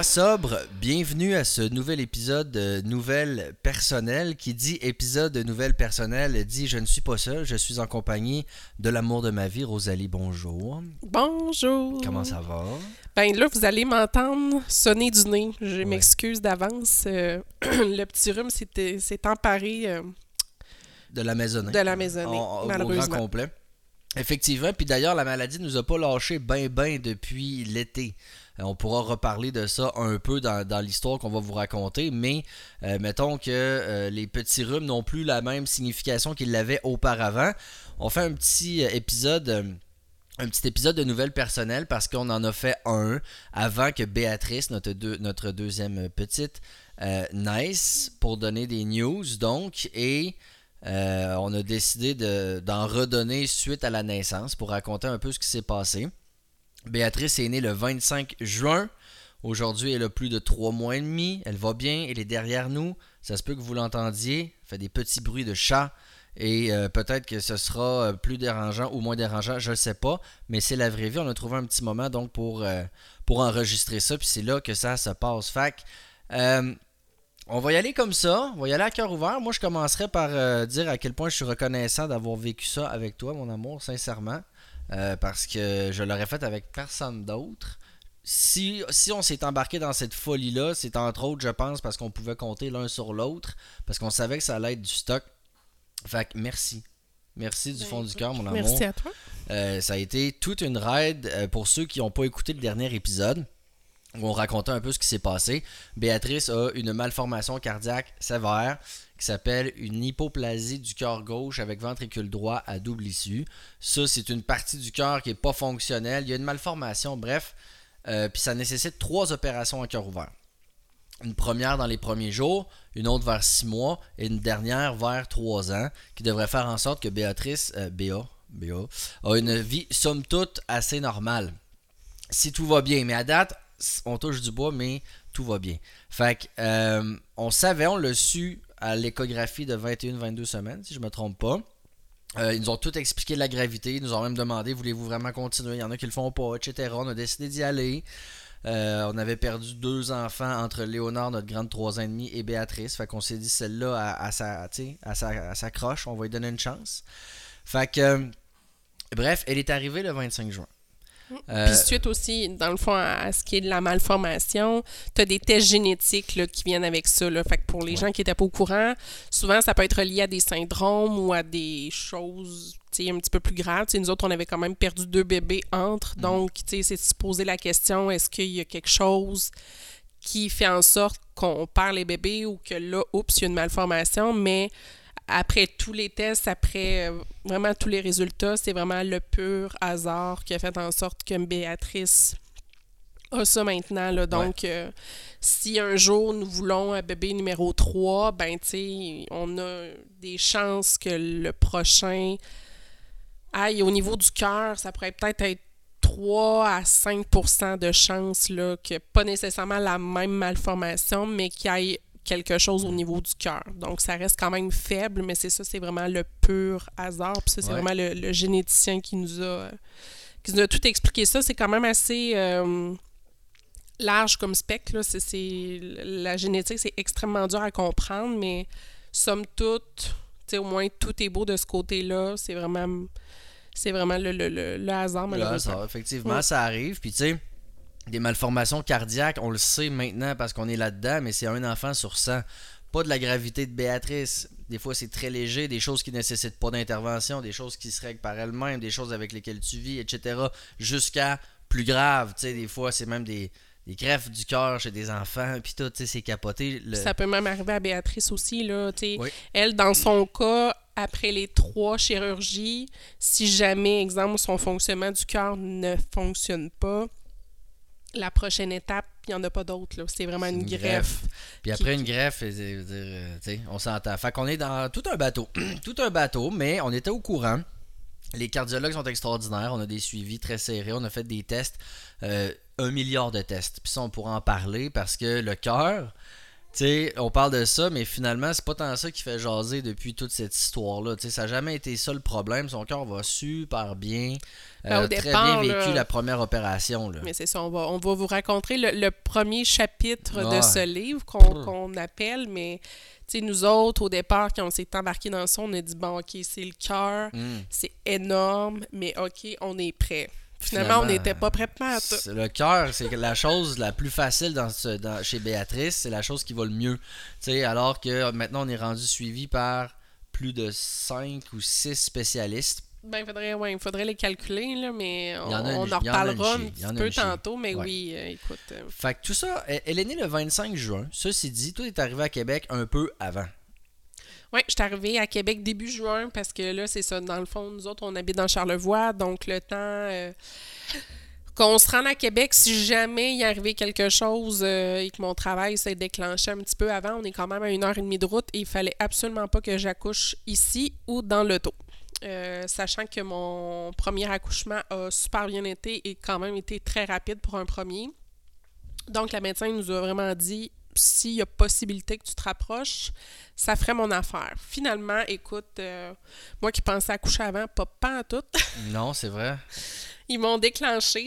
What's up? Bienvenue à ce nouvel épisode de Nouvelles personnelles. Qui dit épisode de Nouvelles personnelles dit je ne suis pas seul, je suis en compagnie de l'amour de ma vie, Rosalie. Bonjour. Bonjour. Comment ça va? Ben là, vous allez m'entendre sonner du nez. Je Ouais. m'excuse d'avance. Le petit rhume s'est emparé De la maisonnée. de la maisonnée, Au grand malheureusement. complet. Effectivement, puis d'ailleurs, la maladie nous a pas lâché ben depuis l'été. On pourra reparler de ça un peu dans l'histoire qu'on va vous raconter, mais mettons que les petits rhumes n'ont plus la même signification qu'ils l'avaient auparavant. On fait un petit épisode de nouvelles personnelles parce qu'on en a fait un avant que Béatrice, notre deuxième petite, naisse pour donner des news, donc, et on a décidé d'en redonner suite à la naissance pour raconter un peu ce qui s'est passé. Béatrice est née le 25 juin. Aujourd'hui, elle a plus de 3 mois et demi. Elle va bien, elle est derrière nous. Ça se peut que vous l'entendiez. Elle fait des petits bruits de chat. Et peut-être que ce sera plus dérangeant ou moins dérangeant, je ne sais pas. Mais c'est la vraie vie. On a trouvé un petit moment donc pour enregistrer ça. Puis c'est là que ça se passe. Fait que, on va y aller comme ça. On va y aller à cœur ouvert. Moi, je commencerai par dire à quel point je suis reconnaissant d'avoir vécu ça avec toi, mon amour, sincèrement. Parce que je l'aurais fait avec personne d'autre. Si on s'est embarqué dans cette folie-là, c'est entre autres, je pense, parce qu'on pouvait compter l'un sur l'autre, parce qu'on savait que ça allait être du stock. Fait que merci. Merci du fond du cœur, mon amour. Merci à toi. Ça a été toute une ride pour ceux qui n'ont pas écouté le dernier épisode, où on racontait un peu ce qui s'est passé. Béatrice a une malformation cardiaque sévère qui s'appelle une hypoplasie du cœur gauche avec ventricule droit à double issue. Ça, c'est une partie du cœur qui n'est pas fonctionnelle. Il y a une malformation, bref. Puis ça nécessite 3 opérations à cœur ouvert. Une première dans les premiers jours, une autre vers 6 mois et une dernière vers 3 ans qui devrait faire en sorte que Béatrice, Béa, a une vie somme toute assez normale. Si tout va bien. Mais à date, on touche du bois, mais tout va bien. Fait que, on l'a su à l'échographie de 21-22 semaines, si je ne me trompe pas. Ils nous ont tout expliqué la gravité. Ils nous ont même demandé, voulez-vous vraiment continuer? Il y en a qui le font pas, etc. On a décidé d'y aller. On avait perdu 2 enfants entre Léonard, notre grande 3 ans et demi, et Béatrice. Fait qu'on s'est dit, celle-là, à sa croche, on va lui donner une chance. Fait que, bref, elle est arrivée le 25 juin. Puis suite aussi, dans le fond, à ce qui est de la malformation, tu as des tests génétiques là, qui viennent avec ça. Là. Fait que pour les gens qui n'étaient pas au courant, souvent ça peut être lié à des syndromes ou à des choses un petit peu plus graves. T'sais, nous autres, on avait quand même perdu 2 bébés entre. Donc, c'est de se poser la question, est-ce qu'il y a quelque chose qui fait en sorte qu'on perd les bébés ou que là, oups, il y a une malformation, mais après tous les tests, après vraiment tous les résultats, c'est vraiment le pur hasard qui a fait en sorte que Béatrice a ça maintenant. Là. Donc, si un jour nous voulons un bébé numéro 3, ben, tu sais, on a des chances que le prochain aille au niveau du cœur. Ça pourrait peut-être être 3 à 5% de chance là, que pas nécessairement la même malformation, mais qu'il y ait quelque chose au niveau du cœur. Donc, ça reste quand même faible, mais c'est vraiment le pur hasard. Puis ça, c'est vraiment le généticien qui nous a tout expliqué ça. C'est quand même assez large comme spectre. Là. La génétique, c'est extrêmement dur à comprendre, mais somme toute, au moins, tout est beau de ce côté-là. C'est vraiment le hasard, malheureusement. Le hasard, effectivement, ça arrive. Puis, tu sais, des malformations cardiaques, on le sait maintenant parce qu'on est là-dedans, mais c'est un enfant sur 100. Pas de la gravité de Béatrice. Des fois, c'est très léger, des choses qui ne nécessitent pas d'intervention, des choses qui se règlent par elles-mêmes, des choses avec lesquelles tu vis, etc. Jusqu'à plus grave. Tu sais, des fois, c'est même des greffes du cœur chez des enfants, puis tout, tu sais, c'est capoté. Ça peut même arriver à Béatrice aussi, là, tu sais. Oui. Elle, dans son cas, après les 3 chirurgies, si jamais, exemple, son fonctionnement du cœur ne fonctionne pas, la prochaine étape, il n'y en a pas d'autre. Là. C'est vraiment une greffe. Puis après une greffe, on s'entend. Fait qu'on est dans tout un bateau. Tout un bateau, mais on était au courant. Les cardiologues sont extraordinaires. On a des suivis très serrés. On a fait des tests. 1 milliard de tests. Puis ça, on pourra en parler parce que le cœur, sais, on parle de ça, mais finalement, c'est pas tant ça qui fait jaser depuis toute cette histoire-là. Tu sais, ça n'a jamais été ça le problème. Son cœur va super bien. Au Très départ, bien vécu là, la première opération. Là. mais c'est ça, on va vous raconter le premier chapitre de Ouais. ce livre qu'on appelle, mais tu sais, nous autres, au départ, quand on s'est embarqué dans ça, on a dit, bon, OK, c'est le cœur, c'est énorme, mais OK, on est prêt. Finalement, on n'était pas prêt à tout. Le cœur, c'est la chose la plus facile chez Béatrice, c'est la chose qui va le mieux. Tu sais, alors que maintenant, on est rendu suivi par plus de 5 ou 6 spécialistes. Ben, il faudrait les calculer, là, mais on en Il y en a reparlera une un chier. Il y en petit a peu une chier. tantôt, mais Ouais. oui, écoute. Fait que tout ça, elle est née le 25 juin. Ceci dit, toi, t'es arrivé à Québec un peu avant. Oui, je suis arrivée à Québec début juin parce que là, c'est ça. Dans le fond, nous autres, on habite dans Charlevoix. Donc, le temps qu'on se rende à Québec, si jamais il arrivait quelque chose et que mon travail s'est déclenché un petit peu avant, on est quand même à 1h30 de route et il fallait absolument pas que j'accouche ici ou dans l'auto. Sachant que mon premier accouchement a super bien été et quand même été très rapide pour un premier. Donc, la médecin nous a vraiment dit, s'il y a possibilité que tu te rapproches, ça ferait mon affaire. Finalement, écoute, moi qui pensais accoucher avant, pas en tout. Non, c'est vrai. Ils m'ont déclenché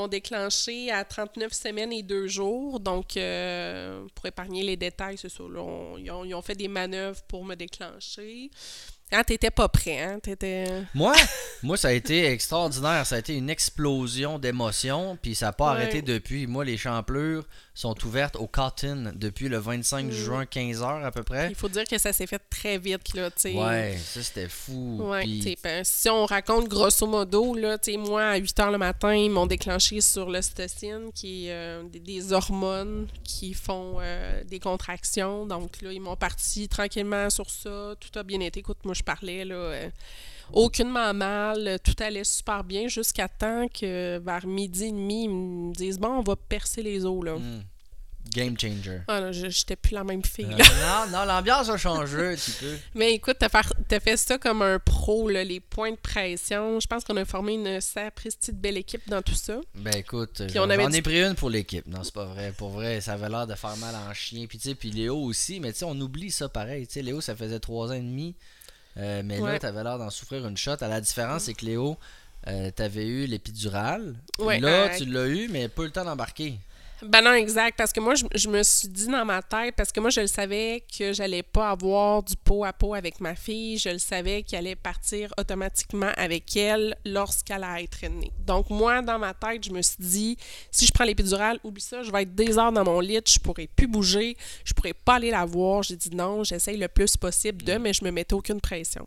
à 39 semaines et 2 jours. Donc, pour épargner les détails, c'est ça. Là, ils ont fait des manœuvres pour me déclencher. Ah, t'étais pas prêt, hein? Moi, ça a été extraordinaire. Ça a été une explosion d'émotions. Puis ça n'a pas arrêté depuis. Moi, les champlures sont ouvertes au Cotton depuis le 25 juin, 15h à peu près. Il faut dire que ça s'est fait très vite, là, tu sais. Ouais, ça c'était fou. Ouais, Puis... si on raconte grosso modo, là, moi, à 8h le matin, ils m'ont déclenché sur l'ocytocine, qui est des hormones qui font des contractions. Donc là, ils m'ont parti tranquillement sur ça. Tout a bien été. Écoute, moi, je parlais, là, aucunement mal. Tout allait super bien jusqu'à temps que vers midi et demi, ils me disent, bon, on va percer les os, là. Game changer. Ah là, j'étais plus la même fille, là. Non, l'ambiance a changé un petit peu. Mais écoute, t'as fait ça comme un pro, là, les points de pression. Je pense qu'on a formé une sapristi de belle équipe dans tout ça. Ben écoute, on j'en ai pris une pour l'équipe. Non, c'est pas vrai. Pour vrai, ça avait l'air de faire mal en chien. Puis tu sais, puis Léo aussi. Mais tu sais, on oublie ça pareil. Tu sais, Léo, ça faisait 3 ans et demi. Mais là, t'avais l'air d'en souffrir une shot. La différence, c'est que Léo, t'avais eu l'épidurale. Ouais, là, tu l'as eu, mais pas eu le temps d'embarquer. Ben non, exact. Parce que moi, je me suis dit dans ma tête, parce que moi, je le savais que j'allais pas avoir du pot à pot avec ma fille. Je le savais qu'il allait partir automatiquement avec elle lorsqu'elle allait être née. Donc, moi, dans ma tête, je me suis dit, si je prends l'épidurale, oublie ça, je vais être des heures dans mon lit, je pourrais plus bouger, je pourrais pas aller la voir. J'ai dit non, j'essaye le plus possible mais je me mettais aucune pression.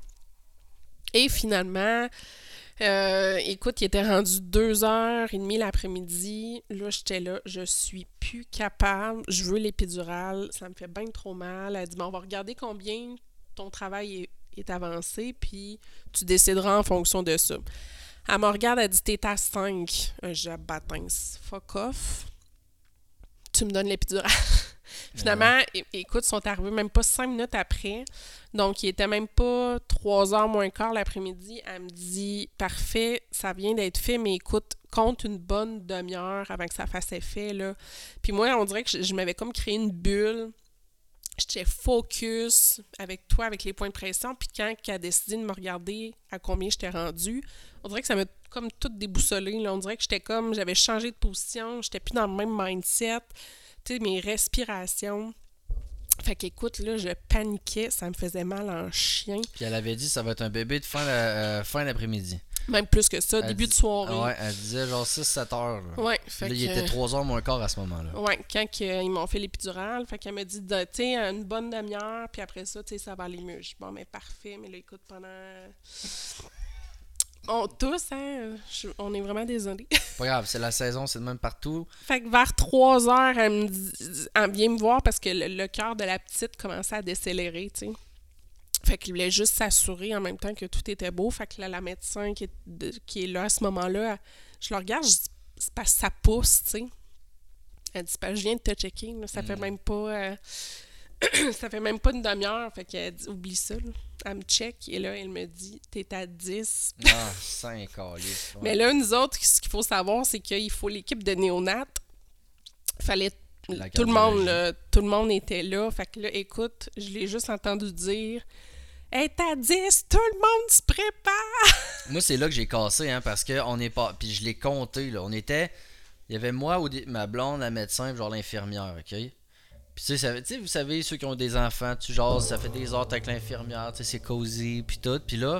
Et finalement... écoute, il était rendu 2h30 l'après-midi. Là, j'étais là, je suis plus capable. Je veux l'épidurale. Ça me fait bien trop mal. Elle dit, bon, on va regarder combien ton travail est avancé, puis tu décideras en fonction de ça. Elle me regarde, elle dit, t'es à 5. Je bâtins, fuck off. Tu me donnes l'épidurale. Finalement, écoute, ils sont arrivés même pas 5 minutes après. Donc, il était même pas 3h moins quart l'après-midi. Elle me dit, parfait, ça vient d'être fait, mais écoute, compte une bonne demi-heure avant que ça fasse effet, là. Puis moi, on dirait que je m'avais comme créé une bulle. J'étais focus avec toi, avec les points de pression. Puis quand elle a décidé de me regarder à combien j'étais rendue, on dirait que ça m'a comme tout déboussolé, là. On dirait que j'avais changé de position, j'étais plus dans le même mindset. Tu sais, mes respirations. Fait qu'écoute, là, je paniquais, ça me faisait mal en chien. Puis elle avait dit ça va être un bébé de fin d'après-midi. Même plus que ça, début de soirée. Ouais, elle disait genre 6-7 heures. Là. Ouais, fait là, il était 3h moins quart à ce moment-là. Ouais, quand ils m'ont fait l'épidurale, fait qu'elle m'a dit, tu sais, une bonne demi-heure, puis après ça, tu sais, ça va aller mieux. Je dis, bon, mais parfait, mais là, écoute, pendant... tous, hein, on est vraiment désolés. Pas grave, c'est la saison, c'est de même partout. Fait que vers 3h, elle vient me voir parce que le cœur de la petite commençait à décélérer, tu sais. Fait qu'il voulait juste s'assurer en même temps que tout était beau. Fait que là, la médecin qui est là à ce moment-là, je le regarde, je dis, c'est parce que ça pousse, tu sais. Elle dit, c'est parce que je viens de te checker, là, ça fait même pas... ça fait même pas une demi-heure. Fait qu'elle dit, oublie ça, là. Elle me check et là, elle me dit, t'es à 10. Ah, 5 calices. Ouais. Mais là, nous autres, ce qu'il faut savoir, c'est qu'il faut l'équipe de néonates. Fallait la Tout le monde, cardiologie. là, tout le monde était là. Fait que là, écoute, je l'ai juste entendu dire « Hey, t'as 10, tout le monde se prépare! » Moi, c'est là que j'ai cassé, hein, parce que on est pas. Puis je l'ai compté, là. On était. Il y avait moi, ma blonde, la médecin, puis genre l'infirmière, ok? Puis tu sais, vous savez, ceux qui ont des enfants, tu jases, ça fait des heures avec l'infirmière, tu sais, c'est cosy, puis tout. Puis là,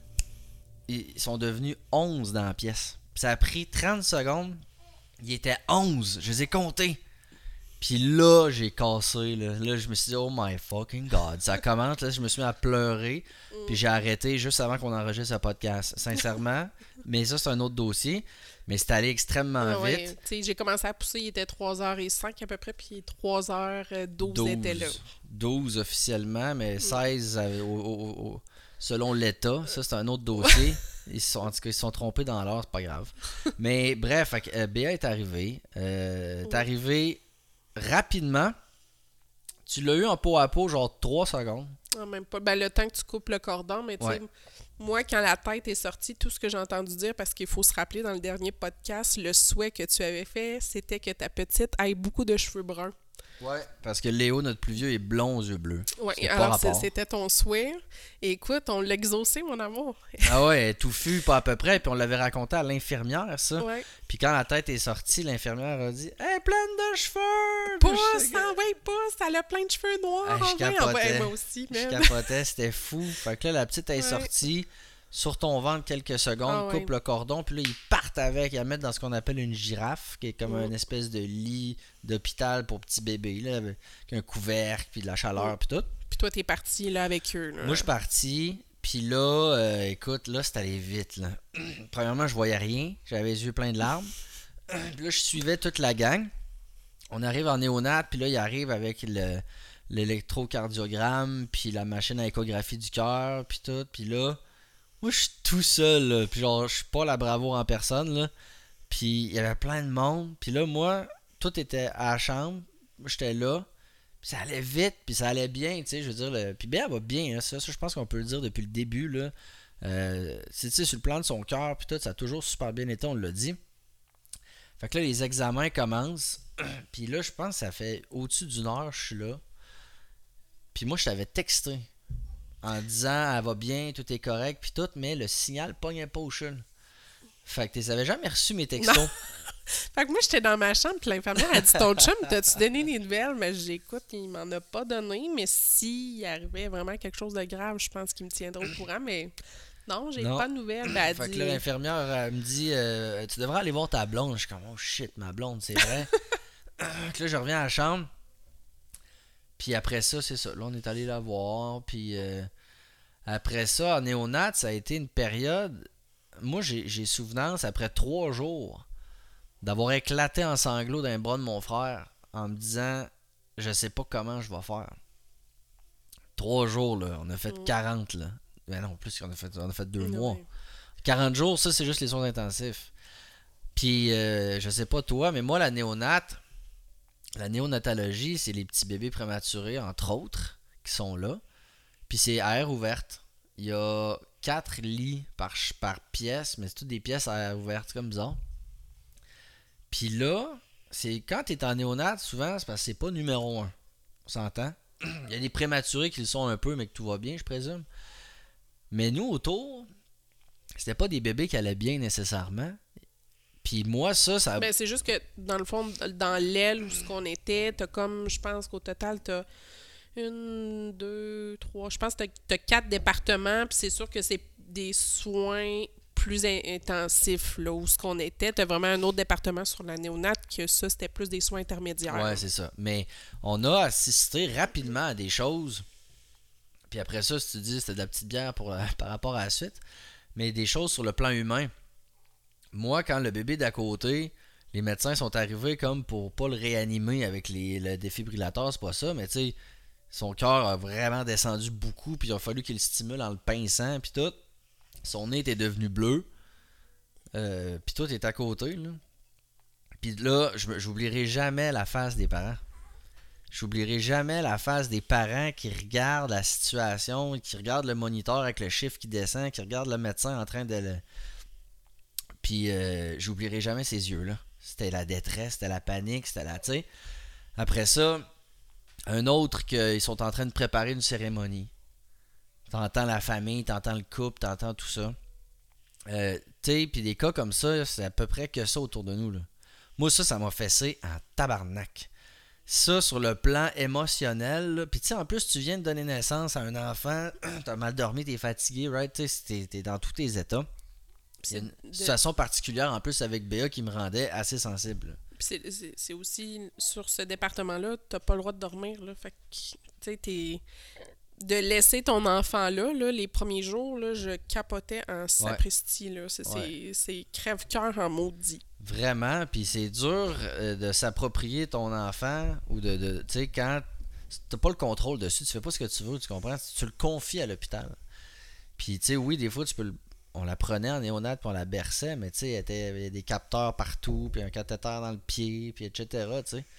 ils sont devenus 11 dans la pièce. Puis ça a pris 30 secondes. Il était 11, je les ai comptés. Puis là, j'ai cassé, là. Là, je me suis dit, oh my fucking god. Ça commence, là, je me suis mis à pleurer. Puis j'ai arrêté juste avant qu'on enregistre ce podcast. Sincèrement. Mais ça, c'est un autre dossier. Mais c'est allé extrêmement Ouais, vite. tu sais, j'ai commencé à pousser, il était 3h05 à peu près, puis 3h12 était là. 12 officiellement, mais 16 selon l'État. Ça, c'est un autre dossier. En tout cas, ils se sont trompés dans l'heure, c'est pas grave. Mais bref, fait que, Béa est arrivée. T'es arrivé rapidement. Tu l'as eu en peau à peau, genre 3 secondes. Ah, même pas. Ben, le temps que tu coupes le cordon, mais tu sais, Ouais. moi, quand la tête est sortie, tout ce que j'ai entendu dire, parce qu'il faut se rappeler dans le dernier podcast, le souhait que tu avais fait, c'était que ta petite ait beaucoup de cheveux bruns. Ouais. Parce que Léo, notre plus vieux, est blond aux yeux bleus. Oui, C'est pas alors rapport. c'était ton souhait. Et écoute, on l'a exaucé, mon amour. Ah ouais, elle est touffue, pas à peu près. Puis on l'avait raconté à l'infirmière, ça. Ouais. Puis quand la tête est sortie, l'infirmière a dit « Elle est pleine de cheveux! » Pousse, envoie, pousse, elle a plein de cheveux noirs. Ah, je capotais. Moi aussi, Je man. capotais, c'était fou. Fait que là, la petite elle est Ouais. sortie sur ton ventre quelques secondes, Ah ouais. coupe le cordon, puis là, ils partent avec, ils la mettent dans ce qu'on appelle une girafe, qui est comme une espèce de lit d'hôpital pour petits bébés, là, avec un couvercle, puis de la chaleur, puis tout. Puis toi, t'es parti là avec eux. Là. Moi, je suis parti, puis là, écoute, là, c'est allé vite, là. Premièrement, je voyais rien, j'avais les yeux pleins de larmes. Puis là, je suivais toute la gang. On arrive en néonat, puis là, il arrive avec l'électrocardiogramme, puis la machine à échographie du cœur, puis tout. Puis là, moi, je suis tout seul, là. Puis genre, je suis pas la bravoure en personne, là. Puis il y avait plein de monde. Puis là, moi, tout était à la chambre. Moi, j'étais là. Puis ça allait vite, puis ça allait bien, tu sais, je veux dire. Puis bien, elle va bien, hein, ça, je pense qu'on peut le dire depuis le début, là. Tu sais, sur le plan de son cœur, puis tout, ça a toujours super bien été, on l'a dit. Fait que là, les examens commencent. Puis là, je pense que ça fait au-dessus d'une heure, je suis là. Puis moi, je t'avais texté en disant, elle va bien, tout est correct, puis tout, mais le signal pognait pas au chul. Fait que tu avais jamais reçu mes textos. Non. Fait que moi, j'étais dans ma chambre, puis l'infirmière a dit « Ton chum, t'as-tu donné des nouvelles? » Mais j'écoute, il m'en a pas donné, mais s'il arrivait vraiment quelque chose de grave, je pense qu'il me tiendrait au courant, mais non, j'ai Non. pas de nouvelles. Ben, elle Fait dit... que là, l'infirmière, elle me dit, tu devrais aller voir ta blonde. Je suis comme, oh shit, ma blonde, c'est vrai. Fait que là, je reviens à la chambre. Puis après ça, c'est ça. Là, on est allé la voir. Puis après ça, en néonat, ça a été une période. Moi, j'ai souvenance, après 3 jours, d'avoir éclaté en sanglots dans les bras de mon frère en me disant, je sais pas comment je vais faire. 3 jours, là. On a fait 40, là. Ben non, plus qu'on a fait 2 mois. 40 jours, ça, c'est juste les soins intensifs. Puis, je sais pas toi, mais moi, la néonatologie, c'est les petits bébés prématurés, entre autres, qui sont là. Puis c'est à air ouverte. Il y a 4 lits par pièce, mais c'est toutes des pièces à air ouverte, c'est comme bizarre. Puis là, c'est quand t'es en néonat, souvent, c'est parce que c'est pas numéro 1. On s'entend? Il y a des prématurés qui le sont un peu, mais que tout va bien, je présume. Mais nous, autour, c'était pas des bébés qui allaient bien nécessairement. Puis moi, ça... Ben, c'est juste que, dans le fond, dans l'aile où ce qu'on était, t'as comme, je pense qu'au total, t'as 1, 2, 3, je pense que t'as 4 départements, puis c'est sûr que c'est des soins plus intensifs, là, où ce qu'on était. T'as vraiment un autre département sur la néonate, que ça, c'était plus des soins intermédiaires. Ouais, c'est ça. Mais on a assisté rapidement à des choses. Puis après ça, si tu dis c'était de la petite bière par rapport à la suite, mais des choses sur le plan humain. Moi, quand le bébé d'à côté, les médecins sont arrivés comme pour pas le réanimer avec le défibrillateur, c'est pas ça, mais tu sais, son cœur a vraiment descendu beaucoup, puis il a fallu qu'il le stimule en le pinçant, puis tout. Son nez était devenu bleu, puis tout est à côté, là. Puis là, j'oublierai jamais la face des parents. J'oublierai jamais la face des parents qui regardent la situation, qui regardent le moniteur avec le chiffre qui descend, qui regardent le médecin en train de le... Puis j'oublierai jamais ces yeux-là. C'était la détresse, c'était la panique, c'était la... Tu sais. Après ça, un autre qu'ils sont en train de préparer une cérémonie. T'entends la famille, t'entends le couple, t'entends tout ça. Tu sais, puis des cas comme ça, c'est à peu près que ça autour de nous, là. Moi, ça m'a fessé en tabarnak. Ça, sur le plan émotionnel, puis tu sais, en plus, tu viens de donner naissance à un enfant, t'as mal dormi, t'es fatigué, right? Tu sais, t'es dans tous tes états. Il y a une situation particulière, en plus, avec Béa qui me rendait assez sensible. C'est aussi, sur ce département-là, t'as pas le droit de dormir, là. Fait que, tu sais, de laisser ton enfant là, les premiers jours, là, je capotais en sapristi, là. C'est crève-cœur en maudit. Vraiment, puis c'est dur de s'approprier ton enfant ou tu sais, quand t'as pas le contrôle dessus, tu fais pas ce que tu veux, tu comprends? Tu le confies à l'hôpital. Puis, tu sais, oui, des fois, on la prenait en néonate puis on la berçait, mais tu sais, il y avait des capteurs partout, puis un cathéter dans le pied, puis etc., tu sais.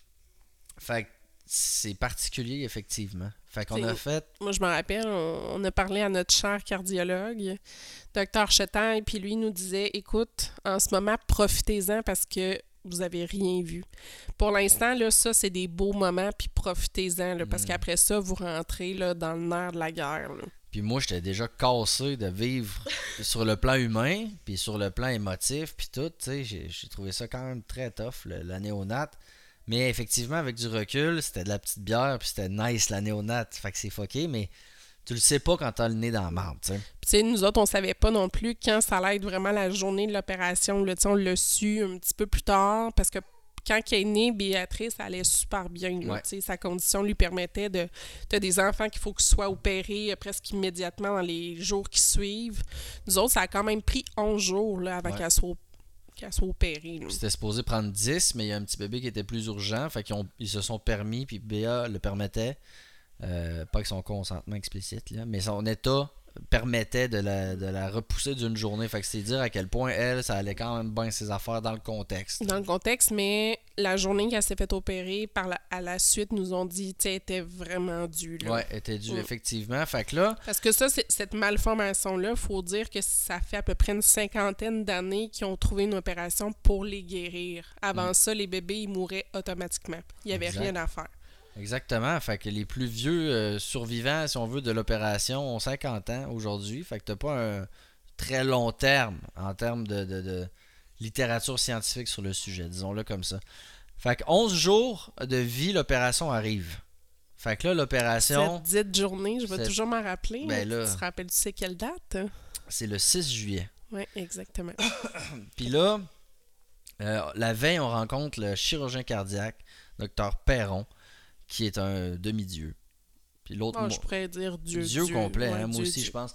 Fait que c'est particulier, effectivement. Fait qu'on a fait... Moi, je me rappelle, on a parlé à notre cher cardiologue, Dr Chetaille, puis lui nous disait, écoute, en ce moment, profitez-en parce que vous avez rien vu. Pour l'instant, là, ça, c'est des beaux moments, puis profitez-en, là, parce qu'après ça, vous rentrez là, dans le nerf de la guerre. Là. Puis moi, j'étais déjà cassé de vivre sur le plan humain, puis sur le plan émotif, puis tout, tu sais, j'ai trouvé ça quand même très tough, la néonate. Mais effectivement, avec du recul, c'était de la petite bière, puis c'était nice la néonate. Fait que c'est fucké, mais tu le sais pas quand t'as le nez dans la marde, tu sais. Puis tu sais, nous autres, on savait pas non plus quand ça allait être vraiment la journée de l'opération. Là, on l'a su un petit peu plus tard, parce que quand elle est née, Béatrice, elle allait super bien. Là, sa condition lui permettait de... T'as des enfants qu'il faut qu'ils soient opérés presque immédiatement dans les jours qui suivent. Nous autres, ça a quand même pris 11 jours là, avant qu'elle soit opérée. C'était supposé prendre 10, mais il y a un petit bébé qui était plus urgent. Fait qu'ils se sont permis, puis Béa le permettait. Pas avec son consentement explicite, là, mais son état permettait de la repousser d'une journée. Fait que c'est dire à quel point elle, ça allait quand même bien ses affaires dans le contexte. Dans le contexte, mais la journée qu'elle s'est fait opérer, à la suite, nous ont dit, tu sais, était vraiment due. Oui, était due, effectivement. Fait que là... Parce que ça, cette malformation-là, il faut dire que ça fait à peu près une 50aine d'années qu'ils ont trouvé une opération pour les guérir. Avant ça, les bébés, ils mouraient automatiquement. Il n'y avait rien à faire. Exactement. Fait que les plus vieux survivants, si on veut, de l'opération ont 50 ans aujourd'hui. Fait que t'as pas un très long terme en termes de littérature scientifique sur le sujet, disons-le comme ça. Fait que 11 jours de vie, l'opération arrive. Fait que là, l'opération... Cette dite journée, je vais toujours m'en rappeler. Ben là, tu te rappelles, tu sais quelle date? C'est le 6 juillet. Oui, exactement. Puis là, la veille, on rencontre le chirurgien cardiaque, Dr Perron, qui est un demi-dieu. Puis l'autre, je pourrais dire Dieu. Dieu complet, ouais, moi Dieu, aussi, Dieu. je pense.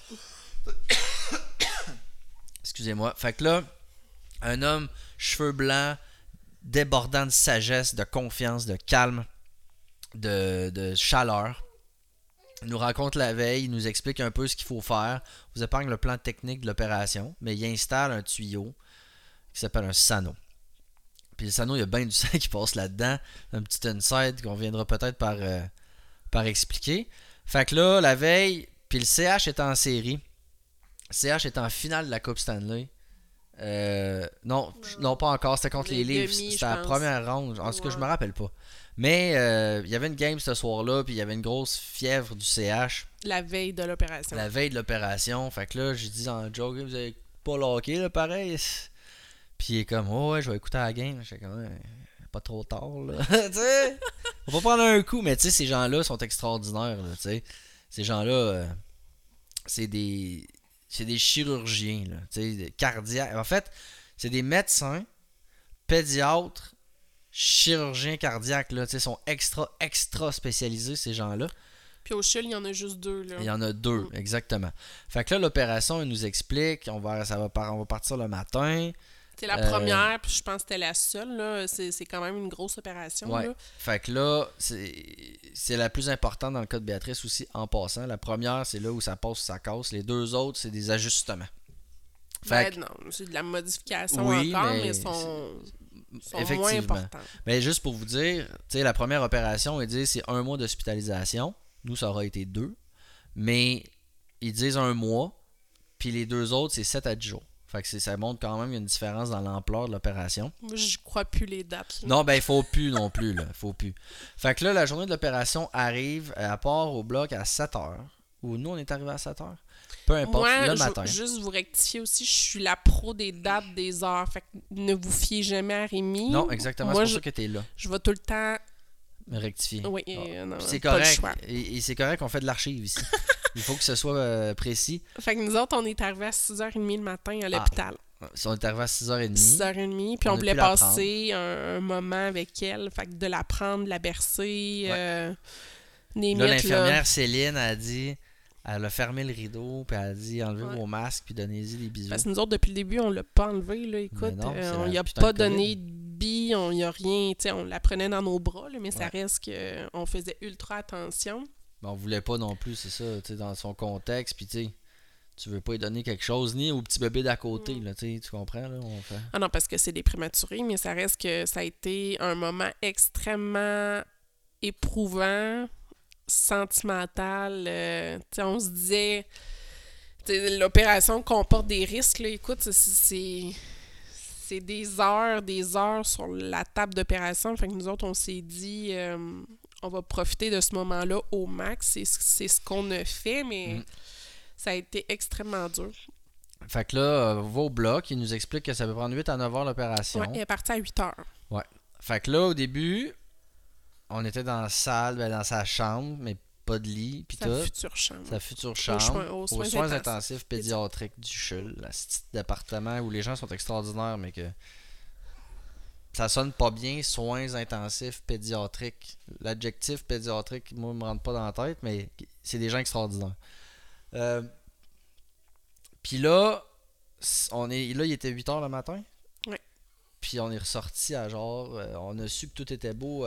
Excusez-moi. Fait que là, un homme, cheveux blancs, débordant de sagesse, de confiance, de calme, de chaleur, nous raconte la veille, il nous explique un peu ce qu'il faut faire, vous épargne le plan technique de l'opération, mais il installe un tuyau qui s'appelle un sano. Puis le sano, il y a bien du sang qui passe là-dedans. Un petit inside qu'on viendra peut-être par expliquer. Fait que là, la veille, puis le CH est en série. Le CH est en finale de la Coupe Stanley. Non, pas encore. C'était contre les Leafs. C'était la première ronde. En tout cas, je me rappelle pas. Mais il y avait une game ce soir-là, puis il y avait une grosse fièvre du CH. La veille de l'opération. La veille de l'opération. Fait que là, j'ai dit en joke, vous avez pas le hockey, là, pareil. Puis il est comme, oh ouais, je vais écouter la game. J'étais comme, pas trop tard, là. Tu sais, on va prendre un coup, mais tu sais, ces gens-là sont extraordinaires, là, tu sais. Ces gens-là, c'est des chirurgiens, là, tu sais, cardiaques. En fait, c'est des médecins, pédiatres, chirurgiens cardiaques, là, tu sais, sont extra spécialisés, ces gens-là. Puis au CHUL, il y en a juste 2, là. Il y en a 2, exactement. Fait que là, l'opération, il nous explique, on va partir le matin. C'est la première, puis je pense que c'était la seule, là. C'est quand même une grosse opération, ouais. là. Fait que là, c'est la plus importante dans le cas de Béatrice aussi, en passant. La première, c'est là où ça passe ou ça casse. Les 2 autres, c'est des ajustements. Fait que, non, c'est de la modification encore, mais sont moins importantes. Mais juste pour vous dire, tu sais, la première opération, ils disent c'est 1 mois d'hospitalisation. Nous, ça aura été 2. Mais ils disent 1 mois, puis les 2 autres, c'est 7 à 10 jours. Fait que ça montre quand même qu'il y a une différence dans l'ampleur de l'opération. Moi, je crois plus les dates. Là. Non, ben il faut plus non plus, là. Faut plus. Fait que là, la journée de l'opération arrive, à part au bloc à 7h. Ou nous, on est arrivé à 7h. Peu importe, Moi, le matin. Juste vous rectifier aussi, je suis la pro des dates, des heures. Fait que ne vous fiez jamais à Rémi. Non, exactement, Moi, c'est pour ça que t'es là. Je vais tout le temps... Rectifier. Oui, non, c'est pas le correct. choix. Et c'est correct qu'on fait de l'archive ici. Il faut que ce soit précis. Fait que nous autres, on est arrivés à 6h30 le matin à l'hôpital. On est arrivé à 6h30. 6h30, puis on voulait passer un moment avec elle. Fait que de la prendre, de la bercer. Là, là, l'infirmière Céline a dit... Elle a fermé le rideau, puis elle a dit enlevez vos masques, puis donnez-y des bisous. Parce que nous autres, depuis le début, on l'a pas enlevé. Là. Écoute, on lui a pas donné de billes, on y a rien. On la prenait dans nos bras, là, mais ça reste qu'on faisait ultra attention. Mais on voulait pas non plus, c'est ça, dans son contexte, puis tu veux pas lui donner quelque chose, ni au petit bébé d'à côté, là, tu comprends? Là, on fait... Ah non, parce que c'est des prématurés, mais ça reste que ça a été un moment extrêmement éprouvant, sentimental. On se disait, l'opération comporte des risques. Là, écoute, c'est des heures sur la table d'opération. Fait que nous autres, on s'est dit, on va profiter de ce moment-là au max. C'est ce qu'on a fait, mais ça a été extrêmement dur. Fait que là, va au bloc, il nous explique que ça peut prendre 8 à 9 heures l'opération. Ouais, elle est partie à 8 heures. Ouais. Fait que là, au début... On était dans la salle, dans sa chambre, mais pas de lit. Pis sa future chambre. Aux soins intensifs pédiatriques du CHUL, le petit département où les gens sont extraordinaires, mais que ça sonne pas bien, soins intensifs pédiatriques. L'adjectif pédiatrique, moi, me rentre pas dans la tête, mais c'est des gens extraordinaires. Puis là, il était 8h le matin. Oui. Puis on est ressorti à genre... on a su que tout était beau...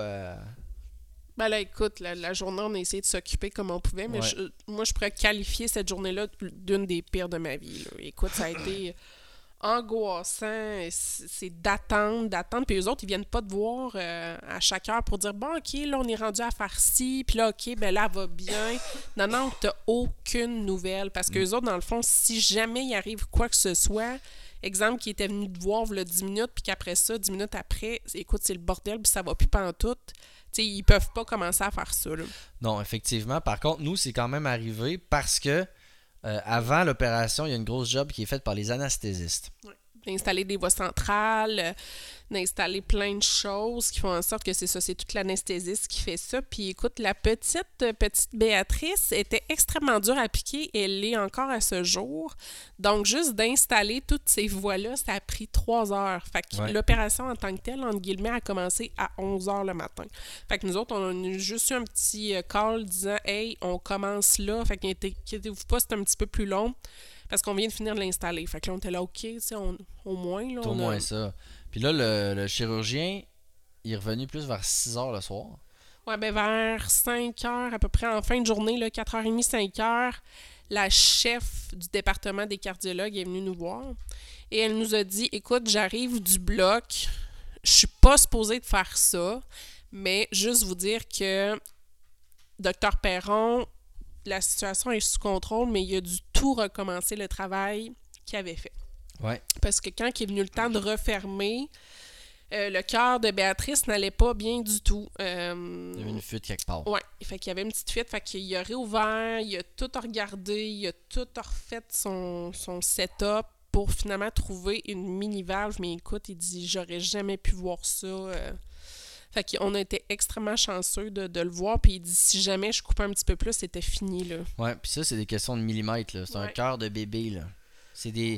Ben là, écoute, la journée, on a essayé de s'occuper comme on pouvait, mais moi, je pourrais qualifier cette journée-là d'une des pires de ma vie. Là. Écoute, ça a été angoissant, c'est d'attendre, puis eux autres, ils viennent pas te voir à chaque heure pour dire, bon, OK, là, on est rendu à faire ci, puis là, OK, ben là, elle va bien. Non, t'as aucune nouvelle, parce qu'eux autres, dans le fond, si jamais il arrive quoi que ce soit... Exemple, qui était venu te voir il y a 10 minutes, puis qu'après ça, 10 minutes après, écoute, c'est le bordel, puis ça va plus pantoute. T'sais, ils peuvent pas commencer à faire ça. Là. Non, effectivement. Par contre, nous, c'est quand même arrivé parce que avant l'opération, il y a une grosse job qui est faite par les anesthésistes. Ouais. D'installer des voies centrales, d'installer plein de choses qui font en sorte que c'est ça, c'est toute l'anesthésiste qui fait ça. Puis écoute, la petite Béatrice était extrêmement dure à piquer, elle l'est encore à ce jour. Donc, juste d'installer toutes ces voies-là, ça a pris 3 heures. Fait que l'opération en tant que telle, entre guillemets, a commencé à 11h le matin. Fait que nous autres, on a juste eu un petit call disant « Hey, on commence là. » Fait qu'inquiétez-vous pas, c'est un petit peu plus long. Parce qu'on vient de finir de l'installer. Fait que là, on était là, OK, tu sais, au moins. Là, au moins ça. Puis là, le chirurgien, il est revenu plus vers 6h le soir. Ouais, ben vers 5h, à peu près en fin de journée, là, 4h30, 5h, la chef du département des cardiologues est venue nous voir. Et elle nous a dit, écoute, j'arrive du bloc, je suis pas supposée de faire ça, mais juste vous dire que Dr Perron, la situation est sous contrôle, mais il a dû tout recommencer le travail qu'il avait fait. Ouais. Parce que quand il est venu le temps de refermer, le cœur de Béatrice n'allait pas bien du tout. Il y avait une fuite quelque part. Oui, fait qu'il y avait une petite fuite, fait qu'il a réouvert, il a tout regardé, il a tout refait son setup pour finalement trouver une mini-valve. Mais écoute, il dit « J'aurais jamais pu voir ça. » Fait qu'on a été extrêmement chanceux de le voir. Puis il dit, si jamais je coupais un petit peu plus, c'était fini, là. Ouais, puis ça, c'est des questions de millimètres, là. C'est un cœur de bébé, là. C'est des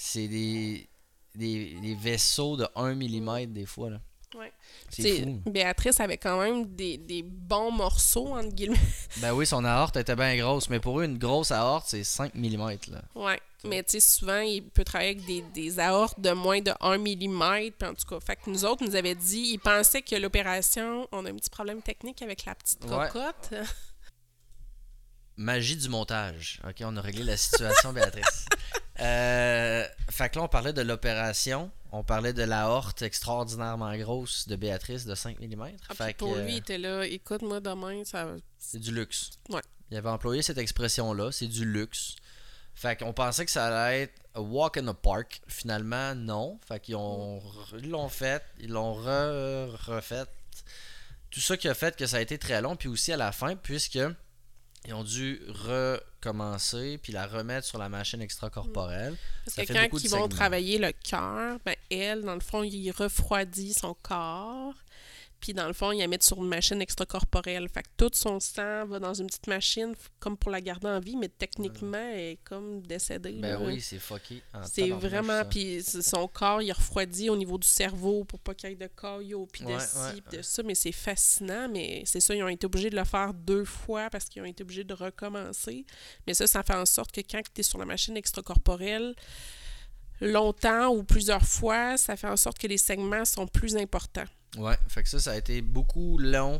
vaisseaux de 1 mm, des fois, là. Ouais. C'est fou. Béatrice avait quand même des bons morceaux, entre guillemets. Ben oui, son aorte était bien grosse. Mais pour eux, une grosse aorte, c'est 5 mm, là. Ouais. Mais tu sais, souvent, il peut travailler avec des aortes de moins de 1 mm. Puis en tout cas, fait que nous autres, nous avait dit, ils pensaient que l'opération, on a un petit problème technique avec la petite cocotte. Ouais. Magie du montage. OK, on a réglé la situation, Béatrice. Fait que là, on parlait de l'opération. On parlait de l'aorte extraordinairement grosse de Béatrice de 5 mm. Fait que, pour lui, il était là, écoute-moi demain, ça... C'est du luxe. Ouais. Il avait employé cette expression-là, c'est du luxe. Fait qu'on pensait que ça allait être a walk in the park. Finalement, non. Fait qu'ils ils l'ont fait, ils l'ont refait. Tout ça qui a fait que ça a été très long. Puis aussi à la fin, puisque ils ont dû recommencer puis la remettre sur la machine extracorporelle. Parce Ça que fait quand beaucoup de ils vont segments. travailler le cœur, ben elle, dans le fond, il refroidit son corps. Puis dans le fond, ils la mettent sur une machine extracorporelle. Fait que tout son sang va dans une petite machine comme pour la garder en vie, mais techniquement, elle est comme décédée. Ben là. oui, c'est fucké. C'est vraiment... Ça. Puis son corps, il refroidit au niveau du cerveau pour pas qu'il y ait de caillots, puis de Ouais, ci, ouais, puis de ça. Mais c'est fascinant. Mais c'est ça, ils ont été obligés de le faire 2 fois parce qu'ils ont été obligés de recommencer. Mais ça fait en sorte que quand tu es sur la machine extracorporelle, longtemps ou plusieurs fois, ça fait en sorte que les segments sont plus importants. Ouais, fait que ça a été beaucoup long,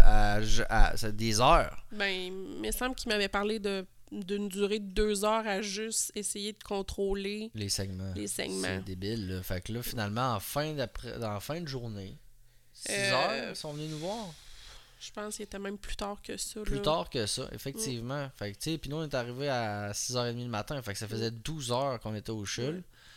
des heures. Ben, il me semble qu'il m'avait parlé d'une durée de 2 heures à juste essayer de contrôler Les segments. les segments. C'est débile, là. Fait que là, finalement, en fin de journée, 6 heures, ils sont venus nous voir. Je pense qu'il était même plus tard que ça. Plus là. tard que ça, effectivement. Fait que, tu sais, puis nous, on est arrivé à 6h30 le matin. Fait que ça faisait 12 heures qu'on était au CHUL.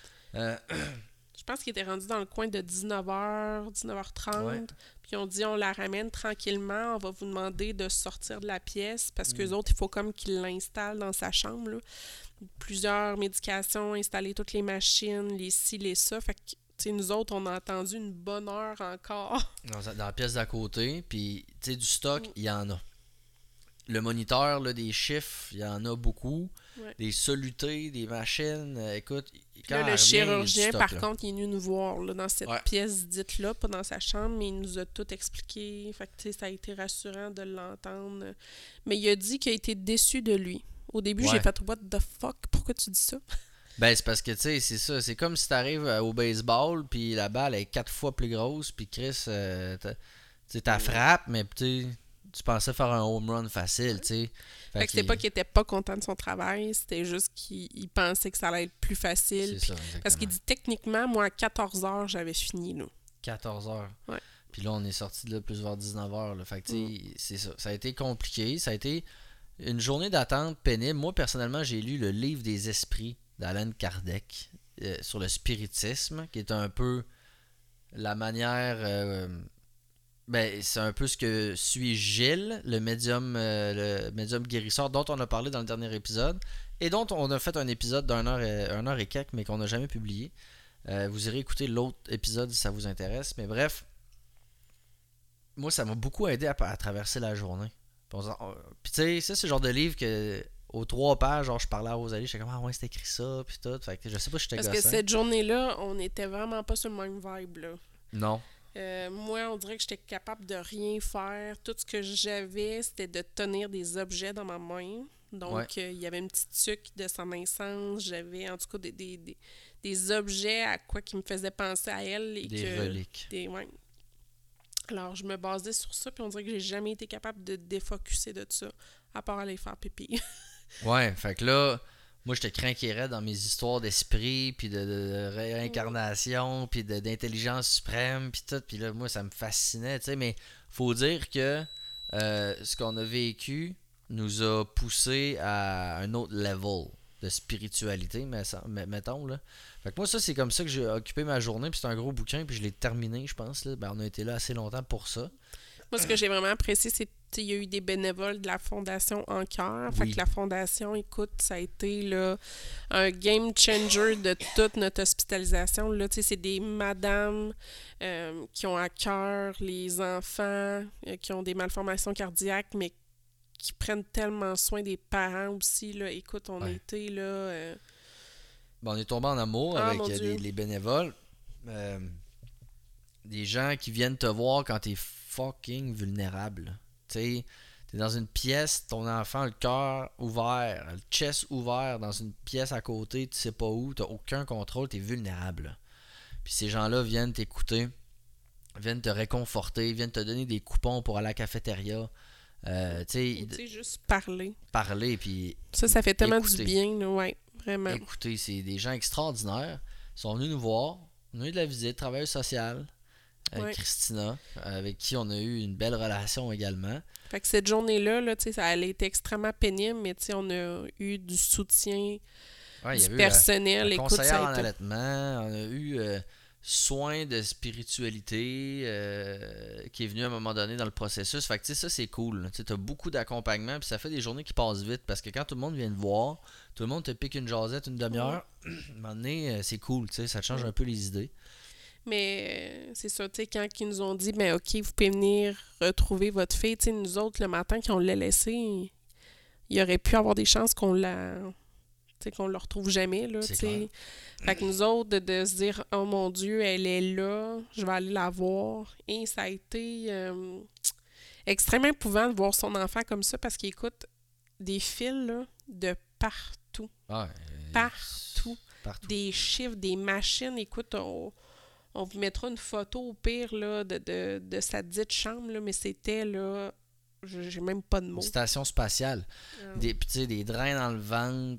Je pense qu'il était rendu dans le coin de 19h, 19h30. Ouais. Puis on dit, on la ramène tranquillement. On va vous demander de sortir de la pièce parce qu'eux autres, il faut comme qu'ils l'installent dans sa chambre. Là. Plusieurs médications, installer toutes les machines, les ci, les ça. Fait que, tu sais, nous autres, on a attendu une bonne heure encore. Dans la pièce d'à côté. Puis, tu sais, du stock, il y en a. Le moniteur, là, des chiffres, il y en a beaucoup. Ouais. Des solutés, des machines. Écoute, quand Là, elle le revient, chirurgien, il y a du par stock, là. contre, il est venu nous voir là, dans cette Ouais. pièce dite-là, pas dans sa chambre, mais il nous a tout expliqué. Fait que, tu sais, ça a été rassurant de l'entendre. Mais il a dit qu'il a été déçu de lui. Au début, Ouais. j'ai fait « What the fuck? Pourquoi tu dis ça? » Ben, c'est parce que, tu sais, c'est ça. C'est comme si t'arrives au baseball, puis la balle est 4 fois plus grosse, puis Chris, t'as frappe, mais tu pensais faire un home run facile, tu sais. Fait que c'était pas qu'il était pas content de son travail, c'était juste qu'il pensait que ça allait être plus facile. C'est ça, exactement. Parce qu'il dit techniquement, moi, à 14 heures, j'avais fini, là. 14 heures. Ouais. Puis là, on est sorti de là plus vers 19 heures. Là. Fait que, tu sais, c'est ça. Ça a été compliqué. Ça a été une journée d'attente pénible. Moi, personnellement, j'ai lu le livre des esprits d'Alan Kardec sur le spiritisme, qui est un peu la manière... ben, c'est un peu ce que suit Gilles, le médium guérisseur, dont on a parlé dans le dernier épisode, et dont on a fait un épisode d'1 heure et quelques, mais qu'on n'a jamais publié. Vous irez écouter l'autre épisode si ça vous intéresse. Mais bref, moi, ça m'a beaucoup aidé à traverser la journée. Puis tu sais, ça, c'est le genre de livre que... Aux 3 pages, genre, je parlais à Rosalie, j'étais comme, ah ouais, c'est écrit ça, puis tout. Fait que je sais pas si j'étais Parce gossant. que cette journée-là, on était vraiment pas sur le même vibe, là. Non. Moi, on dirait que j'étais capable de rien faire. Tout ce que j'avais, c'était de tenir des objets dans ma main. Donc, il y avait une petite tuque de sa naissance. J'avais, en tout cas, des objets à quoi qui me faisaient penser à elle. Et des reliques. Ouais. Alors, je me basais sur ça, puis on dirait que j'ai jamais été capable de défocusser de ça, à part aller faire pipi. Ouais, fait que là, moi, je te craquerais dans mes histoires d'esprit, puis de réincarnation, puis d'intelligence suprême, puis tout. Puis là, moi, ça me fascinait, tu sais. Mais faut dire que ce qu'on a vécu nous a poussé à un autre level de spiritualité, mettons, là. Fait que moi, ça, c'est comme ça que j'ai occupé ma journée, puis c'est un gros bouquin, puis je l'ai terminé, je pense, là. Ben, on a été là assez longtemps pour ça. Moi, ce que j'ai vraiment apprécié, c'est qu'il y a eu des bénévoles de la Fondation En Cœur. Fait que la Fondation, écoute, ça a été là, un game changer de toute notre hospitalisation. Là, c'est des madames qui ont à cœur les enfants qui ont des malformations cardiaques, mais qui prennent tellement soin des parents aussi. Là. Écoute, on a été là... Bon, on est tombé en amour avec les bénévoles. Des gens qui viennent te voir quand t'es fucking vulnérable. Tu sais, t'es dans une pièce, ton enfant a le cœur ouvert, le chest ouvert dans une pièce à côté, tu sais pas où, t'as aucun contrôle, t'es vulnérable. Puis ces gens-là viennent t'écouter, viennent te réconforter, viennent te donner des coupons pour aller à la cafétéria. Tu sais, juste parler. Parler, puis ça fait tellement écouter. du bien, là, ouais, vraiment. Écoutez, c'est des gens extraordinaires. Ils sont venus nous voir, on a eu de la visite, travailleuse sociale. Christina, avec qui on a eu une belle relation également. Fait que cette journée-là, là, ça a été extrêmement pénible, mais on a eu du soutien Ouais, il y du a eu personnel. un Écoute, conseillère ça en a été... allaitement, on a eu soin de spiritualité qui est venu à un moment donné dans le processus. Fait que tu sais, ça c'est cool. Tu as beaucoup d'accompagnement, puis ça fait des journées qui passent vite parce que quand tout le monde vient te voir, tout le monde te pique une jasette une demi-heure. À un moment donné, c'est cool, tu sais, ça te change un peu les idées. Mais c'est ça, tu sais, quand ils nous ont dit, ben OK, vous pouvez venir retrouver votre fille, tu sais, nous autres, le matin, quand on l'a laissée, il aurait pu avoir des chances qu'on la... Tu sais, qu'on le retrouve jamais, là, tu C'est sais. clair. Fait que nous autres, de se dire, oh mon Dieu, elle est là, je vais aller la voir. Et ça a été extrêmement épouvant de voir son enfant comme ça parce qu'il écoute des fils, là, de partout. Ouais, Partout. partout. Des chiffres, des machines. Écoute, on vous mettra une photo au pire là, de sa dite chambre, là, mais c'était là. J'ai même pas de Une mots. station spatiale. Puis, tu sais, des drains dans le ventre,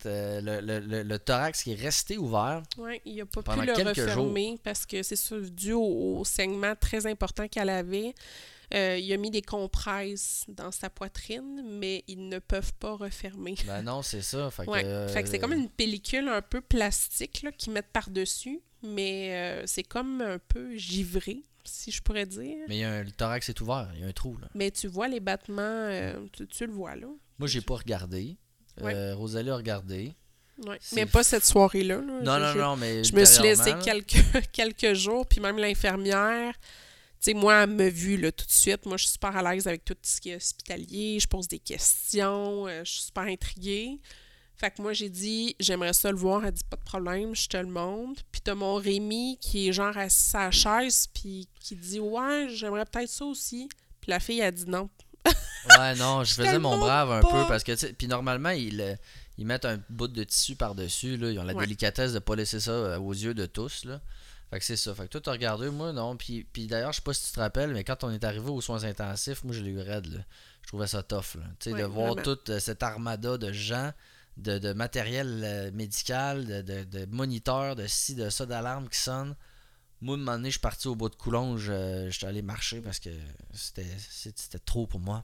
le thorax qui est resté ouvert. Oui, il n'a pas Pendant pu le quelques refermer parce que c'est ça, dû au saignement très important qu'elle avait. Il a mis des compresses dans sa poitrine, mais ils ne peuvent pas refermer. Ben non, c'est ça. Fait Ouais. que, Fait que c'est comme une pellicule un peu plastique là, qu'ils mettent par-dessus, mais c'est comme un peu givré, si je pourrais dire. Mais le thorax est ouvert, il y a un trou, là. Mais tu vois les battements, tu le vois là. Moi, j'ai pas regardé. Ouais. Rosalie a regardé. Ouais. C'est Mais pas cette soirée-là. Là. Non, mais Je me suis laissé ultérieurement, quelques jours, puis même l'infirmière, tu sais, moi, elle m'a vu là, tout de suite. Moi, je suis super à l'aise avec tout ce qui est hospitalier. Je pose des questions. Je suis super intriguée. Fait que moi, j'ai dit, j'aimerais ça le voir. Elle dit, pas de problème, je te le montre. Puis t'as mon Rémi qui est genre assis à la chaise, puis qui dit, ouais, j'aimerais peut-être ça aussi. Puis la fille, a dit non. Ouais, non, je faisais mon brave un peu parce que, tu sais, puis normalement, ils mettent un bout de tissu par-dessus, là. Ils ont la délicatesse de pas laisser ça aux yeux de tous, là. Fait que c'est ça. Fait que toi, t'as regardé, moi, non. Puis d'ailleurs, je sais pas si tu te rappelles, mais quand on est arrivé aux soins intensifs, moi, je l'ai eu raide, là. Je trouvais ça tough, là. Tu sais, de voir toute cette armada de gens, de matériel médical, de moniteurs, de ci, de ça, d'alarme qui sonne. Moi, à un moment donné, je suis parti au bout de Coulonge, je suis allé marcher parce que c'était trop pour moi.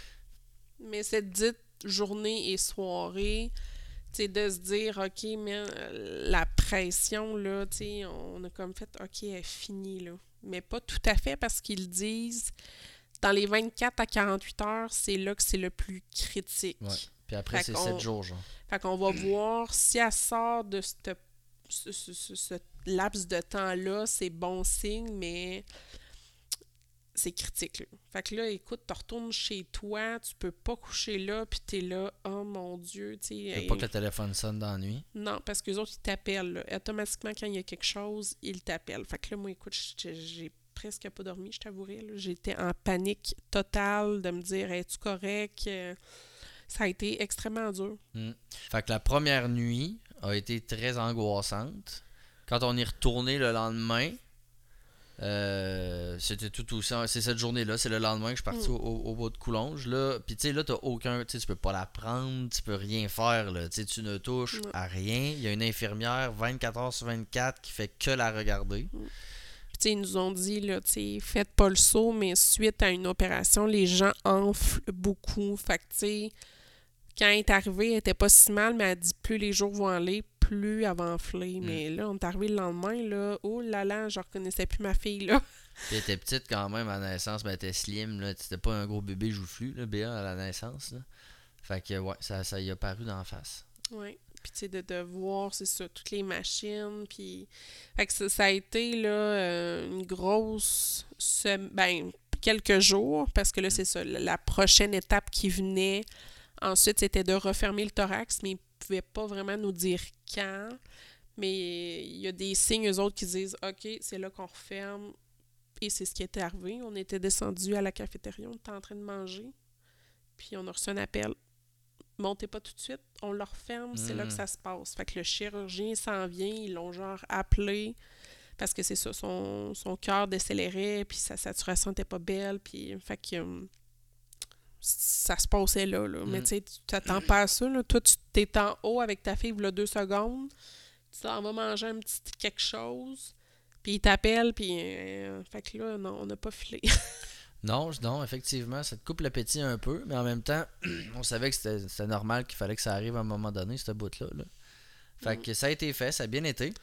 Mais cette dite journée et soirée, tu sais, de se dire, OK, mais la pression, là, tu sais, on a comme fait, OK, elle est finie, là. Mais pas tout à fait parce qu'ils disent, dans les 24 à 48 heures, c'est là que c'est le plus critique. Ouais. Puis après, c'est 7 jours, genre. Fait qu'on va voir si elle sort de ce laps de temps-là, c'est bon signe, mais c'est critique, là. Fait que là, écoute, tu retournes chez toi, tu peux pas coucher là, puis t'es là, oh mon Dieu, tu sais. Tu veux pas que le téléphone sonne dans la nuit? Non, parce que les autres, ils t'appellent, là. Automatiquement, quand il y a quelque chose, ils t'appellent. Fait que là, moi, écoute, j'ai presque pas dormi, je t'avouerai, là. J'étais en panique totale de me dire, es-tu correct? Ça a été extrêmement dur. Fait que la première nuit a été très angoissante. Quand on est retourné le lendemain, c'était tout aussi. C'est cette journée-là, c'est le lendemain que je suis parti au bout de Coulonge. Là. Puis tu sais, là, t'as aucun. Tu peux pas la prendre, tu peux rien faire. Là. Tu ne touches à rien. Il y a une infirmière 24 heures sur 24 qui fait que la regarder. Puis, tu sais, ils nous ont dit, là, tu sais, faites pas le saut, mais suite à une opération, les gens enflent beaucoup. Fait que, tu sais, quand elle est arrivée, elle était pas si mal, mais elle a dit plus les jours vont aller, plus elle va enfler. Mais là, on est arrivé le lendemain, là, oh là là, je reconnaissais plus ma fille, là. Puis elle était petite quand même à la naissance, mais elle était slim, là. C'était pas un gros bébé joufflu, là, Béa, à la naissance, là. Fait que, ouais, ça y a paru d'en face. Oui. Puis, tu sais, de voir, c'est ça, toutes les machines. Puis, fait que ça a été, là, une grosse quelques jours, parce que là, c'est ça, la prochaine étape qui venait. Ensuite, c'était de refermer le thorax, mais ils ne pouvaient pas vraiment nous dire quand. Mais il y a des signes, eux autres, qui disent, OK, c'est là qu'on referme. Et c'est ce qui était arrivé. On était descendu à la cafétéria, on était en train de manger. Puis, on a reçu un appel. Montez pas tout de suite, on le referme, c'est là que ça se passe. Fait que le chirurgien s'en vient, ils l'ont genre appelé parce que c'est ça, son cœur décélérait, puis sa saturation était pas belle, puis fait que ça se passait là. Mais tu sais, tu t'attends pas à ça, là. Toi, tu t'es en haut avec ta fille, là, 2 secondes, tu t'en vas manger un petit quelque chose, puis il t'appelle, puis fait que là, non, on n'a pas filé. Non, effectivement, ça te coupe l'appétit un peu, mais en même temps, on savait que c'était normal qu'il fallait que ça arrive à un moment donné, ce bout-là. Là. Fait que ça a été fait, ça a bien été.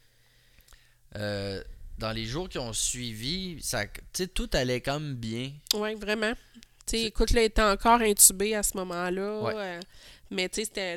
Dans les jours qui ont suivi, ça, tout allait comme bien. Oui, vraiment. Écoute, là, il était encore intubé à ce moment-là. Ouais. Mais c'était...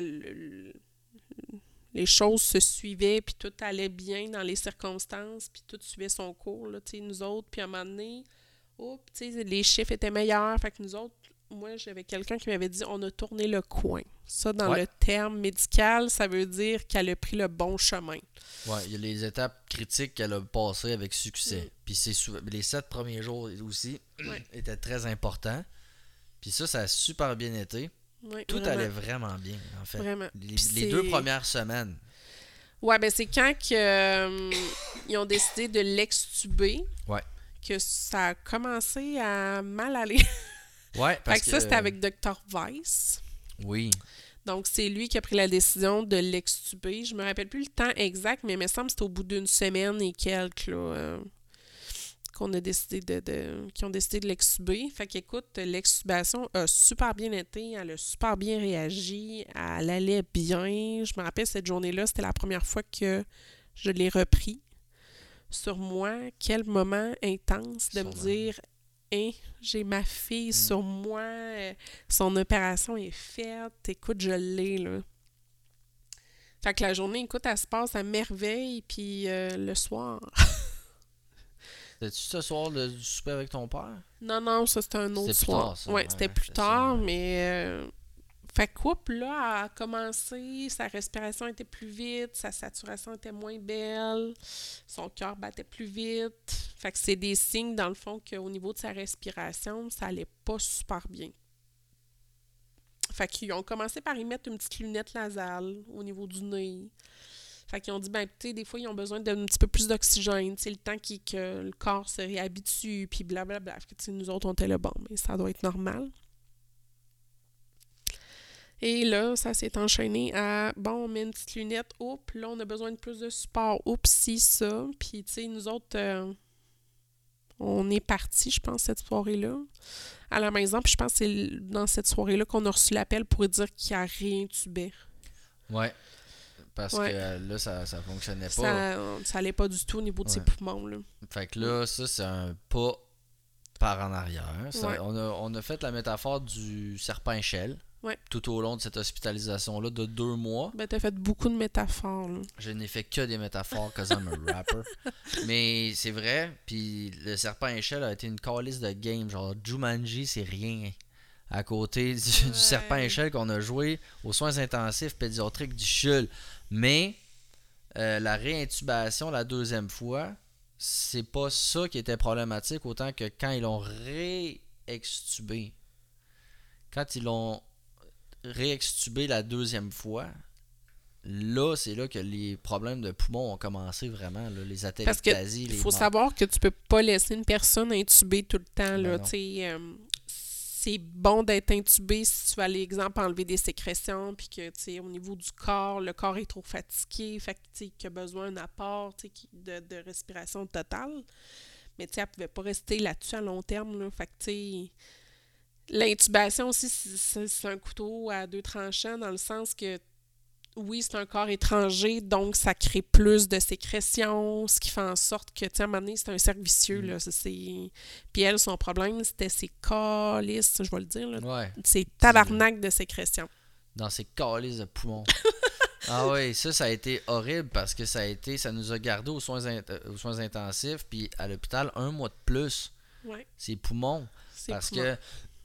les choses se suivaient, puis tout allait bien dans les circonstances, puis tout suivait son cours, là, nous autres. Puis à un moment donné, les chiffres étaient meilleurs. Fait que nous autres, moi, j'avais quelqu'un qui m'avait dit on a tourné le coin. Ça, dans le terme médical, ça veut dire qu'elle a pris le bon chemin. Oui, il y a les étapes critiques qu'elle a passées avec succès. Puis les 7 premiers jours aussi étaient très importants. Puis ça a super bien été. Ouais, tout vraiment. allait vraiment bien, en fait. Vraiment. Les 2 premières semaines. Ouais, ben c'est quand ils ont décidé de l'extuber que ça a commencé à mal aller. Ouais, parce que ça, c'était avec Dr. Weiss. Oui. Donc, c'est lui qui a pris la décision de l'extuber. Je me rappelle plus le temps exact, mais il me semble que c'était au bout d'une semaine et quelques, là, qu'on a décidé qu'ils ont décidé de l'extuber. Fait qu'écoute, l'extubation a super bien été, elle a super bien réagi, elle allait bien. Je me rappelle cette journée-là, c'était la première fois que je l'ai repris sur moi. Quel moment intense de me dire j'ai ma fille sur moi, son opération est faite, écoute, je l'ai, là. Fait que la journée, écoute, elle se passe à merveille, puis le soir... C'était-tu ce soir du souper avec ton père? Non, ça c'était un autre soir. Oui, c'était plus tard, mais... Fait que couple, là, a commencé, sa respiration était plus vite, sa saturation était moins belle, son cœur battait plus vite. Fait que c'est des signes, dans le fond, qu'au niveau de sa respiration, ça allait pas super bien. Fait qu'ils ont commencé par y mettre une petite lunette nasale au niveau du nez. Fait qu'ils ont dit, ben, tu sais, des fois, ils ont besoin d'un petit peu plus d'oxygène, tu sais, le temps que le corps se réhabitue, puis blablabla. Fait que, tu sais, nous autres, on était là, bon, mais ça doit être normal. Et là, ça s'est enchaîné à, bon, on met une petite lunette, oups, là, on a besoin de plus de support, oups, si, ça. Puis, tu sais, nous autres, on est partis, je pense, cette soirée-là, à la maison. Puis, je pense que c'est dans cette soirée-là qu'on a reçu l'appel pour dire qu'il a réintubé. Ouais. Parce que là, ça fonctionnait pas. Ça allait pas du tout au niveau de ses poumons, là. Fait que là, ça, c'est un pas par en arrière. Ça, on a fait la métaphore du serpent-échelle tout au long de cette hospitalisation-là de 2 mois. Ben, t'as fait beaucoup de métaphores, là. Je n'ai fait que des métaphores, cause I'm a rapper. Mais c'est vrai, puis le serpent-échelle a été une calice de game. Genre, Jumanji, c'est rien à côté du serpent-échelle qu'on a joué aux soins intensifs pédiatriques du CHUL. Mais la réintubation la 2e fois, c'est pas ça qui était problématique autant que quand ils l'ont réextubé. Quand ils l'ont réextubé la 2e fois, là, c'est là que les problèmes de poumons ont commencé vraiment, là, les atelectasies. Parce qu'il faut savoir que tu peux pas laisser une personne intubée tout le temps, là, tu sais... c'est bon d'être intubé si tu vas, par exemple, enlever des sécrétions, puis que, tu sais, au niveau du corps, le corps est trop fatigué, fait que, tu sais, qu'il a besoin d'un apport, tu sais, de respiration totale. Mais, tu sais, elle pouvait pas rester là-dessus à long terme, là. Fait que, tu sais, l'intubation aussi, c'est un couteau à 2 tranchants, dans le sens que, oui, c'est un corps étranger, donc ça crée plus de sécrétions, ce qui fait en sorte que, tu sais, à un moment donné, c'est un cercle vicieux, là. Puis elle, son problème, c'était ses calices, je vais le dire, là. Ses tabarnak de sécrétions. Dans ses calices de poumons. Ah oui, ça a été horrible parce que ça nous a gardé aux soins intensifs, puis à l'hôpital 1 mois de plus. Ouais. Ses poumons. Parce que...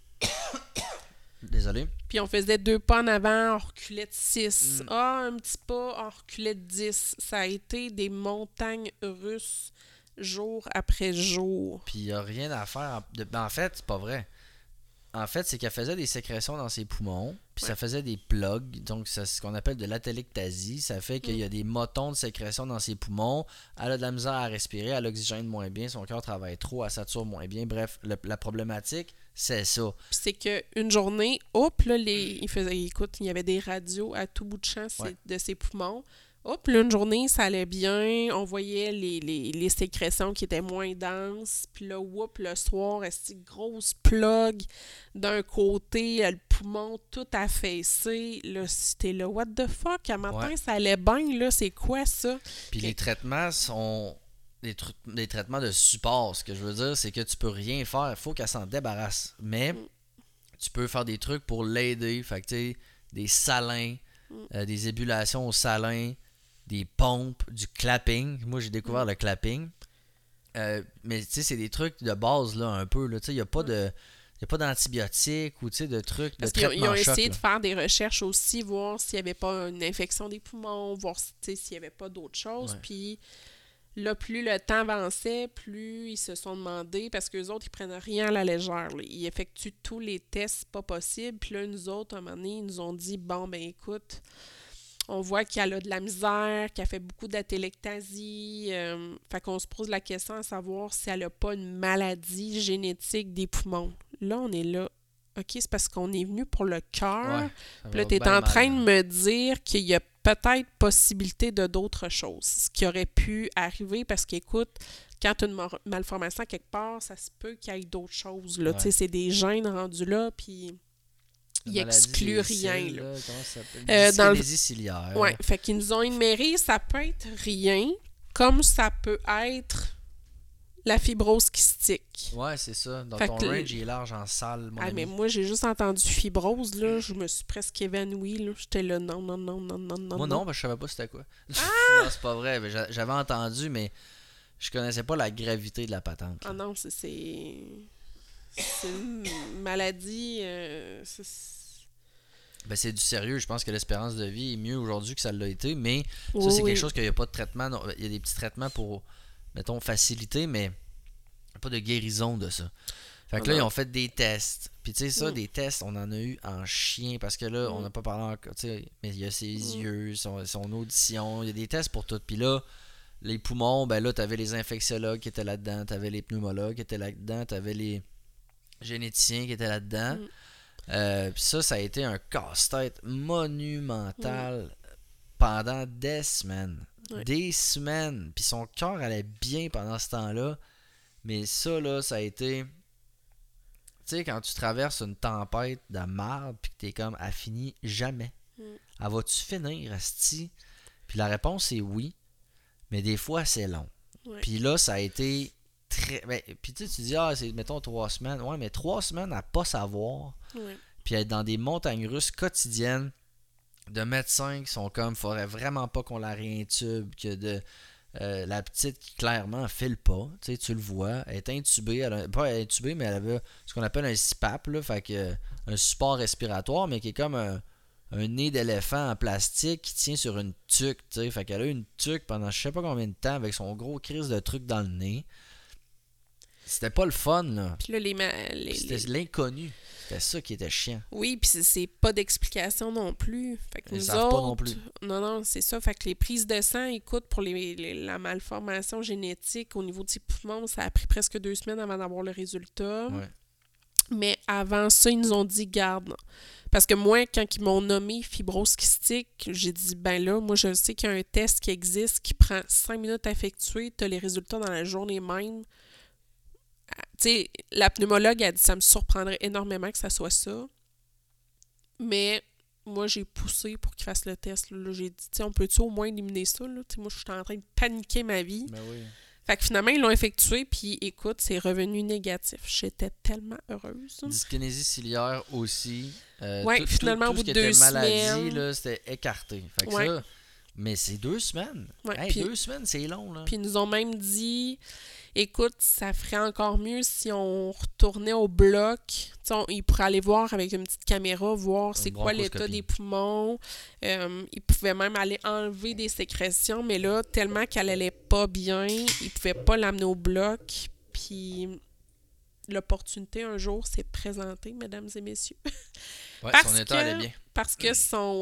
Désolé. Puis on faisait 2 pas en avant, on reculait de 6. Un petit pas, on reculait de 10. Ça a été des montagnes russes jour après jour. Puis il n'y a rien à faire. En fait, c'est pas vrai. En fait, c'est qu'elle faisait des sécrétions dans ses poumons, puis ça faisait des plugs, donc c'est ce qu'on appelle de l'atelectasie. Ça fait qu'il y a des motons de sécrétion dans ses poumons, elle a de la misère à respirer, elle oxygène moins bien, son cœur travaille trop, elle sature moins bien. Bref, la problématique, c'est ça. Puis c'est qu'une journée, hop, là, il y avait des radios à tout bout de champ de ses poumons. Hop, là, une journée, ça allait bien. On voyait les sécrétions qui étaient moins denses. Puis là, whoop, le soir, cette grosse plug d'un côté, le poumon tout affaissé. Là, c'était là, what the fuck? À matin, Ouais. ça allait bien, là, c'est quoi ça? Puis les traitements sont des traitements de support. Ce que je veux dire, c'est que tu peux rien faire. Il faut qu'elle s'en débarrasse. Mais tu peux faire des trucs pour l'aider. Fait que tu sais, des salins, des ébulations au salin, des pompes, du clapping. Moi, j'ai découvert le clapping. Mais tu sais, c'est des trucs de base, là, un peu. Tu sais, il n'y a pas de. Il n'y a pas d'antibiotiques ou de trucs Parce de qu'ils traitement ont choc. essayé de Là. faire des recherches aussi, voir s'il n'y avait pas une infection des poumons, voir s'il n'y avait pas d'autres choses. Ouais. Puis là, plus le temps avançait, plus ils se sont demandé, parce qu'eux autres, ils prennent rien à la légère. Là. Ils effectuent tous les tests pas possibles. Puis là, nous autres, à un moment donné, ils nous ont dit, bon, ben écoute, on voit qu'elle a de la misère, qu'elle fait beaucoup d'atélectasie. Fait qu'on se pose la question à savoir si elle n'a pas une maladie génétique des poumons. Là, on est là. OK, c'est parce qu'on est venu pour le cœur. Ouais, ça Puis là, va tu es bien en train mal, de me dire qu'il y a peut-être possibilité de d'autres choses. Ce qui aurait pu arriver parce qu'écoute, quand tu as une malformation quelque part, ça se peut qu'il y ait d'autres choses. Là. Ouais. Tu sais, c'est des gènes rendus là, puis La ils maladie excluent des rien. cils, Là. comment ça s'appelle? Dans le- Dyskinésie ciliaire. Ouais, fait qu'ils nous ont énuméré, ça peut être rien, comme ça peut être la fibrose kystique. Ouais, c'est ça. Dans Fait ton que range, il est large en salle, mon Ah, ami. mais moi, j'ai juste entendu fibrose, là. Je me suis presque évanouie, là. J'étais là, non, non, non, non, non, non. Moi, non, je savais pas c'était quoi. Non, c'est pas vrai. Mais j'avais entendu, mais je connaissais pas la gravité de la patente. Ah là. non, c'est une maladie. Ben, c'est du sérieux. Je pense que l'espérance de vie est mieux aujourd'hui que ça l'a été, mais ça, Oui, c'est oui. quelque chose qu'il n'y a pas de traitement. Non, il y a des petits traitements pour, mettons, faciliter, mais il n'y a pas de guérison de ça. Fait que là, Non. ils ont fait des tests. Puis tu sais, ça, Mm. des tests, on en a eu en chien. Parce que là, on n'a pas parlé encore. Tu sais, mais il y a ses yeux, son audition. Il y a des tests pour tout. Puis là, les poumons, ben là, t'avais les infectiologues qui étaient là-dedans. T'avais les pneumologues qui étaient là-dedans. T'avais les généticiens qui étaient là-dedans. Puis ça a été un casse-tête monumental pendant des semaines. Ouais. Des semaines. Puis son cœur allait bien pendant ce temps-là. Mais ça, là, ça a été... Tu sais, quand tu traverses une tempête de marde, puis que t'es comme, elle finit jamais. Elle va-tu finir, asti? Puis la réponse est oui, mais des fois, c'est long. Ouais. Puis là, ça a été très... Ben, puis tu sais, tu dis, ah, c'est, mettons, 3 semaines. Ouais, mais 3 semaines à pas savoir, Ouais. puis être dans des montagnes russes quotidiennes de médecins qui sont comme, faudrait vraiment pas qu'on la réintube, que de... la petite qui clairement file pas, tu le vois, elle est intubée, pas intubée, mais elle avait ce qu'on appelle un CPAP, là, fait que, un support respiratoire, mais qui est comme un nez d'éléphant en plastique qui tient sur une tuque, fait qu'elle a eu une tuque pendant je sais pas combien de temps avec son gros crise de truc dans le nez. C'était pas le fun, là. Puis là, C'était l'inconnu. C'était ça qui était chiant. Oui, puis c'est pas d'explication non plus. Fait que Ils nous savent autres, pas non plus. Non, c'est ça. Fait que les prises de sang, écoute, pour la malformation génétique au niveau de ses poumons, ça a pris presque 2 semaines avant d'avoir le résultat. Ouais. Mais avant ça, ils nous ont dit, garde. Parce que moi, quand ils m'ont nommé fibrose kystique, j'ai dit, ben là, moi, je sais qu'il y a un test qui existe qui prend 5 minutes à effectuer. Tu as les résultats dans la journée même. Tu sais, la pneumologue a dit, ça me surprendrait énormément que ça soit ça. Mais moi, j'ai poussé pour qu'il fasse le test. Là, j'ai dit, tu sais, on peut-tu au moins éliminer ça? Là? Moi, je suis en train de paniquer ma vie. Ben oui. Fait que finalement, ils l'ont effectué, puis écoute, c'est revenu négatif. J'étais tellement heureuse. Dyskinésie ciliaire aussi. Ouais, finalement, au bout ce qui de 2 était maladie, semaines. là, c'était écarté. Fait que Ouais. ça, mais c'est 2 semaines. Ouais, Hey, puis- 2 semaines, c'est long, là. Puis ils nous ont même dit, écoute, ça ferait encore mieux si on retournait au bloc. Tu sais, ils pourraient aller voir avec une petite caméra, voir c'est quoi l'état bronchoscopie. des poumons. Ils pouvaient même aller enlever des sécrétions, mais là, tellement qu'elle allait pas bien, ils pouvaient pas l'amener au bloc. Puis l'opportunité un jour s'est présentée, mesdames et messieurs. Ouais, parce son état que- allait bien. Parce que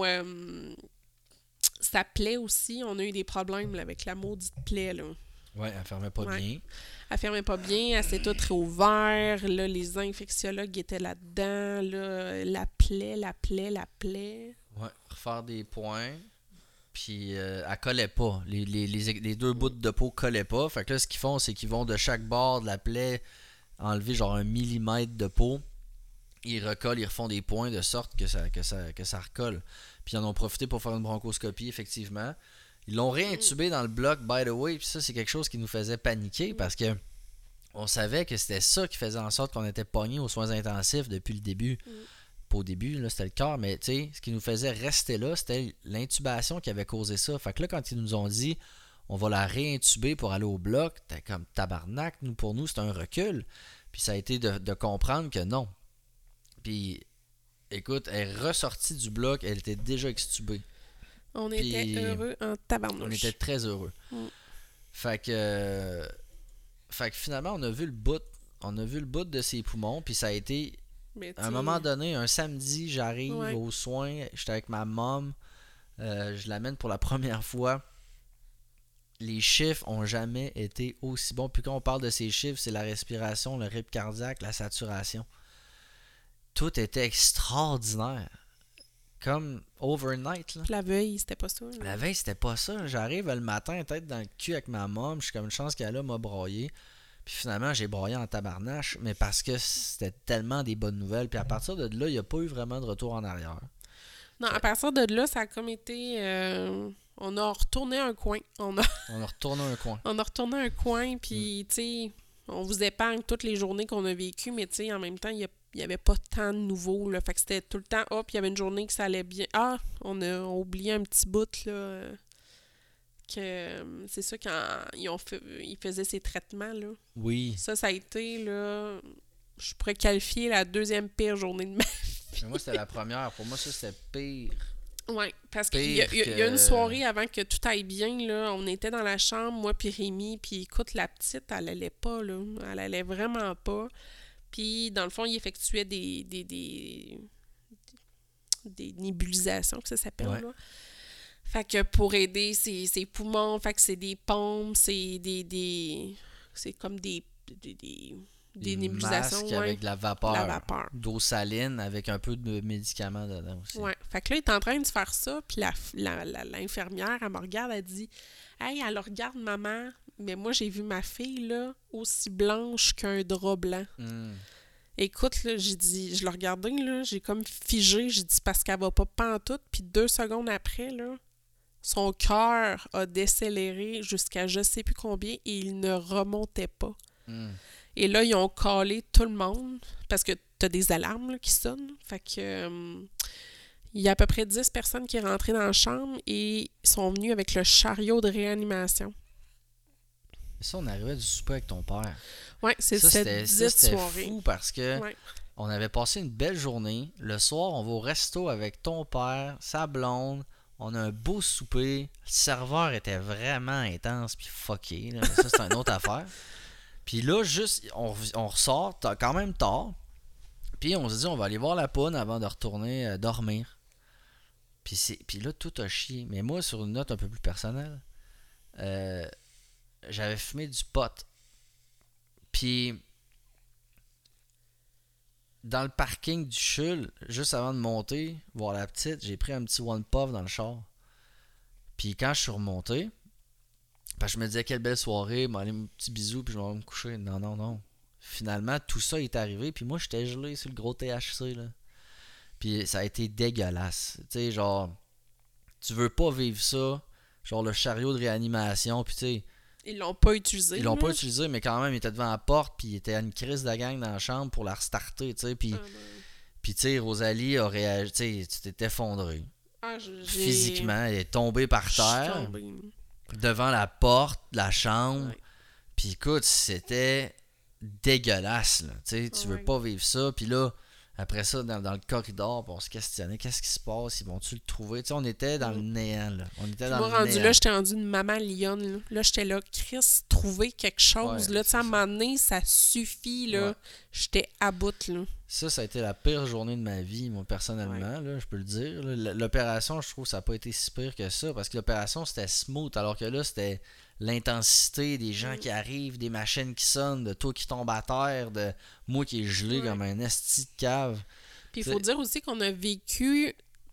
sa plaie aussi, on a eu des problèmes là, avec la maudite plaie, là. Ouais, elle fermait pas Ouais. bien. Elle fermait pas bien, elle s'est toute réouverte, là, les infectiologues étaient là-dedans, là, la plaie. Ouais, refaire des points. Puis elle collait pas. Les deux bouts de peau collaient pas. Fait que là, ce qu'ils font, c'est qu'ils vont de chaque bord de la plaie enlever genre 1 millimètre de peau. Ils recollent, ils refont des points de sorte que ça recolle. Puis ils en ont profité pour faire une bronchoscopie, effectivement. Ils l'ont réintubé dans le bloc, by the way. Puis ça, c'est quelque chose qui nous faisait paniquer parce que on savait que c'était ça qui faisait en sorte qu'on était pognés aux soins intensifs depuis le début. Pas au début, là, c'était le cœur, mais tu sais, ce qui nous faisait rester là, c'était l'intubation qui avait causé ça. Fait que là, quand ils nous ont dit on va la réintuber pour aller au bloc, t'es comme tabarnak, pour nous, c'est un recul. Puis ça a été de comprendre que non. Puis écoute, elle est ressortie du bloc, elle était déjà extubée. On était heureux en tabarnouche. On était très heureux. Fait que finalement, on a vu le bout de ses poumons, puis ça a été à un moment donné, un samedi, j'arrive aux soins, j'étais avec ma mom, je l'amène pour la première fois. Les chiffres ont jamais été aussi bons. Puis quand on parle de ces chiffres, c'est la respiration, le rythme cardiaque, la saturation. Tout était extraordinaire. Comme overnight. Là. La veille, c'était pas ça. Là. La veille, c'était pas ça. J'arrive le matin, tête dans le cul avec ma mom, je suis comme une chance qu'elle m'a broyé. Puis finalement, j'ai broyé en tabarnache, mais parce que c'était tellement des bonnes nouvelles. Puis à partir de là, il n'y a pas eu vraiment de retour en arrière. Non, à partir de là, ça a comme été... on a retourné un coin. On a retourné un coin, puis tu sais, on vous épargne toutes les journées qu'on a vécues, mais tu sais, en même temps, il n'y avait pas tant de nouveaux, là. Fait que c'était tout le temps, il y avait une journée que ça allait bien. Ah, on a oublié un petit bout, là... que c'est ça quand ils faisaient ces traitements là. Oui. Ça a été là, je pourrais qualifier la deuxième pire journée de ma vie. Mais moi c'était la première, pour moi ça c'était pire. Ouais, parce qu'il y a une soirée avant que tout aille bien là, on était dans la chambre moi puis Rémi, puis écoute la petite elle allait pas là, elle allait vraiment pas. Puis dans le fond, il effectuait des nébulisations que ça s'appelle là. Fait que pour aider ses poumons, fait que c'est des pompes, c'est c'est comme des nébulisations. Masques avec de la vapeur. D'eau saline avec un peu de médicaments dedans aussi. Ouais. Fait que là, il est en train de faire ça, puis l'infirmière, elle me regarde, elle dit « Hey, elle regarde maman, mais moi, j'ai vu ma fille, là, aussi blanche qu'un drap blanc. Écoute, là, j'ai dit, je l'ai regardé, là, j'ai comme figé, j'ai dit parce qu'elle va pas pantoute, puis 2 secondes après, là, son cœur a décéléré jusqu'à je sais plus combien et il ne remontait pas. Et là, ils ont calé tout le monde parce que t'as des alarmes là, qui sonnent. Fait que il y a à peu près 10 personnes qui sont rentrées dans la chambre et sont venues avec le chariot de réanimation. Ça, on arrivait du souper avec ton père. Oui, c'était fou parce que on avait passé une belle journée. Le soir, on va au resto avec ton père, sa blonde. On a un beau souper. Le serveur était vraiment intense puis fucké. Là. Ça, c'est une autre affaire. Puis là, juste, on ressort quand même tard. Puis on se dit, on va aller voir la poune avant de retourner dormir. Puis là, tout a chié. Mais moi, sur une note un peu plus personnelle, j'avais fumé du pot. Puis dans le parking du CHUL, juste avant de monter, voir la petite, j'ai pris un petit one puff dans le char. Puis quand je suis remonté, parce que je me disais quelle belle soirée, m'aller un petit bisou puis je vais me coucher. Non. Finalement, tout ça est arrivé, puis moi j'étais gelé sur le gros THC là. Puis ça a été dégueulasse. Tu sais, genre, tu veux pas vivre ça, genre le chariot de réanimation, puis tu sais. Ils l'ont pas utilisé. Ils l'ont pas utilisé, mais quand même, il était devant la porte, puis il était à une crise de gang dans la chambre pour la restarter, tu sais. Puis, tu sais, Rosalie a réagi, tu sais, tu t'es effondré. Physiquement, elle est tombée par terre, devant la porte de la chambre. Puis écoute, c'était dégueulasse, là. Tu sais, tu veux pas vivre ça. Puis là, après ça, dans le corridor, on se questionnait, qu'est-ce qui se passe? Ils vont-tu le trouver? Tu sais, on était dans le néant, là. On était dans le néant. Là, j'étais rendu une maman lionne. Là, j'étais là, Chris, trouver quelque chose. Là, tu sais, à un moment donné, ça suffit, là. J'étais à bout, là. Ça a été la pire journée de ma vie, moi, personnellement, là, je peux le dire. Là. L'opération, je trouve que ça n'a pas été si pire que ça, parce que l'opération, c'était smooth, alors que là, c'était l'intensité des gens qui arrivent, des machines qui sonnent, de toi qui tombe à terre, de moi qui est gelé comme un esti de cave. Puis il faut dire aussi qu'on a vécu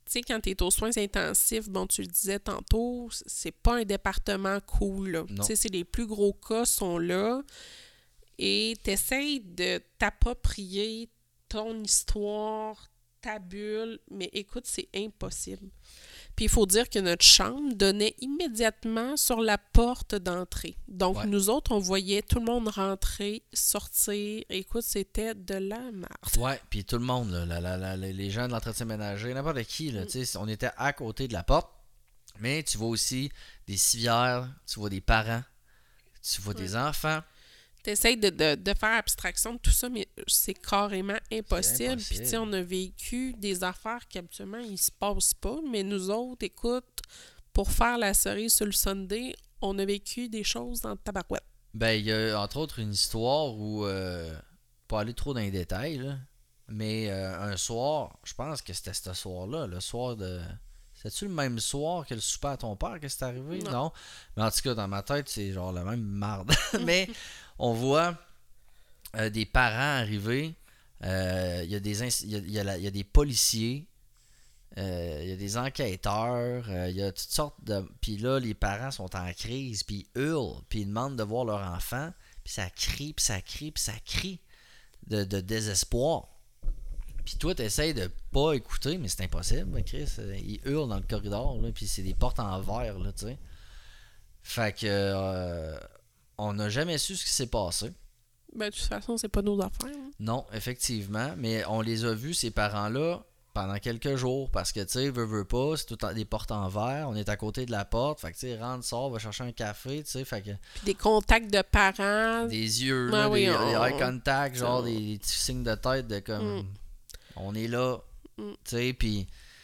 sais, quand tu es aux soins intensifs, bon, tu le disais tantôt, c'est pas un département cool, là. Tu sais, c'est les plus gros cas sont là et tu essaies de t'approprier ton histoire, ta bulle, mais écoute, c'est impossible. Puis il faut dire que notre chambre donnait immédiatement sur la porte d'entrée. Donc, nous autres, on voyait tout le monde rentrer, sortir. Écoute, c'était de la merde. Ouais, puis tout le monde, là, les gens de l'entretien ménager, n'importe qui, là, tu sais, on était à côté de la porte, mais tu vois aussi des civières, tu vois des parents, tu vois des enfants. Tu essaies de faire abstraction de tout ça, mais c'est carrément impossible. Puis, tu sais, on a vécu des affaires qu'habituellement, ils se passent pas. Mais nous autres, écoute, pour faire la cerise sur le Sunday, on a vécu des choses dans le tabarouette. Ben, il y a entre autres une histoire où, pas aller trop dans les détails, là, mais un soir, je pense que c'était ce soir-là, le soir de... C'était-tu le même soir que le souper à ton père que c'est arrivé? Non. Mais en tout cas, dans ma tête, c'est genre la même marde. Mais on voit des parents arriver. Il y a des policiers. Il y a des enquêteurs. Il y a toutes sortes de... Puis là, les parents sont en crise. Puis ils hurlent. Puis ils demandent de voir leur enfant. Puis ça crie, puis ça crie, puis ça crie de désespoir. Puis toi, t'essayes de pas écouter, mais c'est impossible, Chris. Ils hurlent dans le corridor, là, puis c'est des portes en verre, là, tu sais. Fait que on n'a jamais su ce qui s'est passé. Ben, de toute façon, c'est pas nos affaires. Hein. Non, effectivement, mais on les a vus, ces parents-là, pendant quelques jours, parce que, tu sais, veut pas, c'est tout des portes en verre, on est à côté de la porte, fait que, tu sais, rentre, sort, va chercher un café, tu sais, fait que... Puis des contacts de parents. Des yeux, là, des eye contact, genre des petits signes de tête de comme... On est là, tu sais, puis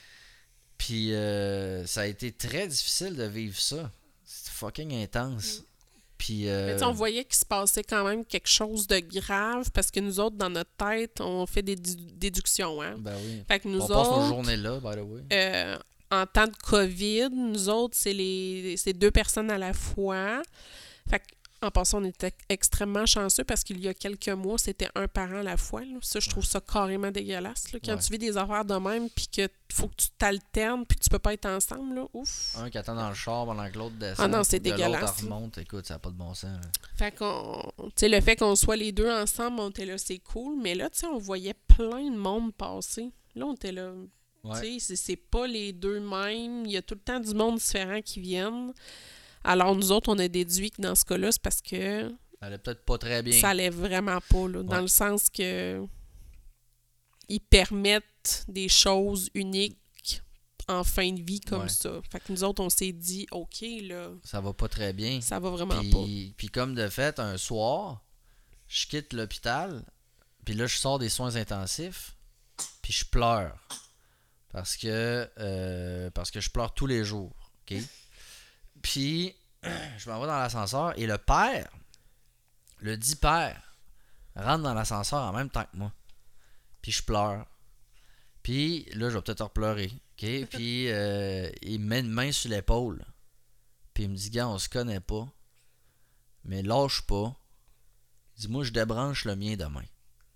ça a été très difficile de vivre ça. C'est fucking intense. Puis, mais on voyait qu'il se passait quand même quelque chose de grave parce que nous autres, dans notre tête, on fait des déductions. Hein? Ben oui. Fait que nous on autres, passe nos journées là, by the way. En temps de COVID, nous autres, c'est 2 personnes à la fois. Fait que, en passant, on était extrêmement chanceux parce qu'il y a quelques mois, c'était un parent à la fois. Là. Ça, je trouve ça carrément dégueulasse. Là. Quand tu vis des affaires de même puis que faut que tu t'alternes puis que tu peux pas être ensemble, là, ouf. Un qui attend dans le char pendant que l'autre descend. Ah non, c'est dégueulasse. L'autre remonte. Écoute, ça n'a pas de bon sens. Là. Fait qu'on... Tu sais, le fait qu'on soit les deux ensemble, on était là, c'est cool. Mais là, tu sais, on voyait plein de monde passer. Là, on était là... Tu sais, c'est pas les deux mêmes. Il y a tout le temps du monde différent qui viennent. Alors, nous autres, on a déduit que dans ce cas-là, c'est parce que... Ça allait peut-être pas très bien. Ça allait vraiment pas, là, dans le sens que... Ils permettent des choses uniques en fin de vie comme ça. Fait que nous autres, on s'est dit, OK, là... Ça va pas très bien. Ça va vraiment pas. Puis comme de fait, un soir, je quitte l'hôpital, puis là, je sors des soins intensifs, puis je pleure. Parce que je pleure tous les jours, OK? Puis, je m'en vais dans l'ascenseur et le père, le dit père, rentre dans l'ascenseur en même temps que moi. Puis je pleure. Puis là, je vais peut-être repleurer. OK? Puis il me met une main sur l'épaule. Puis il me dit, gars, on se connaît pas. Mais lâche pas. Il dit, moi, je débranche le mien demain.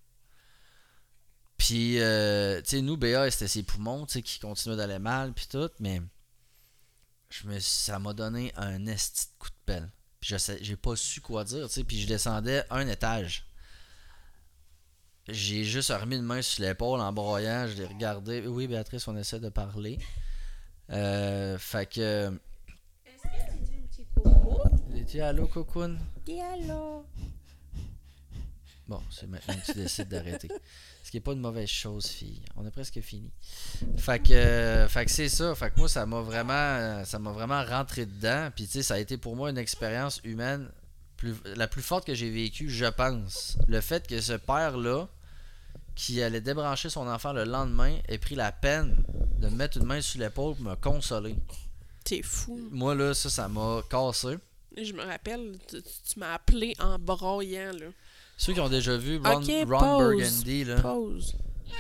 Puis, tu sais, nous, BA, c'était ses poumons, tu sais, qui continuaient d'aller mal, puis tout. Mais ça m'a donné un esti de coup de pelle. Puis j'ai pas su quoi dire, tu sais. Puis je descendais un étage. J'ai juste remis une main sur l'épaule en broyant. Je l'ai regardé. Oui, Béatrice, on essaie de parler. Fait que... Est-ce que tu dis un petit coucou? Dis allô, cocoon? Dis allô. Bon, c'est maintenant que tu décides d'arrêter. Ce qui n'est pas une mauvaise chose, fille. On a presque fini. Fait que c'est ça. Fait que moi, ça m'a vraiment rentré dedans. Puis tu sais, ça a été pour moi une expérience humaine la plus forte que j'ai vécue, je pense. Le fait que ce père-là, qui allait débrancher son enfant le lendemain, ait pris la peine de me mettre une main sur l'épaule pour me consoler. T'es fou. Moi, là, ça m'a cassé. Je me rappelle, tu m'as appelé en broyant, là. Ceux qui ont déjà vu Ron Burgundy, là. Pause.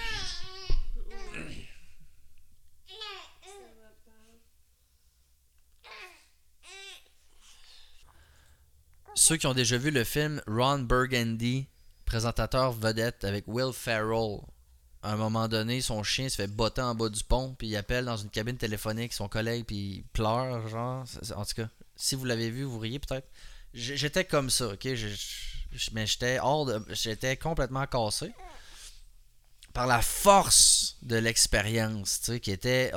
Ceux qui ont déjà vu le film Ron Burgundy, présentateur vedette avec Will Ferrell, à un moment donné, son chien se fait botter en bas du pont, puis il appelle dans une cabine téléphonique son collègue, puis il pleure, genre. En tout cas, si vous l'avez vu, vous riez peut-être. J'étais comme ça, ok? Mais j'étais complètement cassé par la force de l'expérience, tu sais, qui était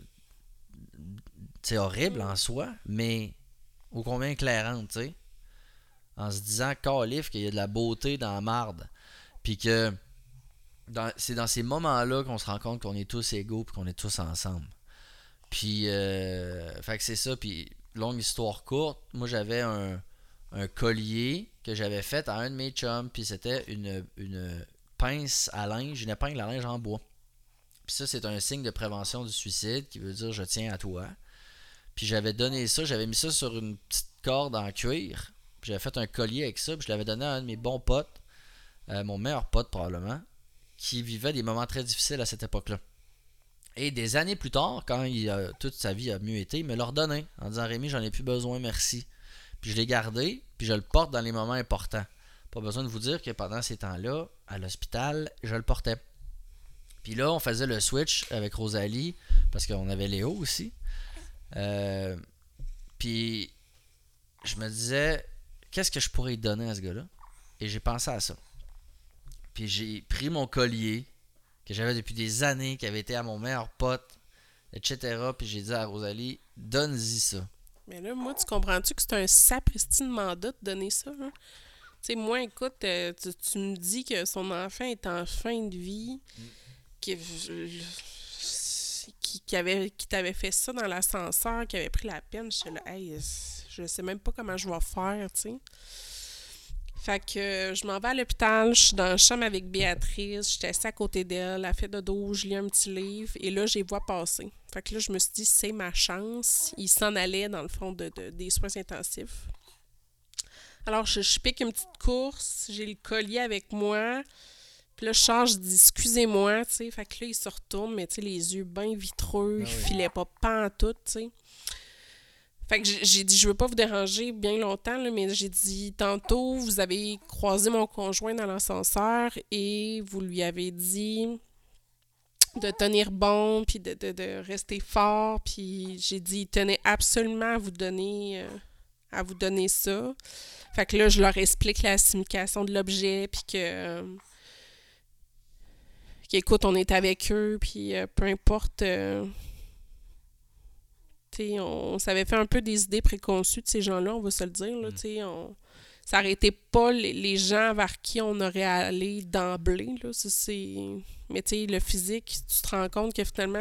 horrible en soi, mais ô combien éclairante, tu sais. En se disant, calif, qu'il y a de la beauté dans la marde. Puis que c'est dans ces moments-là qu'on se rend compte qu'on est tous égaux puis qu'on est tous ensemble. Puis, fait que c'est ça. Puis, longue histoire courte, moi j'avais un collier que j'avais fait à un de mes chums. Puis c'était une pince à linge, une épingle à linge en bois. Puis ça, c'est un signe de prévention du suicide qui veut dire je tiens à toi. Puis j'avais donné ça, j'avais mis ça sur une petite corde en cuir. Puis j'avais fait un collier avec ça. Puis je l'avais donné à un de mes bons potes, mon meilleur pote probablement, qui vivait des moments très difficiles à cette époque-là. Et des années plus tard, quand toute sa vie a mieux été, il me l'a redonné en disant Rémi, j'en ai plus besoin, merci. Puis je l'ai gardé, puis je le porte dans les moments importants. Pas besoin de vous dire que pendant ces temps-là, à l'hôpital, je le portais. Puis là, on faisait le switch avec Rosalie, parce qu'on avait Léo aussi. Puis je me disais, qu'est-ce que je pourrais lui donner à ce gars-là? Et j'ai pensé à ça. Puis j'ai pris mon collier que j'avais depuis des années, qui avait été à mon meilleur pote, etc. Puis j'ai dit à Rosalie, donne-y ça. Mais là, moi, tu comprends-tu que c'est un sapristi de mandat de donner ça? Hein? Tu sais, moi, écoute, tu me dis que son enfant est en fin de vie, qui t'avait fait ça dans l'ascenseur, qui avait pris la peine. Je suis là, hey, je sais même pas comment je vais faire, tu sais. Fait que je m'en vais à l'hôpital, je suis dans la chambre avec Béatrice, j'étais assise à côté d'elle, elle fait dodo, je lis un petit livre, et là, je les vois passer. Fait que là, je me suis dit, c'est ma chance. Il s'en allait, dans le fond, des soins intensifs. Alors, je pique une petite course, j'ai le collier avec moi, puis là, je change, je dis, excusez-moi, tu sais. Fait que là, il se retourne, mais tu sais, les yeux bien vitreux, il filait pas pantoute, tu sais. Fait que j'ai dit, je veux pas vous déranger bien longtemps, là, mais j'ai dit, tantôt, vous avez croisé mon conjoint dans l'ascenseur et vous lui avez dit de tenir bon, puis de rester fort, puis j'ai dit, il tenait absolument à vous donner ça. Fait que là, je leur explique la signification de l'objet, puis qu'écoute, on est avec eux, puis peu importe... on s'avait fait un peu des idées préconçues de ces gens-là, on va se le dire. Là, ça n'arrêtait pas les gens vers qui on aurait allé d'emblée. Là, mais le physique, tu te rends compte que finalement,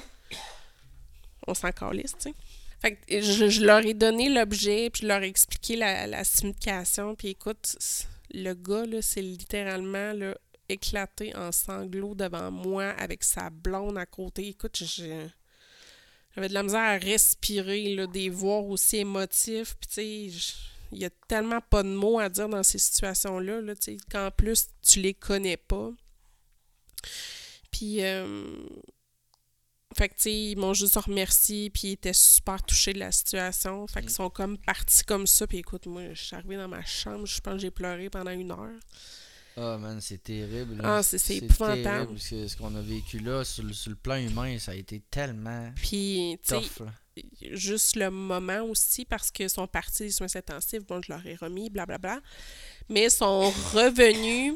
on s'en calisse. T'sais. Fait que je leur ai donné l'objet, puis je leur ai expliqué la signification. Puis écoute, le gars, là, c'est littéralement là, éclaté en sanglots devant moi avec sa blonde à côté. Écoute, j'avais de la misère à respirer, là, des voix aussi émotifs. Puis, tu sais, il y a tellement pas de mots à dire dans ces situations-là, là, tu sais, qu'en plus, tu les connais pas. Puis, fait que, tu sais, ils m'ont juste remercié, puis ils étaient super touchés de la situation. Fait qu'ils sont comme partis comme ça. Puis, écoute, moi, je suis arrivée dans ma chambre, je pense que j'ai pleuré pendant 1 heure. Ah, man, c'est terrible. Là. Ah, c'est épouvantable. Terrible, parce que ce qu'on a vécu là, sur le plan humain, ça a été tellement puis, tough. Juste le moment aussi, parce qu'ils sont partis des soins intensifs, bon, je leur ai remis, blablabla. Mais ils sont revenus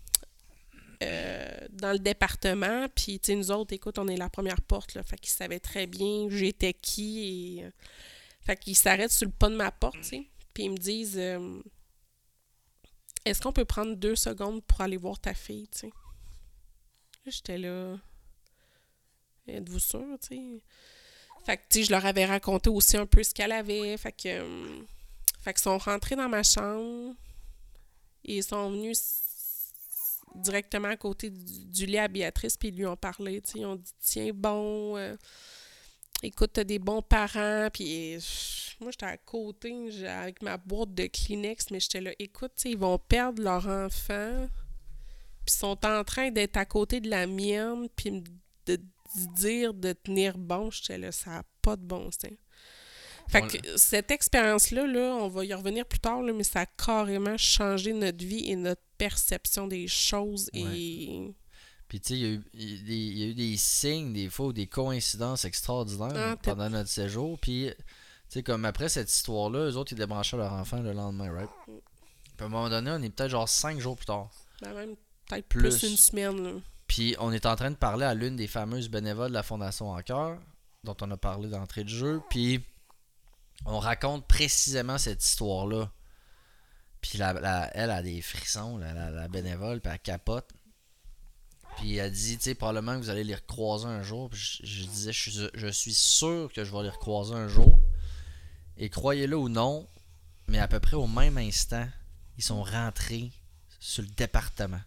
dans le département, puis, tu sais, nous autres, écoute, on est la première porte, là, fait qu'ils savaient très bien j'étais qui, et... fait qu'ils s'arrêtent sur le pas de ma porte, tu sais, puis ils me disent... Est-ce qu'on peut prendre 2 secondes pour aller voir ta fille, tu sais? J'étais là... Êtes-vous sûr, tu sais? Fait que, tu sais, je leur avais raconté aussi un peu ce qu'elle avait. Fait qu'ils sont rentrés dans ma chambre et ils sont venus directement à côté du lit à Béatrice puis ils lui ont parlé, tu sais. Ils ont dit, tiens, bon... écoute, t'as des bons parents, puis moi, j'étais à côté avec ma boîte de Kleenex, mais j'étais là, écoute, ils vont perdre leur enfant, puis ils sont en train d'être à côté de la mienne, puis de dire de tenir bon, j'étais là, ça n'a pas de bon sens. Fait que cette expérience-là, là, on va y revenir plus tard, là, mais ça a carrément changé notre vie et notre perception des choses, et... Puis tu sais, il y a eu des signes, des fois, ou des coïncidences extraordinaires pendant notre séjour. Puis, tu sais, comme après cette histoire-là, eux autres, ils débranchaient leur enfant le lendemain, right? Puis à un moment donné, on est peut-être genre 5 jours plus tard. Ben même peut-être plus une semaine, là. Puis on est en train de parler à l'une des fameuses bénévoles de la Fondation En Cœur, dont on a parlé d'entrée de jeu. Puis on raconte précisément cette histoire-là. Puis elle a des frissons, la bénévole, puis elle capote. Puis elle dit, tu sais, probablement que vous allez les recroiser un jour. Puis je disais, je suis sûr que je vais les recroiser un jour. Et croyez-le ou non, mais à peu près au même instant, ils sont rentrés sur le département.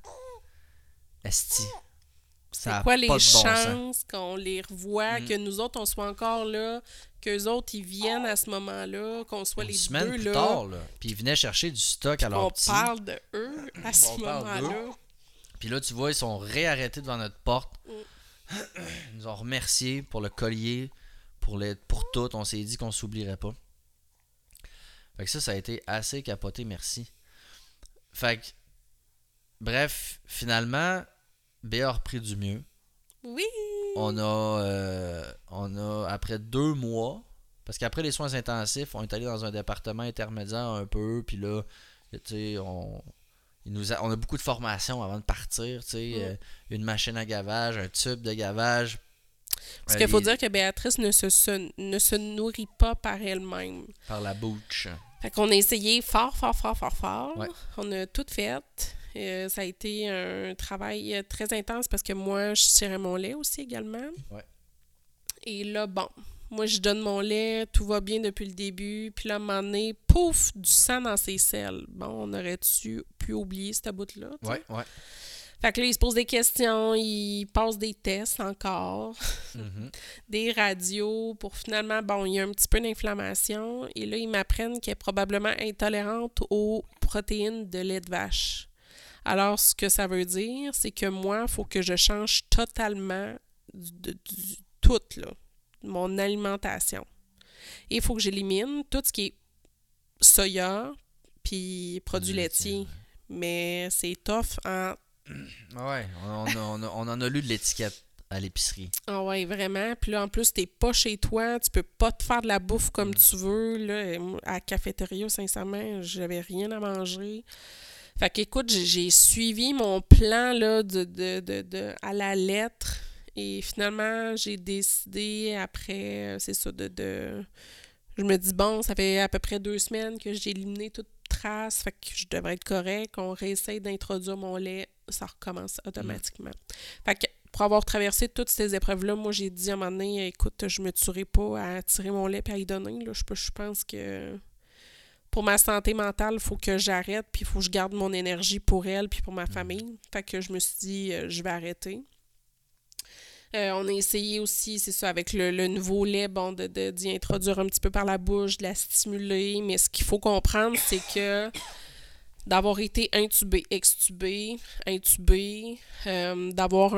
Esti. C'est quoi les chances qu'on les revoie, que nous autres, on soit encore là, qu'eux autres, ils viennent à ce moment-là, qu'on soit les deux là. Une semaine plus tard, là. Puis ils venaient chercher du stock à leur petit. On parle de eux à ce moment-là. Puis là, tu vois, ils sont réarrêtés devant notre porte. Ils nous ont remerciés pour le collier, pour tout. On s'est dit qu'on s'oublierait pas. Fait que ça a été assez capoté, merci. Fait que, bref, finalement, Béa a repris du mieux. Oui! On a après 2 mois, parce qu'après les soins intensifs, on est allé dans un département intermédiaire un peu, puis là, tu sais, on a beaucoup de formation avant de partir, tu sais, une machine à gavage, un tube de gavage. Parce qu'il faut dire que Béatrice ne se nourrit pas par elle-même. Par la bouche. Fait qu'on a essayé fort. Ouais. On a tout fait. Ça a été un travail très intense parce que moi, je tirais mon lait aussi également. Ouais. Et là, bon, moi, je donne mon lait, tout va bien depuis le début. Puis là, à un moment donné, pouf, du sang dans ses selles. Bon, on aurait-tu pu oublier cette bout-là? Ouais. Fait que là, il se pose des questions, il passe des tests encore, des radios pour finalement, bon, il y a un petit peu d'inflammation. Et là, ils m'apprennent qu'elle est probablement intolérante aux protéines de lait de vache. Alors, ce que ça veut dire, c'est que moi, il faut que je change totalement tout, là, mon alimentation. Et il faut que j'élimine tout ce qui est soya puis produits laitiers. Mais c'est tough en... Ouais, on en a lu de l'étiquette à l'épicerie. Ah ouais, vraiment. Puis là, en plus, t'es pas chez toi, tu peux pas te faire de la bouffe comme tu veux. Là, à la cafétéria, sincèrement, j'avais rien à manger. Fait qu'écoute, j'ai suivi mon plan là, à la lettre. Et finalement, j'ai décidé après, c'est ça, je me dis, bon, ça fait à peu près 2 semaines que j'ai éliminé toute trace, fait que je devrais être correct. On réessaye d'introduire mon lait, ça recommence automatiquement. Fait que pour avoir traversé toutes ces épreuves-là, moi, j'ai dit à un moment donné, écoute, je me tuerai pas à tirer mon lait et à y donner. Là. Je pense que pour ma santé mentale, il faut que j'arrête, puis il faut que je garde mon énergie pour elle puis pour ma famille. Fait que je me suis dit, je vais arrêter. On a essayé aussi, c'est ça, avec le nouveau lait, bon, d'y introduire un petit peu par la bouche, de la stimuler. Mais ce qu'il faut comprendre, c'est que d'avoir été extubé, intubé, d'avoir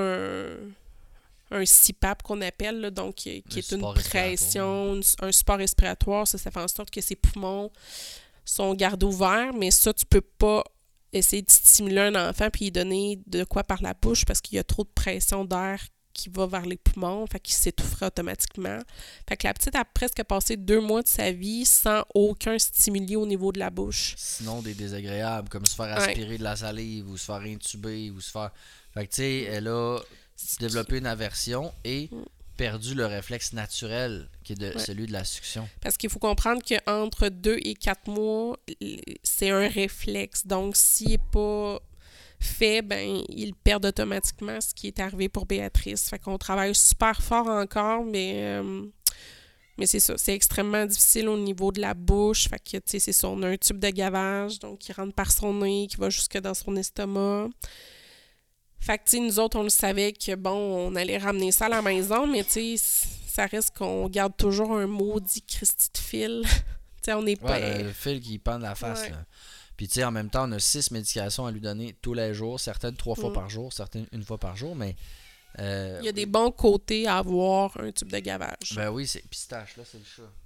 un CPAP qu'on appelle, là, donc qui est une pression, un support respiratoire, ça fait en sorte que ses poumons sont gardés ouverts, mais ça, tu peux pas essayer de stimuler un enfant puis lui donner de quoi par la bouche parce qu'il y a trop de pression d'air qui va vers les poumons, fait qu'il s'étoufferait automatiquement. Fait que la petite a presque passé 2 mois de sa vie sans aucun stimuli au niveau de la bouche. Sinon, des désagréables, comme se faire aspirer de la salive ou se faire intuber ou se faire... Fait que tu sais, elle a développé une aversion et perdu le réflexe naturel qui est celui de la succion. Parce qu'il faut comprendre qu'entre 2 et 4 mois, c'est un réflexe. Donc, s'il n'est pas fait, ben ils perdent automatiquement, ce qui est arrivé pour Béatrice. Fait qu'on travaille super fort encore, mais c'est ça, c'est extrêmement difficile au niveau de la bouche. Fait que, tu sais, c'est ça, on a un tube de gavage, donc qui rentre par son nez, qui va jusque dans son estomac. Fait que, tu sais, nous autres, on le savait que, bon, on allait ramener ça à la maison, mais, tu sais, ça reste qu'on garde toujours un maudit Christy de fil. Tu sais, on n'est pas... Ouais, le fil qui pend de la face, là. Puis, tu sais, en même temps, on a 6 médications à lui donner tous les jours, certaines 3 fois par jour, certaines 1 fois par jour, mais... il y a des bons côtés à avoir un tube de gavage. Ben oui, c'est pistache, là, c'est le chat. Puis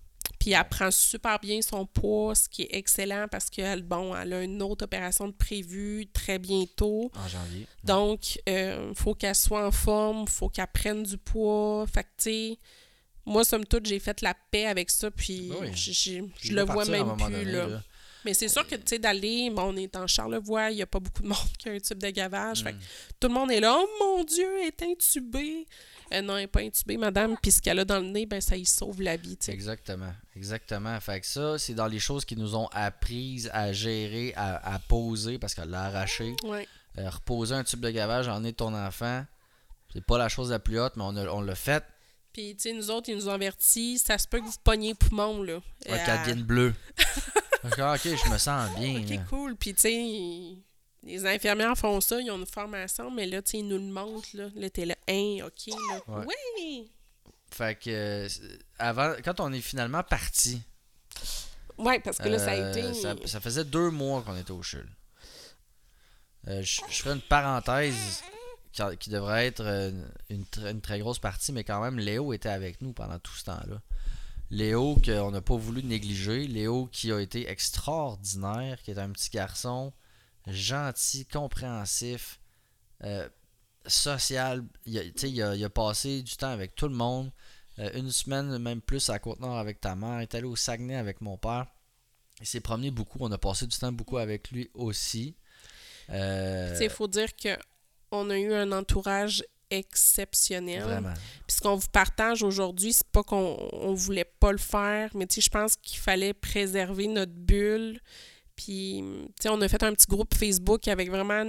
Puis elle prend super bien son poids, ce qui est excellent parce qu'elle elle a une autre opération de prévue très bientôt. En janvier. Donc, faut qu'elle soit en forme, faut qu'elle prenne du poids. Fait que, tu sais, moi, somme toute, j'ai fait la paix avec ça, puis Oui. je le vois même plus, là. Mais c'est sûr que, tu sais, d'aller, bon, on est en Charlevoix, il n'y a pas beaucoup de monde qui a un type de gavage. Fait que tout le monde est là, oh mon Dieu, elle est intubée. Non, elle n'est pas intubée, madame, puis ce qu'elle a dans le nez, ben ça y sauve la vie, tu sais. Exactement. Fait que ça, c'est dans les choses qui nous ont apprises à gérer, à poser, parce qu'elle l'a arraché. Ouais. Reposer un tube de gavage en nez de ton enfant, c'est pas la chose la plus haute, mais on l'a fait. Puis, tu sais, nous autres, ils nous ont avertis, ça se peut que vous pogniez les poumons, là. Qu'elle devienne bleue. Ok, je me sens bien. OK, là. cool. Puis, tu sais, les infirmières font ça, ils ont une formation, mais là, tu sais, ils nous le montrent, là. Là, t'es là, hein, OK, là. Ouais. Oui! Fait que, avant, quand on est finalement parti, Ouais, parce que là, ça a été... ça faisait 2 mois qu'on était au CHUL. Je ferai une parenthèse qui devrait être une très grosse partie, mais quand même, Léo était avec nous pendant tout ce temps-là. Léo, qu'on n'a pas voulu négliger. Léo, qui a été extraordinaire, qui est un petit garçon gentil, compréhensif, social. Il a passé du temps avec tout le monde. Une semaine, même plus, à Côte-Nord avec ta mère. Il est allé au Saguenay avec mon père. Il s'est promené beaucoup. On a passé du temps beaucoup avec lui aussi. Il faut dire qu'on a eu un entourage exceptionnel. Vraiment. Puis ce qu'on vous partage aujourd'hui, c'est pas qu'on voulait pas le faire, mais je pense qu'il fallait préserver notre bulle. Puis, on a fait un petit groupe Facebook avec vraiment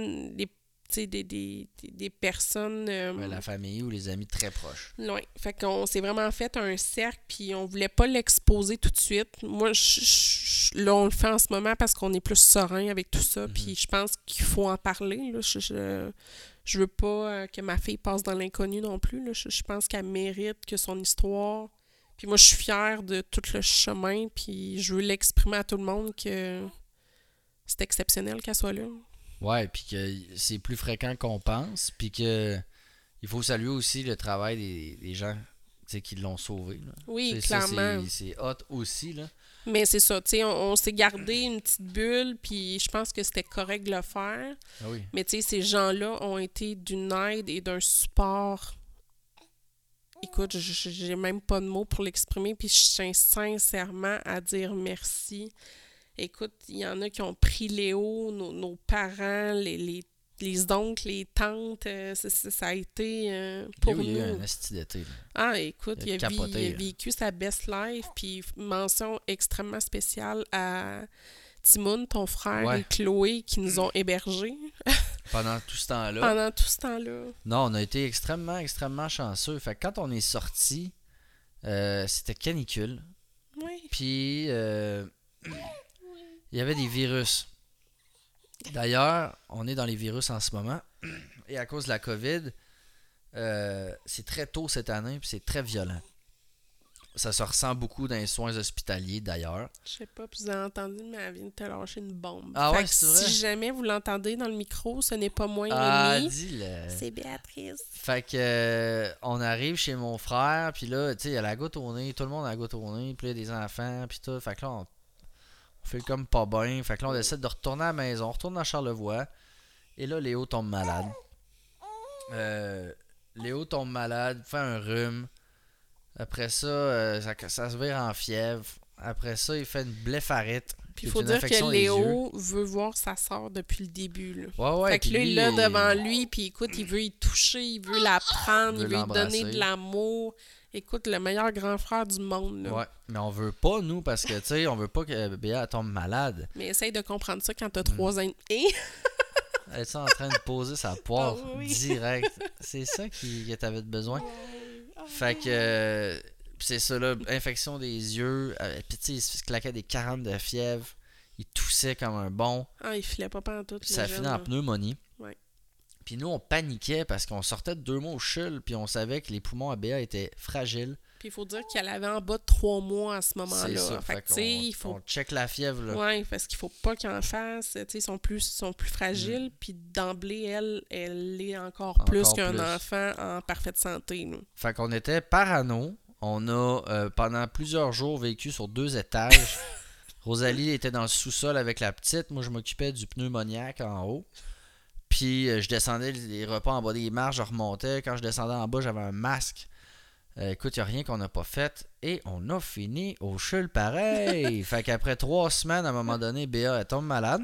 des personnes... La famille ou les amis très proches. Oui, fait qu'on s'est vraiment fait un cercle, puis on voulait pas l'exposer tout de suite. Moi, là, on le fait en ce moment parce qu'on est plus serein avec tout ça, puis je pense qu'il faut en parler. Là. Je veux pas que ma fille passe dans l'inconnu non plus. Là. Je pense qu'elle mérite que son histoire... Puis moi, je suis fière de tout le chemin, puis je veux l'exprimer à tout le monde que c'est exceptionnel qu'elle soit là. Ouais, puis que c'est plus fréquent qu'on pense, puis que il faut saluer aussi le travail des gens qui l'ont sauvé. Là. Oui, clairement. C'est hot aussi, là. Mais c'est ça, tu sais, on s'est gardé une petite bulle, puis je pense que c'était correct de le faire. Ah oui. Mais tu sais, ces gens-là ont été d'une aide et d'un support. Écoute, j'ai même pas de mots pour l'exprimer, puis je tiens sincèrement à dire merci. Écoute, il y en a qui ont pris Léo, nos parents, les oncles, les tantes, ça a été pour Léo, nous. il y a eu un esti d'été. Là. Ah, écoute, il a capoté, vécu sa best life, puis mention extrêmement spéciale à Timoun, ton frère, et Chloé, qui nous ont hébergés. Pendant tout ce temps-là. Pendant tout ce temps-là. Non, on a été extrêmement, extrêmement chanceux. Fait que quand on est sorti, c'était canicule. Oui. Puis, il y avait des virus. D'ailleurs, on est dans les virus en ce moment. Et à cause de la COVID, c'est très tôt cette année, puis c'est très violent. Ça se ressent beaucoup dans les soins hospitaliers, d'ailleurs. Je sais pas, puis vous avez entendu, mais elle vient de te lâcher une bombe. Ah ouais, que c'est vrai? si jamais vous l'entendez dans le micro, ce n'est pas moi, Ah, Rémi. dis-le. C'est Béatrice. Fait que on arrive chez mon frère, puis là, tu sais, il y a la goutte au nez, tout le monde a la goutte au nez, puis là, il y a des enfants, puis tout. Fait que là, on fait comme pas bien. Fait que là, on décide de retourner à la maison, on retourne à Charlevoix. Et là, Léo tombe malade. Léo tombe malade, fait un rhume. Après ça, ça se vire en fièvre. Après ça, il fait une blépharite. Puis il faut dire que Léo veut voir sa sœur depuis le début. Là. Ouais, fait que là, il l'a devant lui, puis écoute, il veut y toucher, il veut la prendre, il veut lui donner de l'amour. Écoute, le meilleur grand frère du monde. Là. Ouais, mais on veut pas, nous, parce que, tu sais, on veut pas que Béa tombe malade. Mais essaye de comprendre ça quand t'as 3 ans et... Elle est en train de poser sa poire direct. C'est ça que t'avais besoin. Fait que c'est ça là, infection des yeux, puis tu sais, il se claquait des 40 de fièvre, il toussait comme un bon. Ah, il filait pas pantoute. Ça finit en pneumonie. Ouais. Puis nous, on paniquait parce qu'on sortait de 2 mois au CHUL, puis on savait que les poumons à Béa étaient fragiles. Puis il faut dire qu'elle avait en bas de 3 mois à ce moment-là. C'est ça, fait que, il faut... on check la fièvre. Là. Oui, parce qu'il faut pas qu'en fasse. Ils sont plus fragiles. Puis d'emblée, elle est encore plus qu'un enfant en parfaite santé. Nous. Fait qu'on était parano. On a, pendant plusieurs jours, vécu sur 2 étages. Rosalie était dans le sous-sol avec la petite. Moi, je m'occupais du pneumoniaque en haut. Puis, je descendais les repas en bas des marches, je remontais. Quand je descendais en bas, j'avais un masque. Écoute, il n'y a rien qu'on n'a pas fait. Et on a fini au CHUL pareil. Fait qu'après 3 semaines, à un moment donné, Béa, elle tombe malade.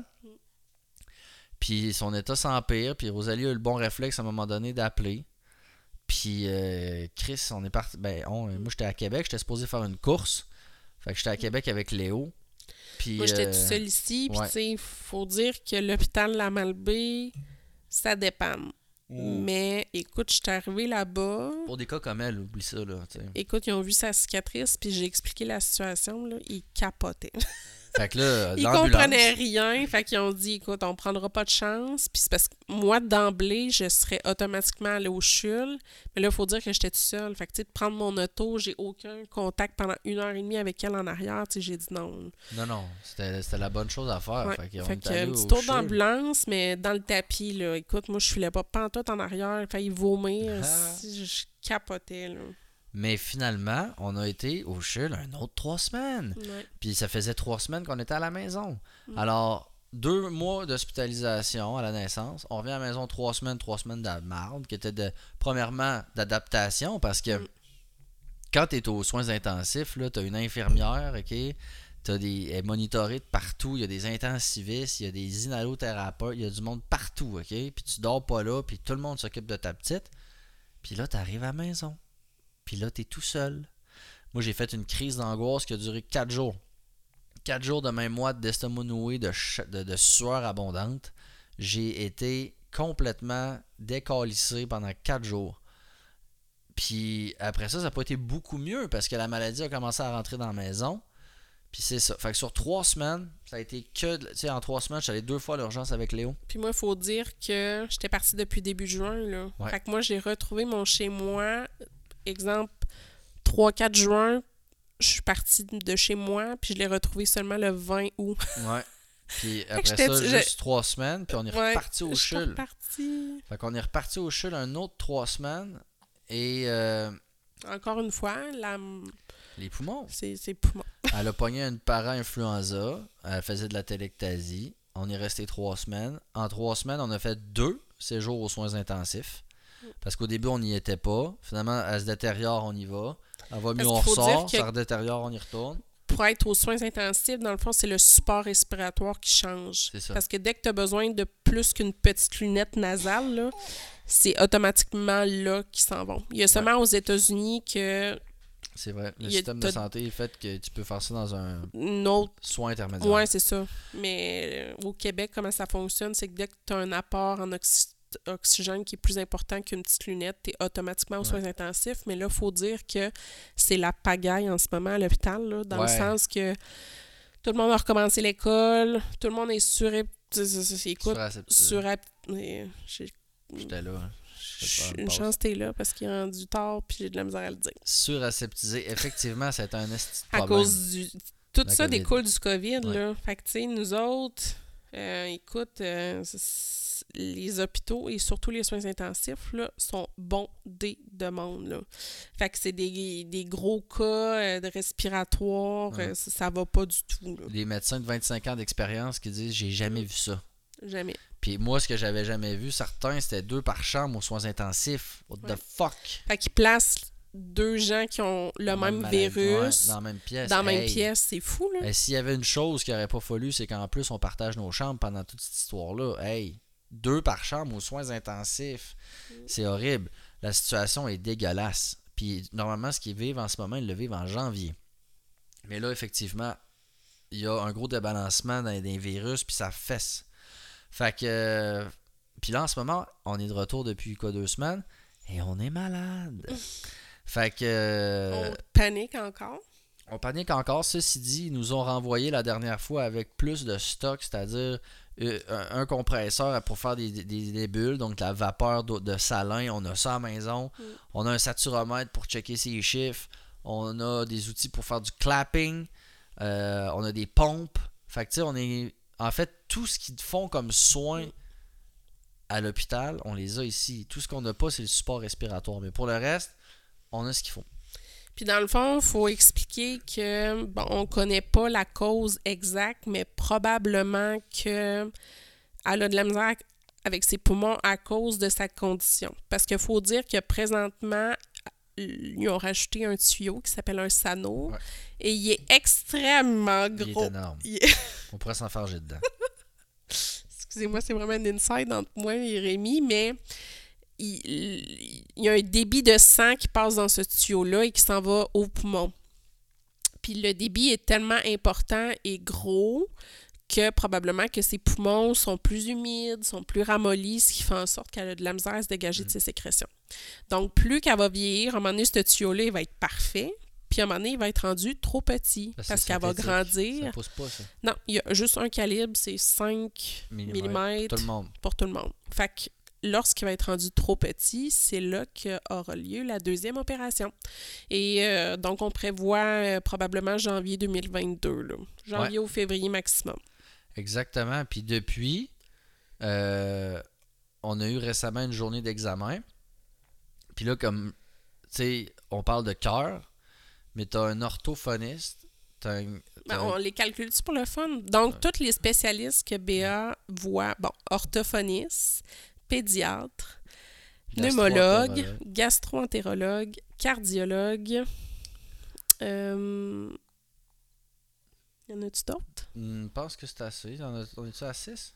Puis son état s'empire. Puis Rosalie a eu le bon réflexe à un moment donné d'appeler. Puis Chris, on est parti. Moi, j'étais à Québec. J'étais supposé faire une course. Fait que j'étais à Québec avec Léo. Puis, moi, j'étais tout seul ici. Puis, ouais. tu sais, il faut dire que l'hôpital La Malbaie, ça dépanne. Mais écoute, je suis arrivée là-bas. Pour des cas comme elle, oublie ça, là. T'sais. Écoute, ils ont vu sa cicatrice, puis j'ai expliqué la situation, là. Ils capotaient. Fait que là, Ils l'ambulance. comprenaient rien. Fait qu'ils ont dit, écoute, on prendra pas de chance. Puis c'est parce que moi, d'emblée, je serais automatiquement allée au CHUL. Mais là, il faut dire que j'étais toute seule. Fait que, tu sais, de prendre mon auto, j'ai aucun contact pendant 1h30 avec elle en arrière. Tu sais, j'ai dit non. Non, c'était la bonne chose à faire. Ouais. Fait qu'on Fait est que, allé un au petit tour CHUL. d'ambulance, mais dans le tapis, là. Écoute, moi, je filais pas pantoute en arrière. J'ai failli vomir. Ah. Je capotais, là. Mais finalement, on a été au CHUL un autre 3 semaines. Ouais. Puis ça faisait 3 semaines qu'on était à la maison. Alors, 2 mois d'hospitalisation à la naissance. On revient à la maison 3 semaines de marde, qui était premièrement d'adaptation, parce que quand tu es aux soins intensifs, tu as une infirmière, OK? Elle est monitorée de partout. Il y a des intensivistes, il y a des inhalothérapeutes, il y a du monde partout, OK? Puis tu dors pas là, puis tout le monde s'occupe de ta petite. Puis là, tu arrives à la maison. Puis là, tu es tout seul. Moi, j'ai fait une crise d'angoisse qui a duré 4 jours. 4 jours de même moite d'estomac noué, de sueur abondante. J'ai été complètement décalissé pendant 4 jours. Puis après ça n'a pas été beaucoup mieux parce que la maladie a commencé à rentrer dans la maison. Puis c'est ça. Fait que sur 3 semaines, ça a été que... Tu sais, en 3 semaines, je suis allé 2 fois à l'urgence avec Léo. Puis moi, il faut dire que j'étais partie depuis début juin, là. Ouais. Fait que moi, j'ai retrouvé mon chez-moi. Exemple, 3-4 juin, je suis partie de chez moi, puis je l'ai retrouvé seulement le 20 août. Ouais. Puis après j'étais- ça, je- juste 3 semaines, puis on est reparti au je suis CHUL. repartie. Fait qu'on est reparti au CHUL un autre 3 semaines. Et Encore une fois, les poumons. c'est poumon. Elle a pogné une para-influenza. Elle faisait de la téléctasie. On est resté 3 semaines. En 3 semaines, on a fait 2 séjours aux soins intensifs. Parce qu'au début, on n'y était pas. Finalement, elle se détériore, on y va. Elle va mieux, Parce on qu'il faut ressort. dire que- Ça redétériore, on y retourne. Pour être aux soins intensifs, dans le fond, c'est le support respiratoire qui change. C'est ça. Parce que dès que tu as besoin de plus qu'une petite lunette nasale, là, c'est automatiquement là qu'ils s'en vont. Il y a seulement aux États-Unis que C'est vrai. Le Il y a- système de santé est fait que tu peux faire ça dans un une autre. soin intermédiaire. Ouais, c'est ça. Mais au Québec, comment ça fonctionne, c'est que dès que tu as un apport en oxygène qui est plus important qu'une petite lunette, tu es automatiquement aux soins intensifs. Mais là, il faut dire que c'est la pagaille en ce moment à l'hôpital, là, dans le sens que tout le monde a recommencé l'école, tout le monde est écoute, J'étais là. Hein. Une chance t'es là parce qu'il est rendu tard puis j'ai de la misère à le dire. Suraseptisé. Effectivement, c'est un esti de À problème. cause du... Tout La ça COVID. découle du COVID, Ouais. là. Fait que, tu sais, nous autres, écoute, les hôpitaux et surtout les soins intensifs, là, sont bondés de monde, là. Fait que c'est des gros cas de respiratoire, ça va pas du tout, là. Des médecins de 25 ans d'expérience qui disent « j'ai jamais vu ça ». Jamais. Puis moi, ce que j'avais jamais vu, certains, c'était 2 par chambre aux soins intensifs. What the fuck? Fait qu'ils placent 2 gens qui ont le même maladie, virus ouais, dans la même pièce. dans la même Hey. pièce, c'est fou, là. S'il y avait une chose qui n'aurait pas fallu, c'est qu'en plus, on partage nos chambres pendant toute cette histoire-là. Hey, 2 par chambre aux soins intensifs. C'est horrible. La situation est dégueulasse. Puis normalement, ce qu'ils vivent en ce moment, ils le vivent en janvier. Mais là, effectivement, il y a un gros débalancement dans les virus, puis ça fesse. Fait que... Puis là, en ce moment, on est de retour depuis 2 semaines, et on est malade. Fait que... On panique encore. On panique encore. Ceci dit, ils nous ont renvoyé la dernière fois avec plus de stock, c'est-à-dire un compresseur pour faire des bulles, donc la vapeur de salin. On a ça à la maison. On a un saturomètre pour checker ses chiffres. On a des outils pour faire du clapping. On a des pompes. Fait que tu sais, on est... En fait, tout ce qu'ils font comme soins à l'hôpital, on les a ici. Tout ce qu'on n'a pas, c'est le support respiratoire. Mais pour le reste, on a ce qu'il faut. Puis dans le fond, il faut expliquer que, bon, on connaît pas la cause exacte, mais probablement que elle a de la misère avec ses poumons à cause de sa condition. Parce qu'il faut dire que présentement, ils ont rajouté un tuyau qui s'appelle un Sano, Ouais. et il est extrêmement Il gros. est énorme. On pourrait s'enfarger dedans. Excusez-moi, c'est vraiment un inside entre moi et Rémi, mais il y a un débit de sang qui passe dans ce tuyau-là et qui s'en va au poumon. Puis le débit est tellement important et gros que probablement que ses poumons sont plus humides, sont plus ramollis, ce qui fait en sorte qu'elle a de la misère à se dégager de ses sécrétions. Donc, plus qu'elle va vieillir, à un moment donné, ce tuyau-là, il va être parfait. Puis, à un moment donné, il va être rendu trop petit parce qu'elle va grandir. Ça pousse pas, ça. Non, il y a juste un calibre, c'est 5 mm Tout le monde. pour tout le monde. Fait que lorsqu'il va être rendu trop petit, c'est là qu'aura lieu la deuxième opération. Et donc, on prévoit probablement janvier 2022, là. Janvier ou février maximum. Exactement. Puis depuis, on a eu récemment une journée d'examen. Puis là, comme, tu sais, on parle de cœur, mais t'as un orthophoniste. On les calcule-tu pour le fun? Donc, tous les spécialistes que BA voit, bon, orthophoniste, pédiatre, pneumologue, gastro-entérologue, cardiologue. Y en a-tu d'autres? Je pense que c'est assez. On est-tu à 6?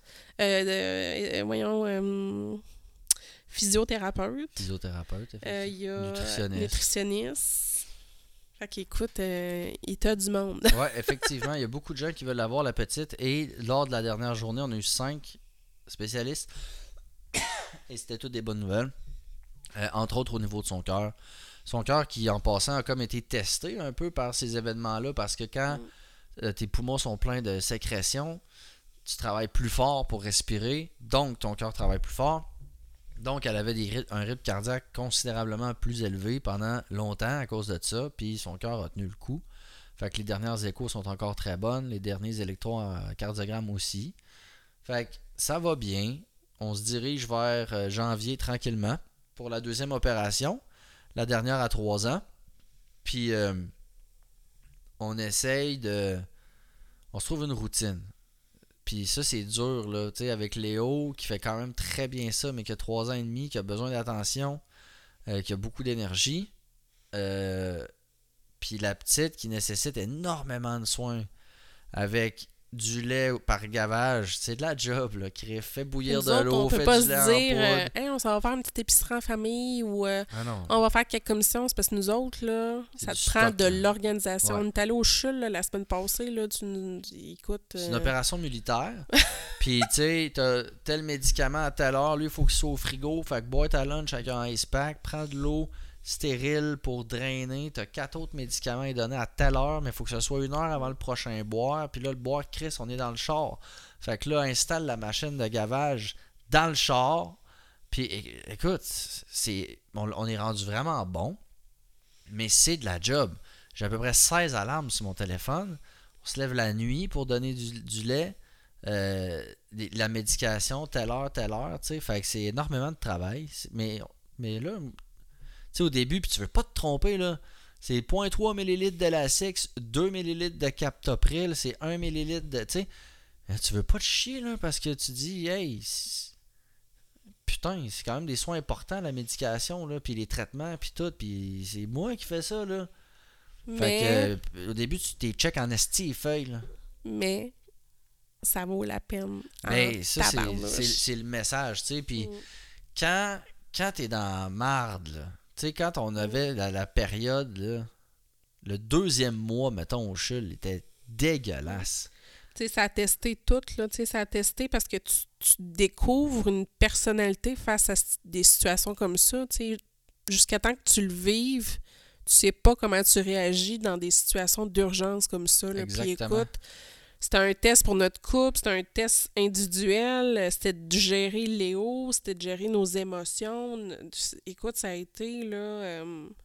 Voyons, physiothérapeute. Physiothérapeute, Il y a nutritionniste. nutritionniste. Fait qu'écoute, il t'a du monde. Oui, effectivement, il y a beaucoup de gens qui veulent avoir la petite. Et lors de la dernière journée, on a eu 5 spécialistes. Et c'était toutes des bonnes nouvelles. Entre autres au niveau de son cœur. Son cœur qui, en passant, a comme été testé un peu par ces événements-là. Parce que quand tes poumons sont pleins de sécrétions, tu travailles plus fort pour respirer. Donc, ton cœur travaille plus fort. Donc, elle avait un rythme cardiaque considérablement plus élevé pendant longtemps à cause de ça. Puis, son cœur a tenu le coup. Fait que les dernières échos sont encore très bonnes. Les derniers électrocardiogrammes aussi. Fait que ça va bien. On se dirige vers janvier tranquillement pour la deuxième opération. La dernière à 3 ans. Puis, on essaye de... On se trouve une routine. Puis ça, c'est dur, là. Tu sais, avec Léo, qui fait quand même très bien ça, mais qui a 3 ans et demi, qui a besoin d'attention, qui a beaucoup d'énergie. Puis la petite, qui nécessite énormément de soins, avec du lait par gavage. C'est de la job, là. Qui fait bouillir de l'eau, on peut fait pas du se lait en dire, poudre. hey, on s'en va faire une petite épicerie en famille ou Ah non. on va faire quelques commissions. C'est parce que nous autres, là, C'est ça du te prend stock, de là. l'organisation. Ouais. On est allé au CHUL là, la semaine passée. Là, écoute. C'est une opération militaire. Puis, tu sais, t'as tel médicament à telle heure. Lui, il faut qu'il soit au frigo. Fait que boîte à lunch avec un ice pack. Prends de l'eau stérile pour drainer. T'as 4 autres médicaments à donner à telle heure. Mais il faut que ce soit 1 heure avant le prochain boire. Puis là, le boire, Chris, on est dans le char. Fait que là, installe la machine de gavage dans le char. Puis, écoute, on est rendu vraiment bon. Mais c'est de la job. J'ai à peu près 16 alarmes sur mon téléphone. On se lève la nuit pour donner du lait. La médication, telle heure, tu sais, fait que c'est énormément de travail. Mais là, tu sais, au début, puis tu veux pas te tromper, là. C'est 0.3 ml de Lasix, 2 ml de Captopril, c'est 1 ml de. Tu sais, tu veux pas te chier, là, parce que tu dis, hey, putain, c'est quand même des soins importants, la médication, là, puis les traitements, puis tout, puis c'est moi qui fais ça, là. Fait que, au début, tu t'es check en esti les feuilles, là. Mais ça vaut la peine. Mais ça, c'est le message, tu sais. Puis quand t'es dans la marde, là, tu sais, quand on avait la période, là, le 2e mois, mettons, au CHUL, était dégueulasse. Tu sais, ça a testé tout, là. Tu sais, ça a testé parce que tu découvres une personnalité face à des situations comme ça, tu sais. Jusqu'à temps que tu le vives, tu sais pas comment tu réagis dans des situations d'urgence comme ça, là. Puis écoute, c'était un test pour notre couple, c'était un test individuel, c'était de gérer Léo, c'était de gérer nos émotions. Écoute, ça a été, là...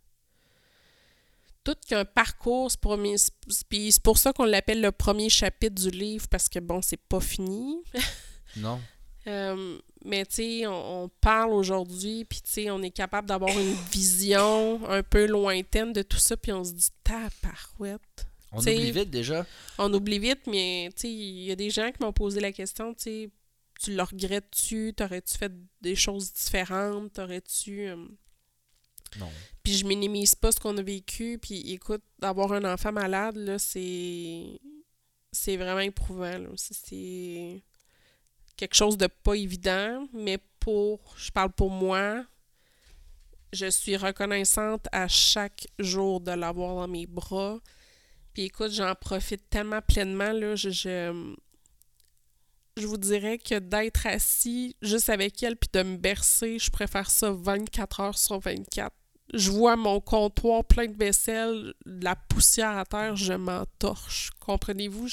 tout qu'un parcours, puis c'est pour ça qu'on l'appelle le premier chapitre du livre, parce que, bon, c'est pas fini. Non. Mais tu sais, on parle aujourd'hui, puis tu sais, on est capable d'avoir une vision un peu lointaine de tout ça, puis on se dit tabarouette. On T'sais, oublie vite déjà. On oublie vite, mais tu sais, il y a des gens qui m'ont posé la question, tu sais, tu le regrettes-tu? T'aurais-tu fait des choses différentes? T'aurais-tu... Non. Puis je minimise pas ce qu'on a vécu, puis écoute, d'avoir un enfant malade, là, c'est vraiment éprouvant, là. C'est quelque chose de pas évident, mais je parle pour moi, je suis reconnaissante à chaque jour de l'avoir dans mes bras. Puis écoute, j'en profite tellement pleinement, là, je vous dirais que d'être assis juste avec elle puis de me bercer, je préfère ça 24 heures sur 24. Je vois mon comptoir plein de vaisselle, de la poussière à terre, je m'entorche. Comprenez-vous,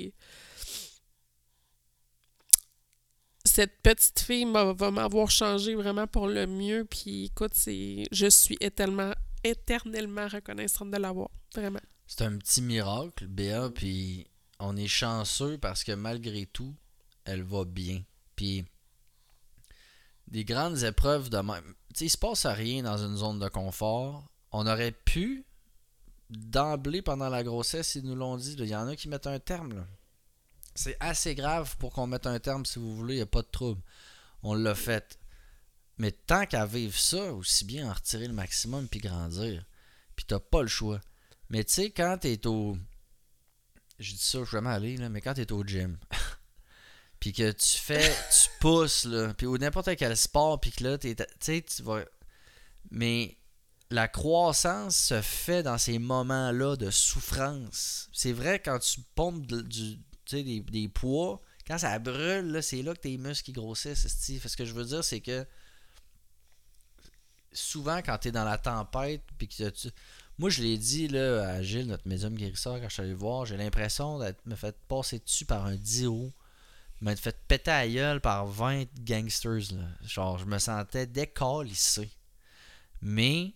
cette petite fille va m'avoir changé vraiment pour le mieux. Puis écoute, je suis éternellement reconnaissante de l'avoir. Vraiment. C'est un petit miracle, Béa, puis on est chanceux parce que malgré tout, elle va bien. Puis des grandes épreuves de même. Tu sais, il se passe rien dans une zone de confort. On aurait pu, d'emblée pendant la grossesse, ils nous l'ont dit, il y en a qui mettent un terme, là. C'est assez grave pour qu'on mette un terme, si vous voulez, il n'y a pas de trouble. On l'a fait. Mais tant qu'à vivre ça, aussi bien en retirer le maximum puis grandir. Puis t'as pas le choix. Mais tu sais, quand t'es au... Je dis ça, je suis jamais allé, là, mais quand t'es au gym, puis que tu pousses, là, puis ou n'importe quel sport, puis que là, tu sais, tu vas... Mais la croissance se fait dans ces moments-là de souffrance. C'est vrai, quand tu pompes des poids, quand ça brûle, là, c'est là que tes muscles grossissent. Ce que je veux dire, c'est que souvent, quand t'es dans la tempête, puis que tu... Moi, je l'ai dit là, à Gilles, notre médium guérisseur, quand je suis allé le voir, j'ai l'impression d'être me fait passer dessus par un 10 roues, m'être fait péter à la gueule par 20 gangsters. Là. Genre, je me sentais décalissé. Mais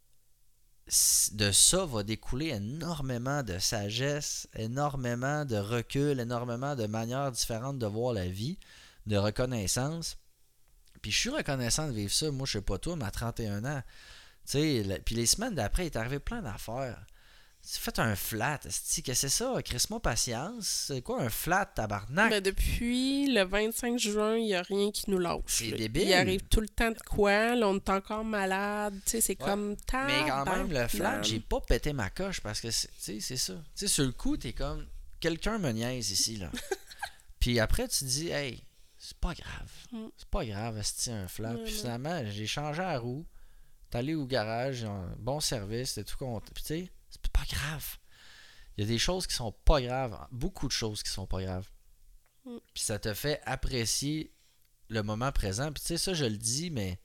de ça va découler énormément de sagesse, énormément de recul, énormément de manières différentes de voir la vie, de reconnaissance. Puis je suis reconnaissant de vivre ça. Moi, je sais pas toi, mais à 31 ans, tu sais, puis les semaines d'après, il est arrivé plein d'affaires. Tu fais un flat, qu'est-ce que c'est ça? Crisse-moi patience. C'est quoi un flat, tabarnak? Ben depuis le 25 juin, il n'y a rien qui nous lâche. C'est là. débile. Il arrive tout le temps de quoi? Là, on est encore malade. Tu sais, c'est Ouais. comme... Mais quand même, le flat, tabarnak. j'ai pas pété ma coche parce que, c'est ça. Tu sais, sur le coup, t'es comme... Quelqu'un me niaise ici, là. Puis après, tu te dis, hey, c'est pas grave. C'est pas grave, c'est un flat. Puis finalement, j'ai changé la roue. T'es allé au garage, bon service, t'es tout content. Puis tu sais, c'est pas grave. Il y a des choses qui sont pas graves. Beaucoup de choses qui sont pas graves. Puis ça te fait apprécier le moment présent. Puis tu sais, ça, je le dis, mais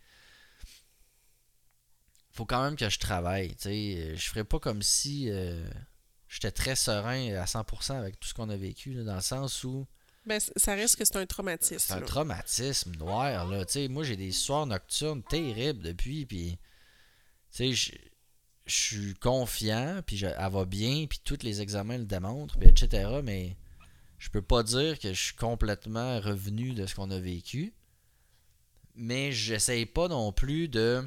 faut quand même que je travaille. Tu sais, je ferais pas comme si j'étais très serein à 100% avec tout ce qu'on a vécu, là, dans le sens où Ben, ça reste que c'est un traumatisme. c'est un là. traumatisme noir, là. Tu sais, moi, j'ai des soirs nocturnes terribles depuis, puis tu sais, je suis confiant, puis elle va bien, puis tous les examens le démontrent, puis etc., mais je peux pas dire que je suis complètement revenu de ce qu'on a vécu, mais j'essaye pas non plus de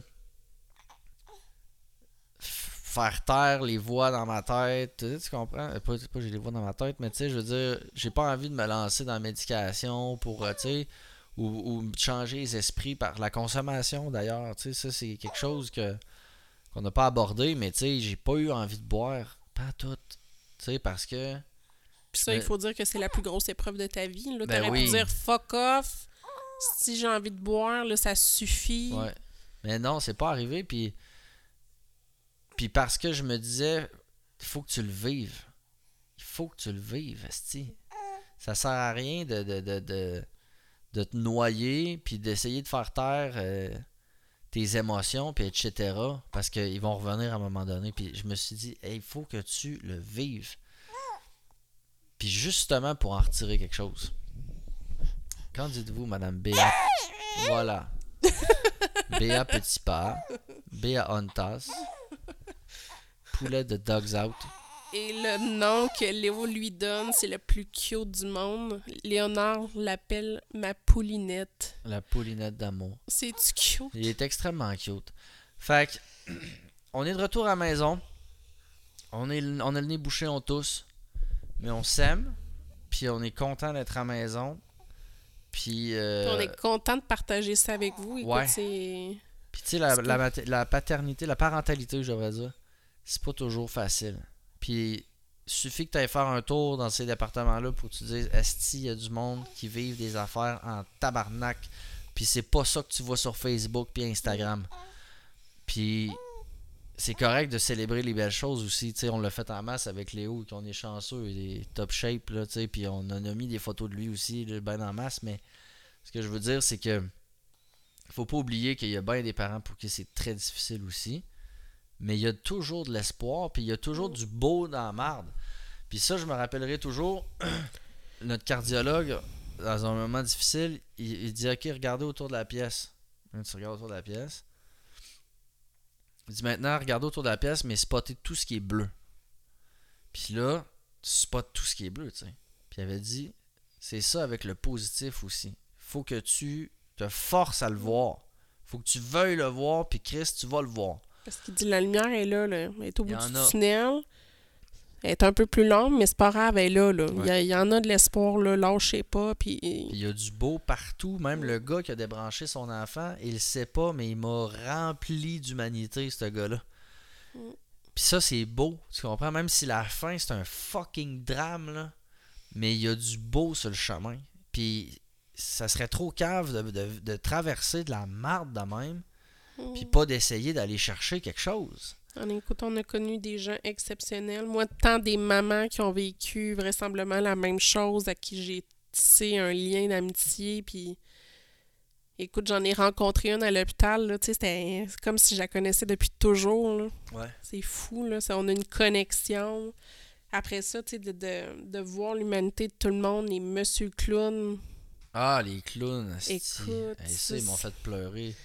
faire taire les voix dans ma tête, tu comprends? Pas j'ai les voix dans ma tête, mais tu sais, je veux dire, j'ai pas envie de me lancer dans la médication pour, tu sais, ou changer les esprits par la consommation, d'ailleurs, tu sais, ça, c'est quelque chose qu'on n'a pas abordé, mais tu sais, j'ai pas eu envie de boire, pas tout, tu sais, parce que... Puis ça, il faut dire que c'est la plus grosse épreuve de ta vie. Là, Ben t'aurais oui. pu dire fuck off, si j'ai envie de boire, là, ça suffit. Ouais. Mais non, c'est pas arrivé, puis parce que je me disais, il faut que tu le vives. Il faut que tu le vives, esti. Ça sert à rien de te noyer, puis d'essayer de faire taire tes émotions, puis etc. Parce qu'ils vont revenir à un moment donné. Puis je me suis dit, hey, il faut que tu le vives. Puis justement pour en retirer quelque chose. Qu'en dites-vous, Madame Béa? Voilà. Béa Petit Pas. Béa Hontas. Poulet de Dogs Out. Et le nom que Léo lui donne, c'est le plus cute du monde. Léonard l'appelle ma poulinette. La poulinette d'amour. C'est-tu cute? Il est extrêmement cute. Fait que, on est de retour à la maison. On a le nez bouché, on tousse. Mais on s'aime. Puis on est content d'être à la maison. Puis On est content de partager ça avec vous. Écoute, ouais. c'est... Puis tu sais, la paternité, la parentalité, je devrais dire, c'est pas toujours facile. Puis il suffit que tu ailles faire un tour dans ces départements-là pour que tu te dises, esti, il y a du monde qui vivent des affaires en tabarnak. Puis c'est pas ça que tu vois sur Facebook puis Instagram. Puis c'est correct de célébrer les belles choses aussi. Tu sais, on l'a fait en masse avec Léo, qu'on est chanceux, il est top shape, là, tu sais, puis on en a mis des photos de lui aussi, là, ben en masse. Mais ce que je veux dire, c'est que faut pas oublier qu'il y a bien des parents pour qui c'est très difficile aussi. Mais il y a toujours de l'espoir, puis il y a toujours du beau dans la marde. Puis ça, je me rappellerai toujours, notre cardiologue, dans un moment difficile, il dit « Ok, regardez autour de la pièce. » Tu regardes autour de la pièce. Il dit « Maintenant, regardez autour de la pièce, mais spottez tout ce qui est bleu. » Puis là, tu spottes tout ce qui est bleu, tu sais. Puis il avait dit « C'est ça avec le positif aussi. Faut que tu te forces à le voir. Faut que tu veuilles le voir, puis Chris, tu vas le voir. » Parce qu'il dit la lumière est là, là. Elle est au bout Il y en du a. tunnel. Elle est un peu plus longue, mais c'est pas grave, elle est là, là. Ouais. Il y en a de l'espoir, là. Lâchez pas, puis... Puis il y a du beau partout. Même le gars qui a débranché son enfant, il le sait pas, mais il m'a rempli d'humanité, ce gars-là. Puis ça, c'est beau. Tu comprends? Même si la fin, c'est un fucking drame, là. Mais il y a du beau sur le chemin. Puis ça serait trop cave de traverser de la marde de même. Puis pas d'essayer d'aller chercher quelque chose. Écoute, on a connu des gens exceptionnels. Moi, tant des mamans qui ont vécu vraisemblablement la même chose, à qui j'ai tissé un lien d'amitié, puis... Écoute, j'en ai rencontré une à l'hôpital, là, tu sais, c'est comme si je la connaissais depuis toujours, là. Ouais. C'est fou, là, on a une connexion. Après ça, tu sais, de voir l'humanité de tout le monde, les monsieur clowns. Ah, les clowns, Écoute, hey, ça, ils m'ont fait pleurer.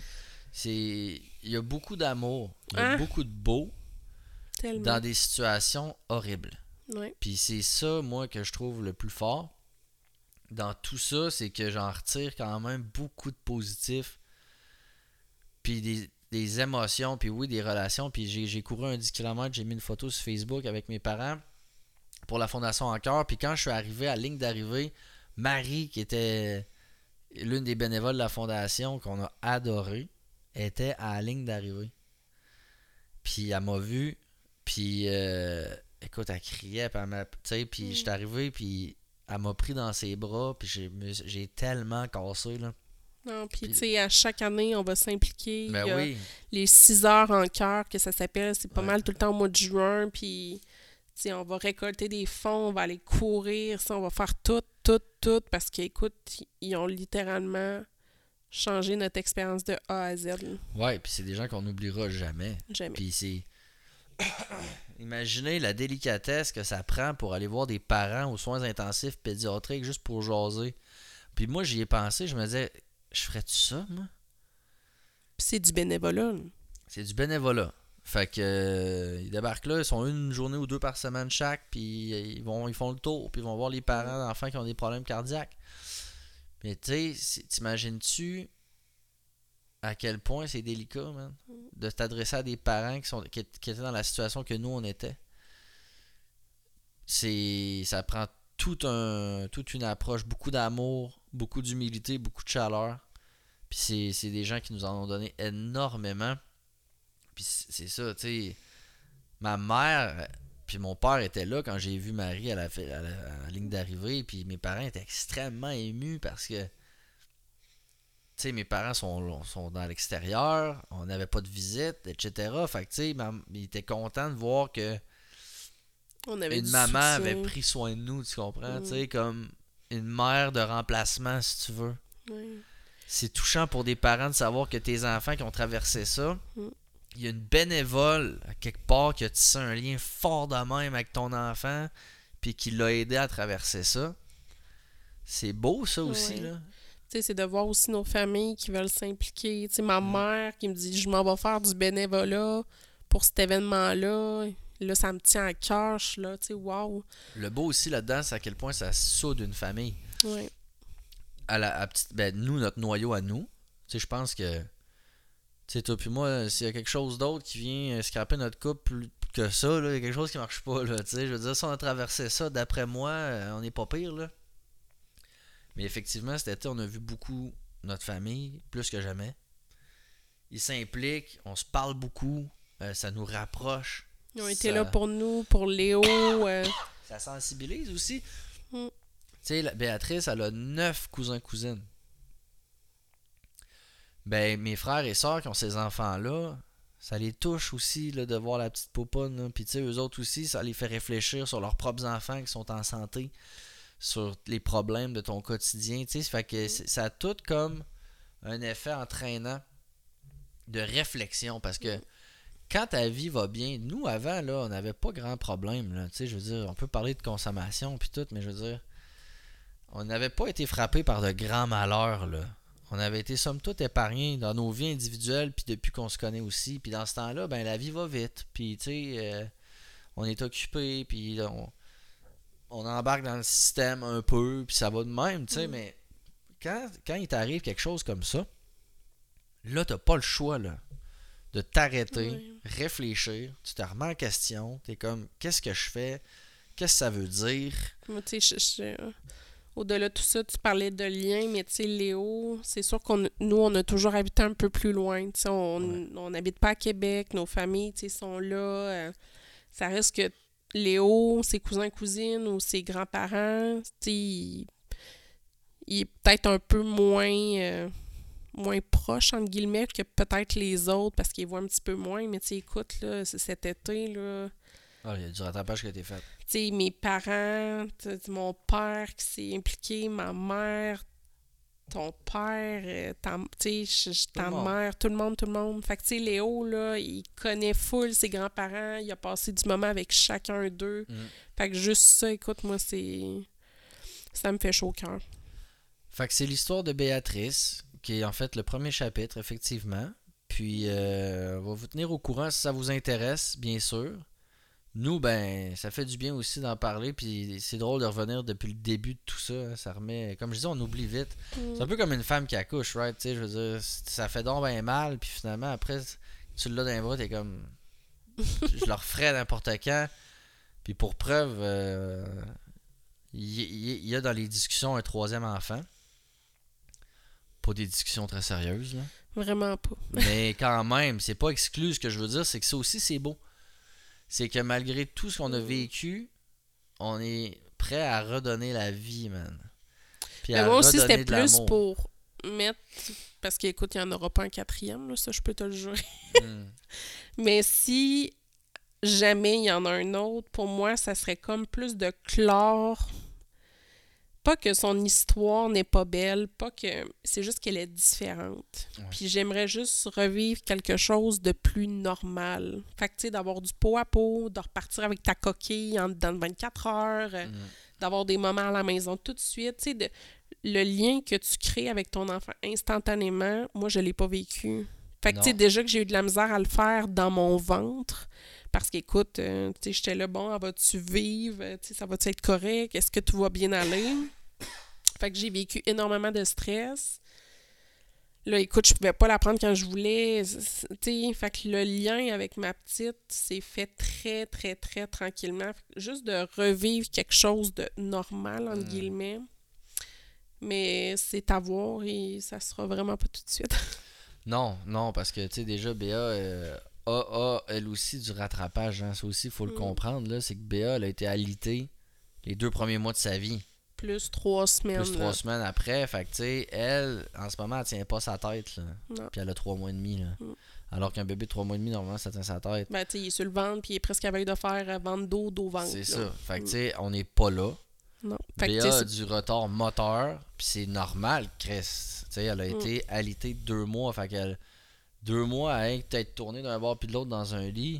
Il y a beaucoup d'amour, il y a Hein? beaucoup de beau Tellement. dans des situations horribles. Ouais. Puis c'est ça, moi, que je trouve le plus fort dans tout ça, c'est que j'en retire quand même beaucoup de positifs. Puis des émotions, puis oui, des relations. Puis j'ai couru un 10 km, j'ai mis une photo sur Facebook avec mes parents pour la Fondation Encore. Puis quand je suis arrivé à la ligne d'arrivée, Marie, qui était l'une des bénévoles de la Fondation, qu'on a adorée, était à la ligne d'arrivée. Puis elle m'a vu, puis écoute, elle criait, puis puis j'étais arrivé, puis elle m'a pris dans ses bras, puis j'ai tellement cassé, là. Non, puis tu sais, à chaque année, on va s'impliquer. Ben Il y a oui, les 6 heures en cœur, que ça s'appelle, c'est pas Ouais. mal tout le temps au mois de juin, puis tu sais, on va récolter des fonds, on va aller courir, ça, on va faire tout, parce qu'écoute, ils ont littéralement changé notre expérience de A à Z. Là. ouais, puis c'est des gens qu'on n'oubliera jamais. Jamais. Puis c'est... Imaginez la délicatesse que ça prend pour aller voir des parents aux soins intensifs pédiatriques juste pour jaser. Puis moi, j'y ai pensé, je me disais, je ferais-tu ça, moi? Puis c'est du bénévolat. Là. C'est du bénévolat. Fait que ils débarquent là, ils sont une journée ou 2 par semaine chaque, puis ils font le tour, puis ils vont voir les parents d'enfants qui ont des problèmes cardiaques. Mais tu sais, t'imagines-tu à quel point c'est délicat, man, de t'adresser à des parents qui étaient dans la situation que nous on était. Ça prend toute une approche, beaucoup d'amour, beaucoup d'humilité, beaucoup de chaleur. Puis c'est des gens qui nous en ont donné énormément. Puis c'est ça, tu sais. Ma mère puis mon père étaient là quand j'ai vu Marie à la ligne d'arrivée. Puis mes parents étaient extrêmement émus parce que, tu sais, mes parents sont dans l'extérieur, on n'avait pas de visite, etc. Fait que, tu sais, ils étaient contents de voir que On avait une du maman soutien. avait pris soin de nous, tu comprends? Tu sais, comme une mère de remplacement, si tu veux. Ouais. C'est touchant pour des parents de savoir que tes enfants qui ont traversé ça, Mm. il y a une bénévole à quelque part qui a tissé un lien fort de même avec ton enfant, puis qui l'a aidé à traverser ça. C'est beau, ça aussi, Ouais. là. Tu sais, c'est de voir aussi nos familles qui veulent s'impliquer. Tu sais, ma mère qui me dit « Je m'en vais faire du bénévolat pour cet événement-là. » là, ça me tient à cœur, je suis là, tu sais, wow. Le beau aussi là-dedans, c'est à quel point ça soude une famille. Ouais. Nous, notre noyau à nous, tu sais, je pense que, tu sais, toi puis moi, s'il y a quelque chose d'autre qui vient scraper notre couple plus que ça, là, il y a quelque chose qui marche pas, là, tu sais, je veux dire, si on a traversé ça, d'après moi, on n'est pas pire, là. Mais effectivement, cet été, on a vu beaucoup notre famille, plus que jamais. Ils s'impliquent, on se parle beaucoup, ça nous rapproche. Ils ont été là pour nous, pour Léo. Ça sensibilise aussi. Mm. Tu sais, Béatrice, elle a 9 cousins-cousines. Ben, mes frères et sœurs qui ont ces enfants-là, ça les touche aussi là, de voir la petite poponne. Puis, tu sais, eux autres aussi, ça les fait réfléchir sur leurs propres enfants qui sont en santé, sur les problèmes de ton quotidien. Tu sais, fait que ça a tout comme un effet entraînant de réflexion. Parce que quand ta vie va bien, nous, avant, là, on n'avait pas grand problème. Là, tu sais, je veux dire, on peut parler de consommation puis tout, mais je veux dire, on n'avait pas été frappé par de grands malheurs, là. On avait été, somme toute, épargnés dans nos vies individuelles, puis depuis qu'on se connaît aussi. Puis dans ce temps-là, ben la vie va vite. Puis, tu sais, on est occupé, puis on embarque dans le système un peu, puis ça va de même, tu sais. Mais quand il t'arrive quelque chose comme ça, là, t'as pas le choix, là, de t'arrêter, réfléchir. Tu te remets en question. T'es comme, qu'est-ce que je fais? Qu'est-ce que ça veut dire? Moi, tu sais, au-delà de tout ça, tu parlais de lien, mais tu sais, Léo, c'est sûr nous, on a toujours habité un peu plus loin. Tu sais, on n'habite pas à Québec, nos familles, tu sais, sont là. Ça reste que Léo, ses cousins-cousines ou ses grands-parents, tu sais, il est peut-être un peu moins proche, entre guillemets, que peut-être les autres, parce qu'il voit un petit peu moins. Mais tu sais, écoute, là, cet été, là... Ah, il y a du rattrapage qui a été fait. Tu sais, mes parents, mon père qui s'est impliqué, ma mère, ton père, ta mère, tout le monde. Fait que, tu sais, Léo, là, il connaît full ses grands-parents, il a passé du moment avec chacun d'eux. Fait que juste ça, écoute, moi, ça me fait chaud au cœur. Fait que c'est l'histoire de Béatrice, qui est en fait le premier chapitre, effectivement. Puis, on va vous tenir au courant si ça vous intéresse, bien sûr. Nous, ben, ça fait du bien aussi d'en parler, puis c'est drôle de revenir depuis le début de tout ça. Hein, ça remet, comme je dis, on oublie vite. C'est un peu comme une femme qui accouche, right? Tu sais, je veux dire, ça fait donc bien mal, puis finalement, après, tu l'as dans les bras, t'es comme, je le referais n'importe quand. Puis pour preuve, il y a dans les discussions un troisième enfant. Pas des discussions très sérieuses, là. Vraiment pas. Mais quand même, c'est pas exclu. Ce que je veux dire, c'est que ça aussi, c'est beau. C'est que malgré tout ce qu'on a vécu, on est prêt à redonner la vie, man. Puis mais moi aussi, c'était plus pour mettre... Parce qu'écoute, il n'y en aura pas un quatrième, là, ça, je peux te le jurer. Mais si jamais il y en a un autre, pour moi, ça serait comme plus de clore. Pas que son histoire n'est pas belle, pas que... C'est juste qu'elle est différente. Ouais. Puis j'aimerais juste revivre quelque chose de plus normal. Fait que, tu sais, d'avoir du pot à pot, de repartir avec ta coquille dans 24 heures, d'avoir des moments à la maison tout de suite. Tu sais, le lien que tu crées avec ton enfant instantanément, moi, je l'ai pas vécu. Fait que, tu sais, déjà que j'ai eu de la misère à le faire dans mon ventre, parce qu'écoute, tu sais, j'étais là, bon, vas-tu vivre? Tu sais, ça va-tu être correct? Est-ce que tout va bien aller? Fait que j'ai vécu énormément de stress. Là, écoute, je pouvais pas la prendre quand je voulais. Tu sais, fait que le lien avec ma petite s'est fait très, très, très tranquillement. Juste de revivre quelque chose de normal, entre guillemets. Mais c'est à voir et ça sera vraiment pas tout de suite. Non, parce que, tu sais, déjà, Béa a, elle aussi, du rattrapage. Hein. Ça aussi, il faut le comprendre. Là, c'est que Béa, elle a été alitée les 2 premiers mois de sa vie. Plus 3 semaines. Plus 3 semaines après. Fait que, tu sais, elle, en ce moment, elle tient pas sa tête. Là. Puis elle a 3 mois et demi. Là. Alors qu'un bébé de 3 mois et demi, normalement, ça tient sa tête. Ben, tu sais, il est sur le ventre, puis il est presque à veille de faire ventre dos ventre. C'est ça. Fait que, tu sais, on n'est pas là. Non. Béa a du retard moteur, puis c'est normal, Chris. Tu sais, elle a été alitée 2 mois. Fait qu'elle 2 mois à être tournée d'un bord puis de l'autre dans un lit,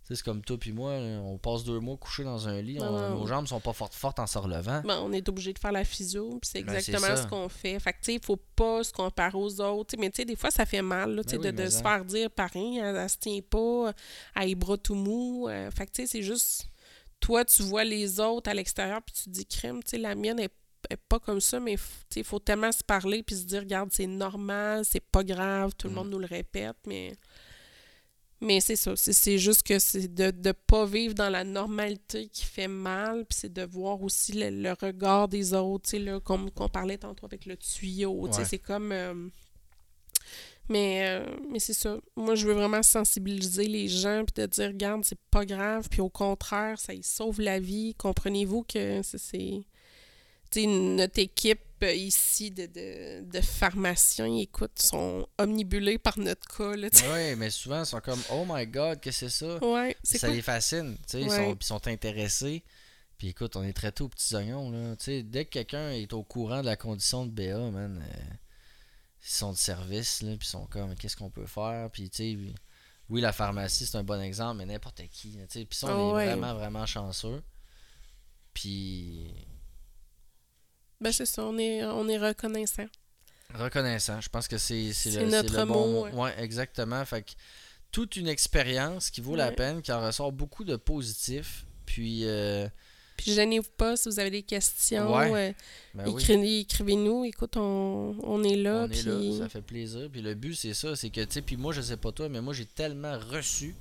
sais, c'est comme toi puis moi, on passe 2 mois couchés dans un lit, Non. nos jambes sont pas fortes en se relevant. Ben, on est obligé de faire la physio, puis c'est Ben, c'est exactement ça. ce qu'on fait. Fait que, tu sais, il faut pas se comparer aux autres. Tu sais, mais tu sais, des fois, ça fait mal, là, tu sais, Ben oui, de mais se hein. faire dire, pareil, elle se tient pas, elle a les bras tout mous. Fait que, tu sais, c'est juste, toi, tu vois les autres à l'extérieur, puis tu te dis, crème, tu sais, la mienne est pas comme ça, mais tu sais, il faut tellement se parler, puis se dire, regarde, c'est normal, c'est pas grave, tout le monde nous le répète, mais c'est ça, c'est juste que c'est de pas vivre dans la normalité qui fait mal, puis c'est de voir aussi le regard des autres, tu sais, là, comme qu'on parlait tantôt avec le tuyau, tu sais, Ouais. c'est comme... mais c'est ça. Moi, je veux vraiment sensibiliser les gens, puis de dire, regarde, c'est pas grave, puis au contraire, ça y sauve la vie. Comprenez-vous que c'est... Tu sais, notre équipe ici de pharmaciens, écoute, sont omnibulés par notre cas, là, tu sais. Oui, mais souvent, ils sont comme « Oh my God, qu'est-ce que c'est ça? » Ouais, c'est Ça quoi? les fascine, tu sais, Ouais. ils sont intéressés. Puis écoute, on est traités aux petits oignons, là. Tu sais, dès que quelqu'un est au courant de la condition de BA, man, ils sont de service, là, puis ils sont comme « Qu'est-ce qu'on peut faire? » Puis tu sais, oui, la pharmacie, c'est un bon exemple, mais n'importe qui, là, tu sais. Puis ça, on est Ouais. vraiment, vraiment chanceux. Puis Ben, c'est ça, on est reconnaissant. reconnaissant, je pense que c'est C'est le, notre le bon mot, mot. Ouais, exactement. Fait que toute une expérience qui vaut la Ouais. peine, qui en ressort beaucoup de positifs. Puis, Puis gênez-vous pas si vous avez des questions. Ouais. ben oui, Écrivez-nous. Écoute, on est là. on est là, Puis ça fait plaisir. Puis le but, c'est ça, c'est que, tu sais, puis moi, je sais pas toi, mais moi, j'ai tellement reçu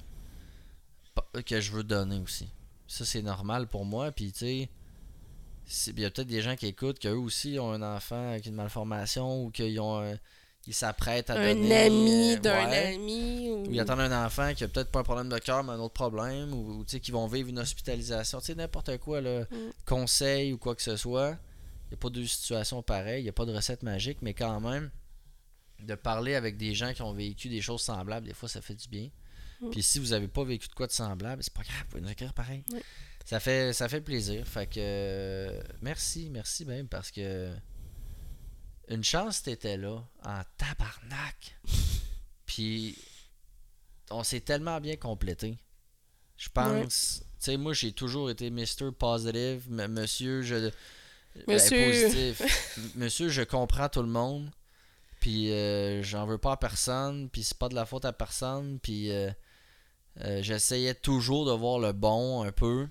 que je veux donner aussi. Ça, c'est normal pour moi. Puis, tu sais, il y a peut-être des gens qui écoutent qu'eux aussi ont un enfant avec une malformation ou ils s'apprêtent à un donner. ami d'un ouais. ami. Ou ils attendent un enfant qui a peut-être pas un problème de cœur, mais un autre problème, ou tu sais, qui vont vivre une hospitalisation. Tu sais, n'importe quoi, là, conseil ou quoi que ce soit. Il n'y a pas de situation pareille, il n'y a pas de recette magique, mais quand même, de parler avec des gens qui ont vécu des choses semblables, des fois, ça fait du bien. Puis si vous n'avez pas vécu de quoi de semblable, c'est pas grave, vous pouvez nous écrire pareil. Ouais. Ça fait plaisir. Fait que merci même, parce que une chance t'étais là, en tabarnak. Puis on s'est tellement bien complété. Je pense, tu sais, moi j'ai toujours été Mr. Positive, monsieur, Monsieur. positif. Monsieur, je comprends tout le monde. Puis j'en veux pas à personne. Puis c'est pas de la faute à personne. Puis j'essayais toujours de voir le bon un peu.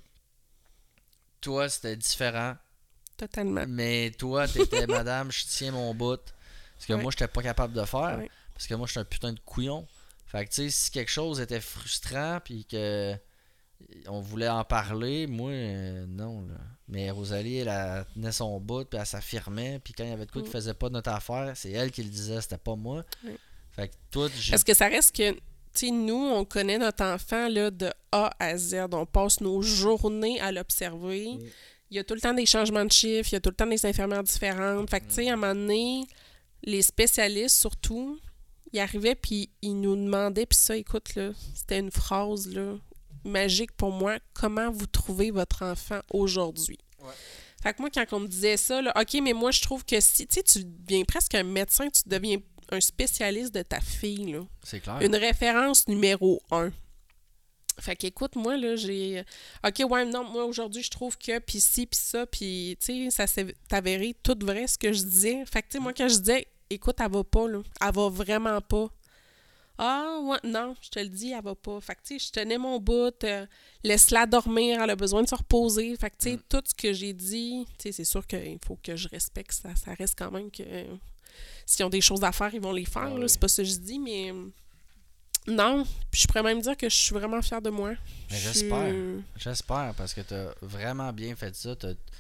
Toi, c'était différent. Totalement. Mais toi, t'étais madame, je tiens mon bout. Parce que Ouais. moi, j'étais pas capable de faire. Ouais. Parce que moi, je suis un putain de couillon. Fait que, tu sais, si quelque chose était frustrant, puis que on voulait en parler, moi, non. Là. Mais Rosalie, elle tenait son bout, puis elle s'affirmait. Puis quand il y avait de quoi qui faisait pas notre affaire, c'est elle qui le disait, c'était pas moi. Ouais. Fait que toi, Parce que ça reste que, tu sais, nous, on connaît notre enfant là, de A à Z. On passe nos journées à l'observer. Il y a tout le temps des changements de chiffres, il y a tout le temps des infirmières différentes. Fait que, tu sais, à un moment donné, les spécialistes, surtout, ils arrivaient, puis ils nous demandaient, puis ça, écoute, là, c'était une phrase, là, magique pour moi. Comment vous trouvez votre enfant aujourd'hui? Ouais. Fait que moi, quand on me disait ça, là, OK, mais moi, je trouve que si, tu sais, tu deviens presque un médecin, tu deviens un spécialiste de ta fille, là. c'est clair. Une référence numéro 1. Fait qu'écoute, moi, là, j'ai... OK, ouais, non, moi, aujourd'hui, je trouve que, puis ci, puis ça, puis, tu sais, ça s'est avéré tout vrai, ce que je disais. Fait que, tu sais, moi, quand je disais, écoute, elle va pas, là. Elle va vraiment pas. Ah, ouais, non, je te le dis, elle va pas. Fait que, tu sais, je tenais mon bout, laisse-la dormir, elle a besoin de se reposer. Fait que, tu sais, tout ce que j'ai dit, tu sais, c'est sûr qu'il faut que je respecte ça. Ça reste quand même que s'ils ont des choses à faire, ils vont les faire, Ah là. oui. C'est pas ça que je dis, mais... Non, puis je pourrais même dire que je suis vraiment fière de moi. Mais Je j'espère. suis- J'espère, parce que t'as vraiment bien fait ça.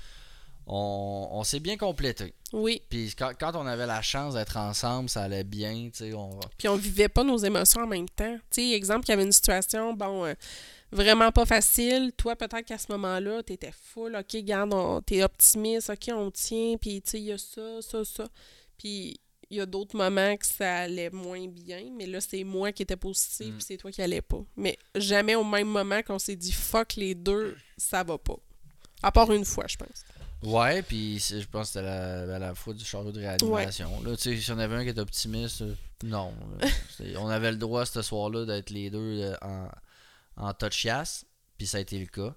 On s'est bien complété. Oui, Puis quand on avait la chance d'être ensemble, ça allait bien, tu sais, puis on vivait pas nos émotions en même temps. Tu sais, exemple, il y avait une situation, bon, vraiment pas facile. Toi, peut-être qu'à ce moment-là, t'étais full, OK, garde, t'es optimiste, OK, on tient, puis tu sais, il y a ça. Puis il y a d'autres moments que ça allait moins bien, mais là, c'est moi qui étais positive, puis c'est toi qui allais pas. Mais jamais au même moment qu'on s'est dit, fuck les deux, ça va pas. À part une fois, je pense. Ouais, puis je pense que c'était la fois du chariot de réanimation. Là, tu sais, si on avait un qui était optimiste, non. Là. On avait le droit ce soir-là d'être les deux en tas de chiasse, puis ça a été le cas.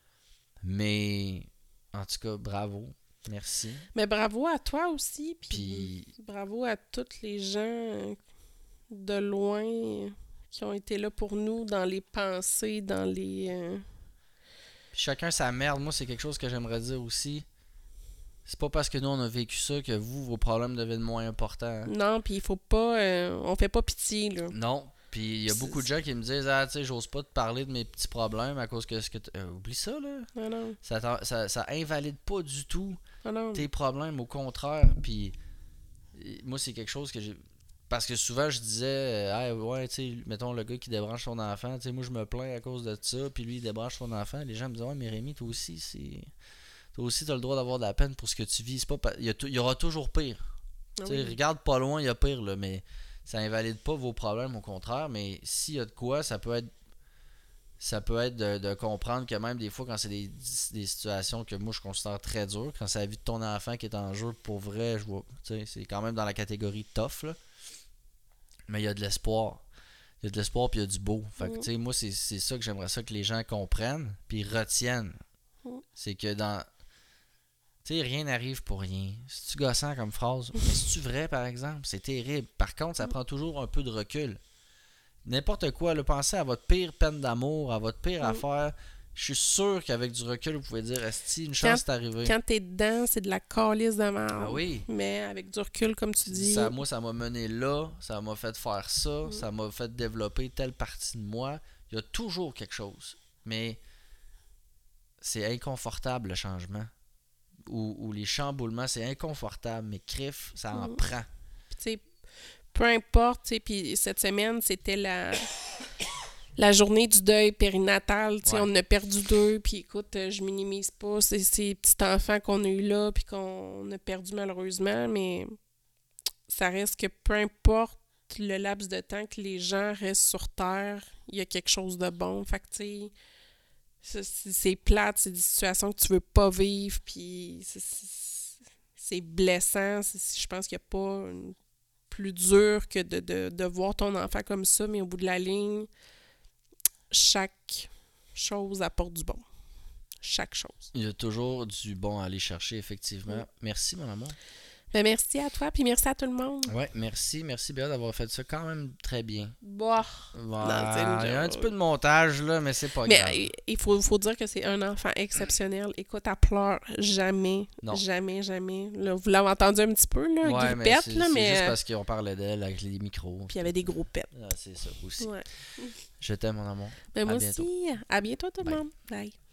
Mais, en tout cas, bravo. Merci. Mais bravo à toi aussi, puis Puis, bravo à tous les gens de loin qui ont été là pour nous dans les pensées, dans les... puis chacun sa merde. Moi, c'est quelque chose que j'aimerais dire aussi. C'est pas parce que nous, on a vécu ça que vous, vos problèmes deviennent moins importants. Hein. Non, puis il faut pas... on fait pas pitié, là. Non. Puis il y a beaucoup de gens qui me disent ah, tu sais, j'ose pas te parler de mes petits problèmes à cause que ce que oublie ça, là. Non, non, Ça invalide pas du tout non, non. tes problèmes, au contraire. Puis moi, c'est quelque chose que j'ai. Parce que souvent, je disais, ah, ouais, tu sais, mettons le gars qui débranche son enfant, tu sais, moi, je me plains à cause de ça, puis lui, il débranche son enfant. Les gens me disent, ouais, mais Rémi, toi aussi, t'as le droit d'avoir de la peine pour ce que tu vis. C'est pas il y aura toujours pire. Ah Tu sais, oui. regarde pas loin, il y a pire, là, mais ça invalide pas vos problèmes, au contraire. Mais s'il y a de quoi, ça peut être de comprendre que même des fois, quand c'est des situations que moi je considère très dures, quand c'est la vie de ton enfant qui est en jeu, pour vrai, je vois, tu sais, c'est quand même dans la catégorie tough, là. Mais il y a de l'espoir. Il y a de l'espoir puis il y a du beau. Fait que, tu sais, moi, c'est ça que j'aimerais ça que les gens comprennent puis retiennent. C'est que tu sais, rien n'arrive pour rien. C'est-tu gossant comme phrase? Mais c'est-tu vrai, par exemple? C'est terrible. Par contre, ça prend toujours un peu de recul. N'importe quoi, là, pensez à votre pire peine d'amour, à votre pire affaire. Je suis sûr qu'avec du recul, vous pouvez dire, esti, une chance c'est arrivé. Quand t'es dedans, c'est de la calice de merde. Ah oui. Mais avec du recul, comme tu dis... Moi, ça m'a mené là, ça m'a fait faire ça, ça m'a fait développer telle partie de moi. Il y a toujours quelque chose. Mais c'est inconfortable, le changement. Ou les chamboulements, c'est inconfortable. Mais crif, ça en prend. Puis, tu sais, peu importe, tu sais, puis cette semaine, c'était la journée du deuil périnatal, tu sais, Ouais. on en a perdu 2, puis écoute, je minimise pas ces petits enfants qu'on a eu là, puis qu'on a perdu malheureusement, mais ça reste que peu importe le laps de temps que les gens restent sur Terre, il y a quelque chose de bon. Fait que, tu sais, c'est plate, c'est des situations que tu veux pas vivre, puis c'est blessant. Je pense qu'il n'y a pas plus dur que de voir ton enfant comme ça, mais au bout de la ligne, chaque chose apporte du bon. Chaque chose. Il y a toujours du bon à aller chercher, effectivement. Merci, mon amour. Ben, merci à toi, puis merci à tout le monde. Ouais, merci Béa d'avoir fait ça quand même très bien. Bah. Ouais, Non, c'est une il y a un joke. petit peu de montage, là, mais c'est pas grave. Mais il faut dire que c'est un enfant exceptionnel. Écoute, elle pleure jamais. Non. Jamais, jamais. Là, vous l'avez entendu un petit peu, là, Ouais, mais grippette, c'est là, mais... juste parce qu'on parlait d'elle avec les micros. Puis il y avait des gros pets. Ah, c'est ça aussi. Ouais. Je t'aime, mon amour. Ben, À moi bientôt. aussi. À bientôt, tout le Bye. monde. Bye.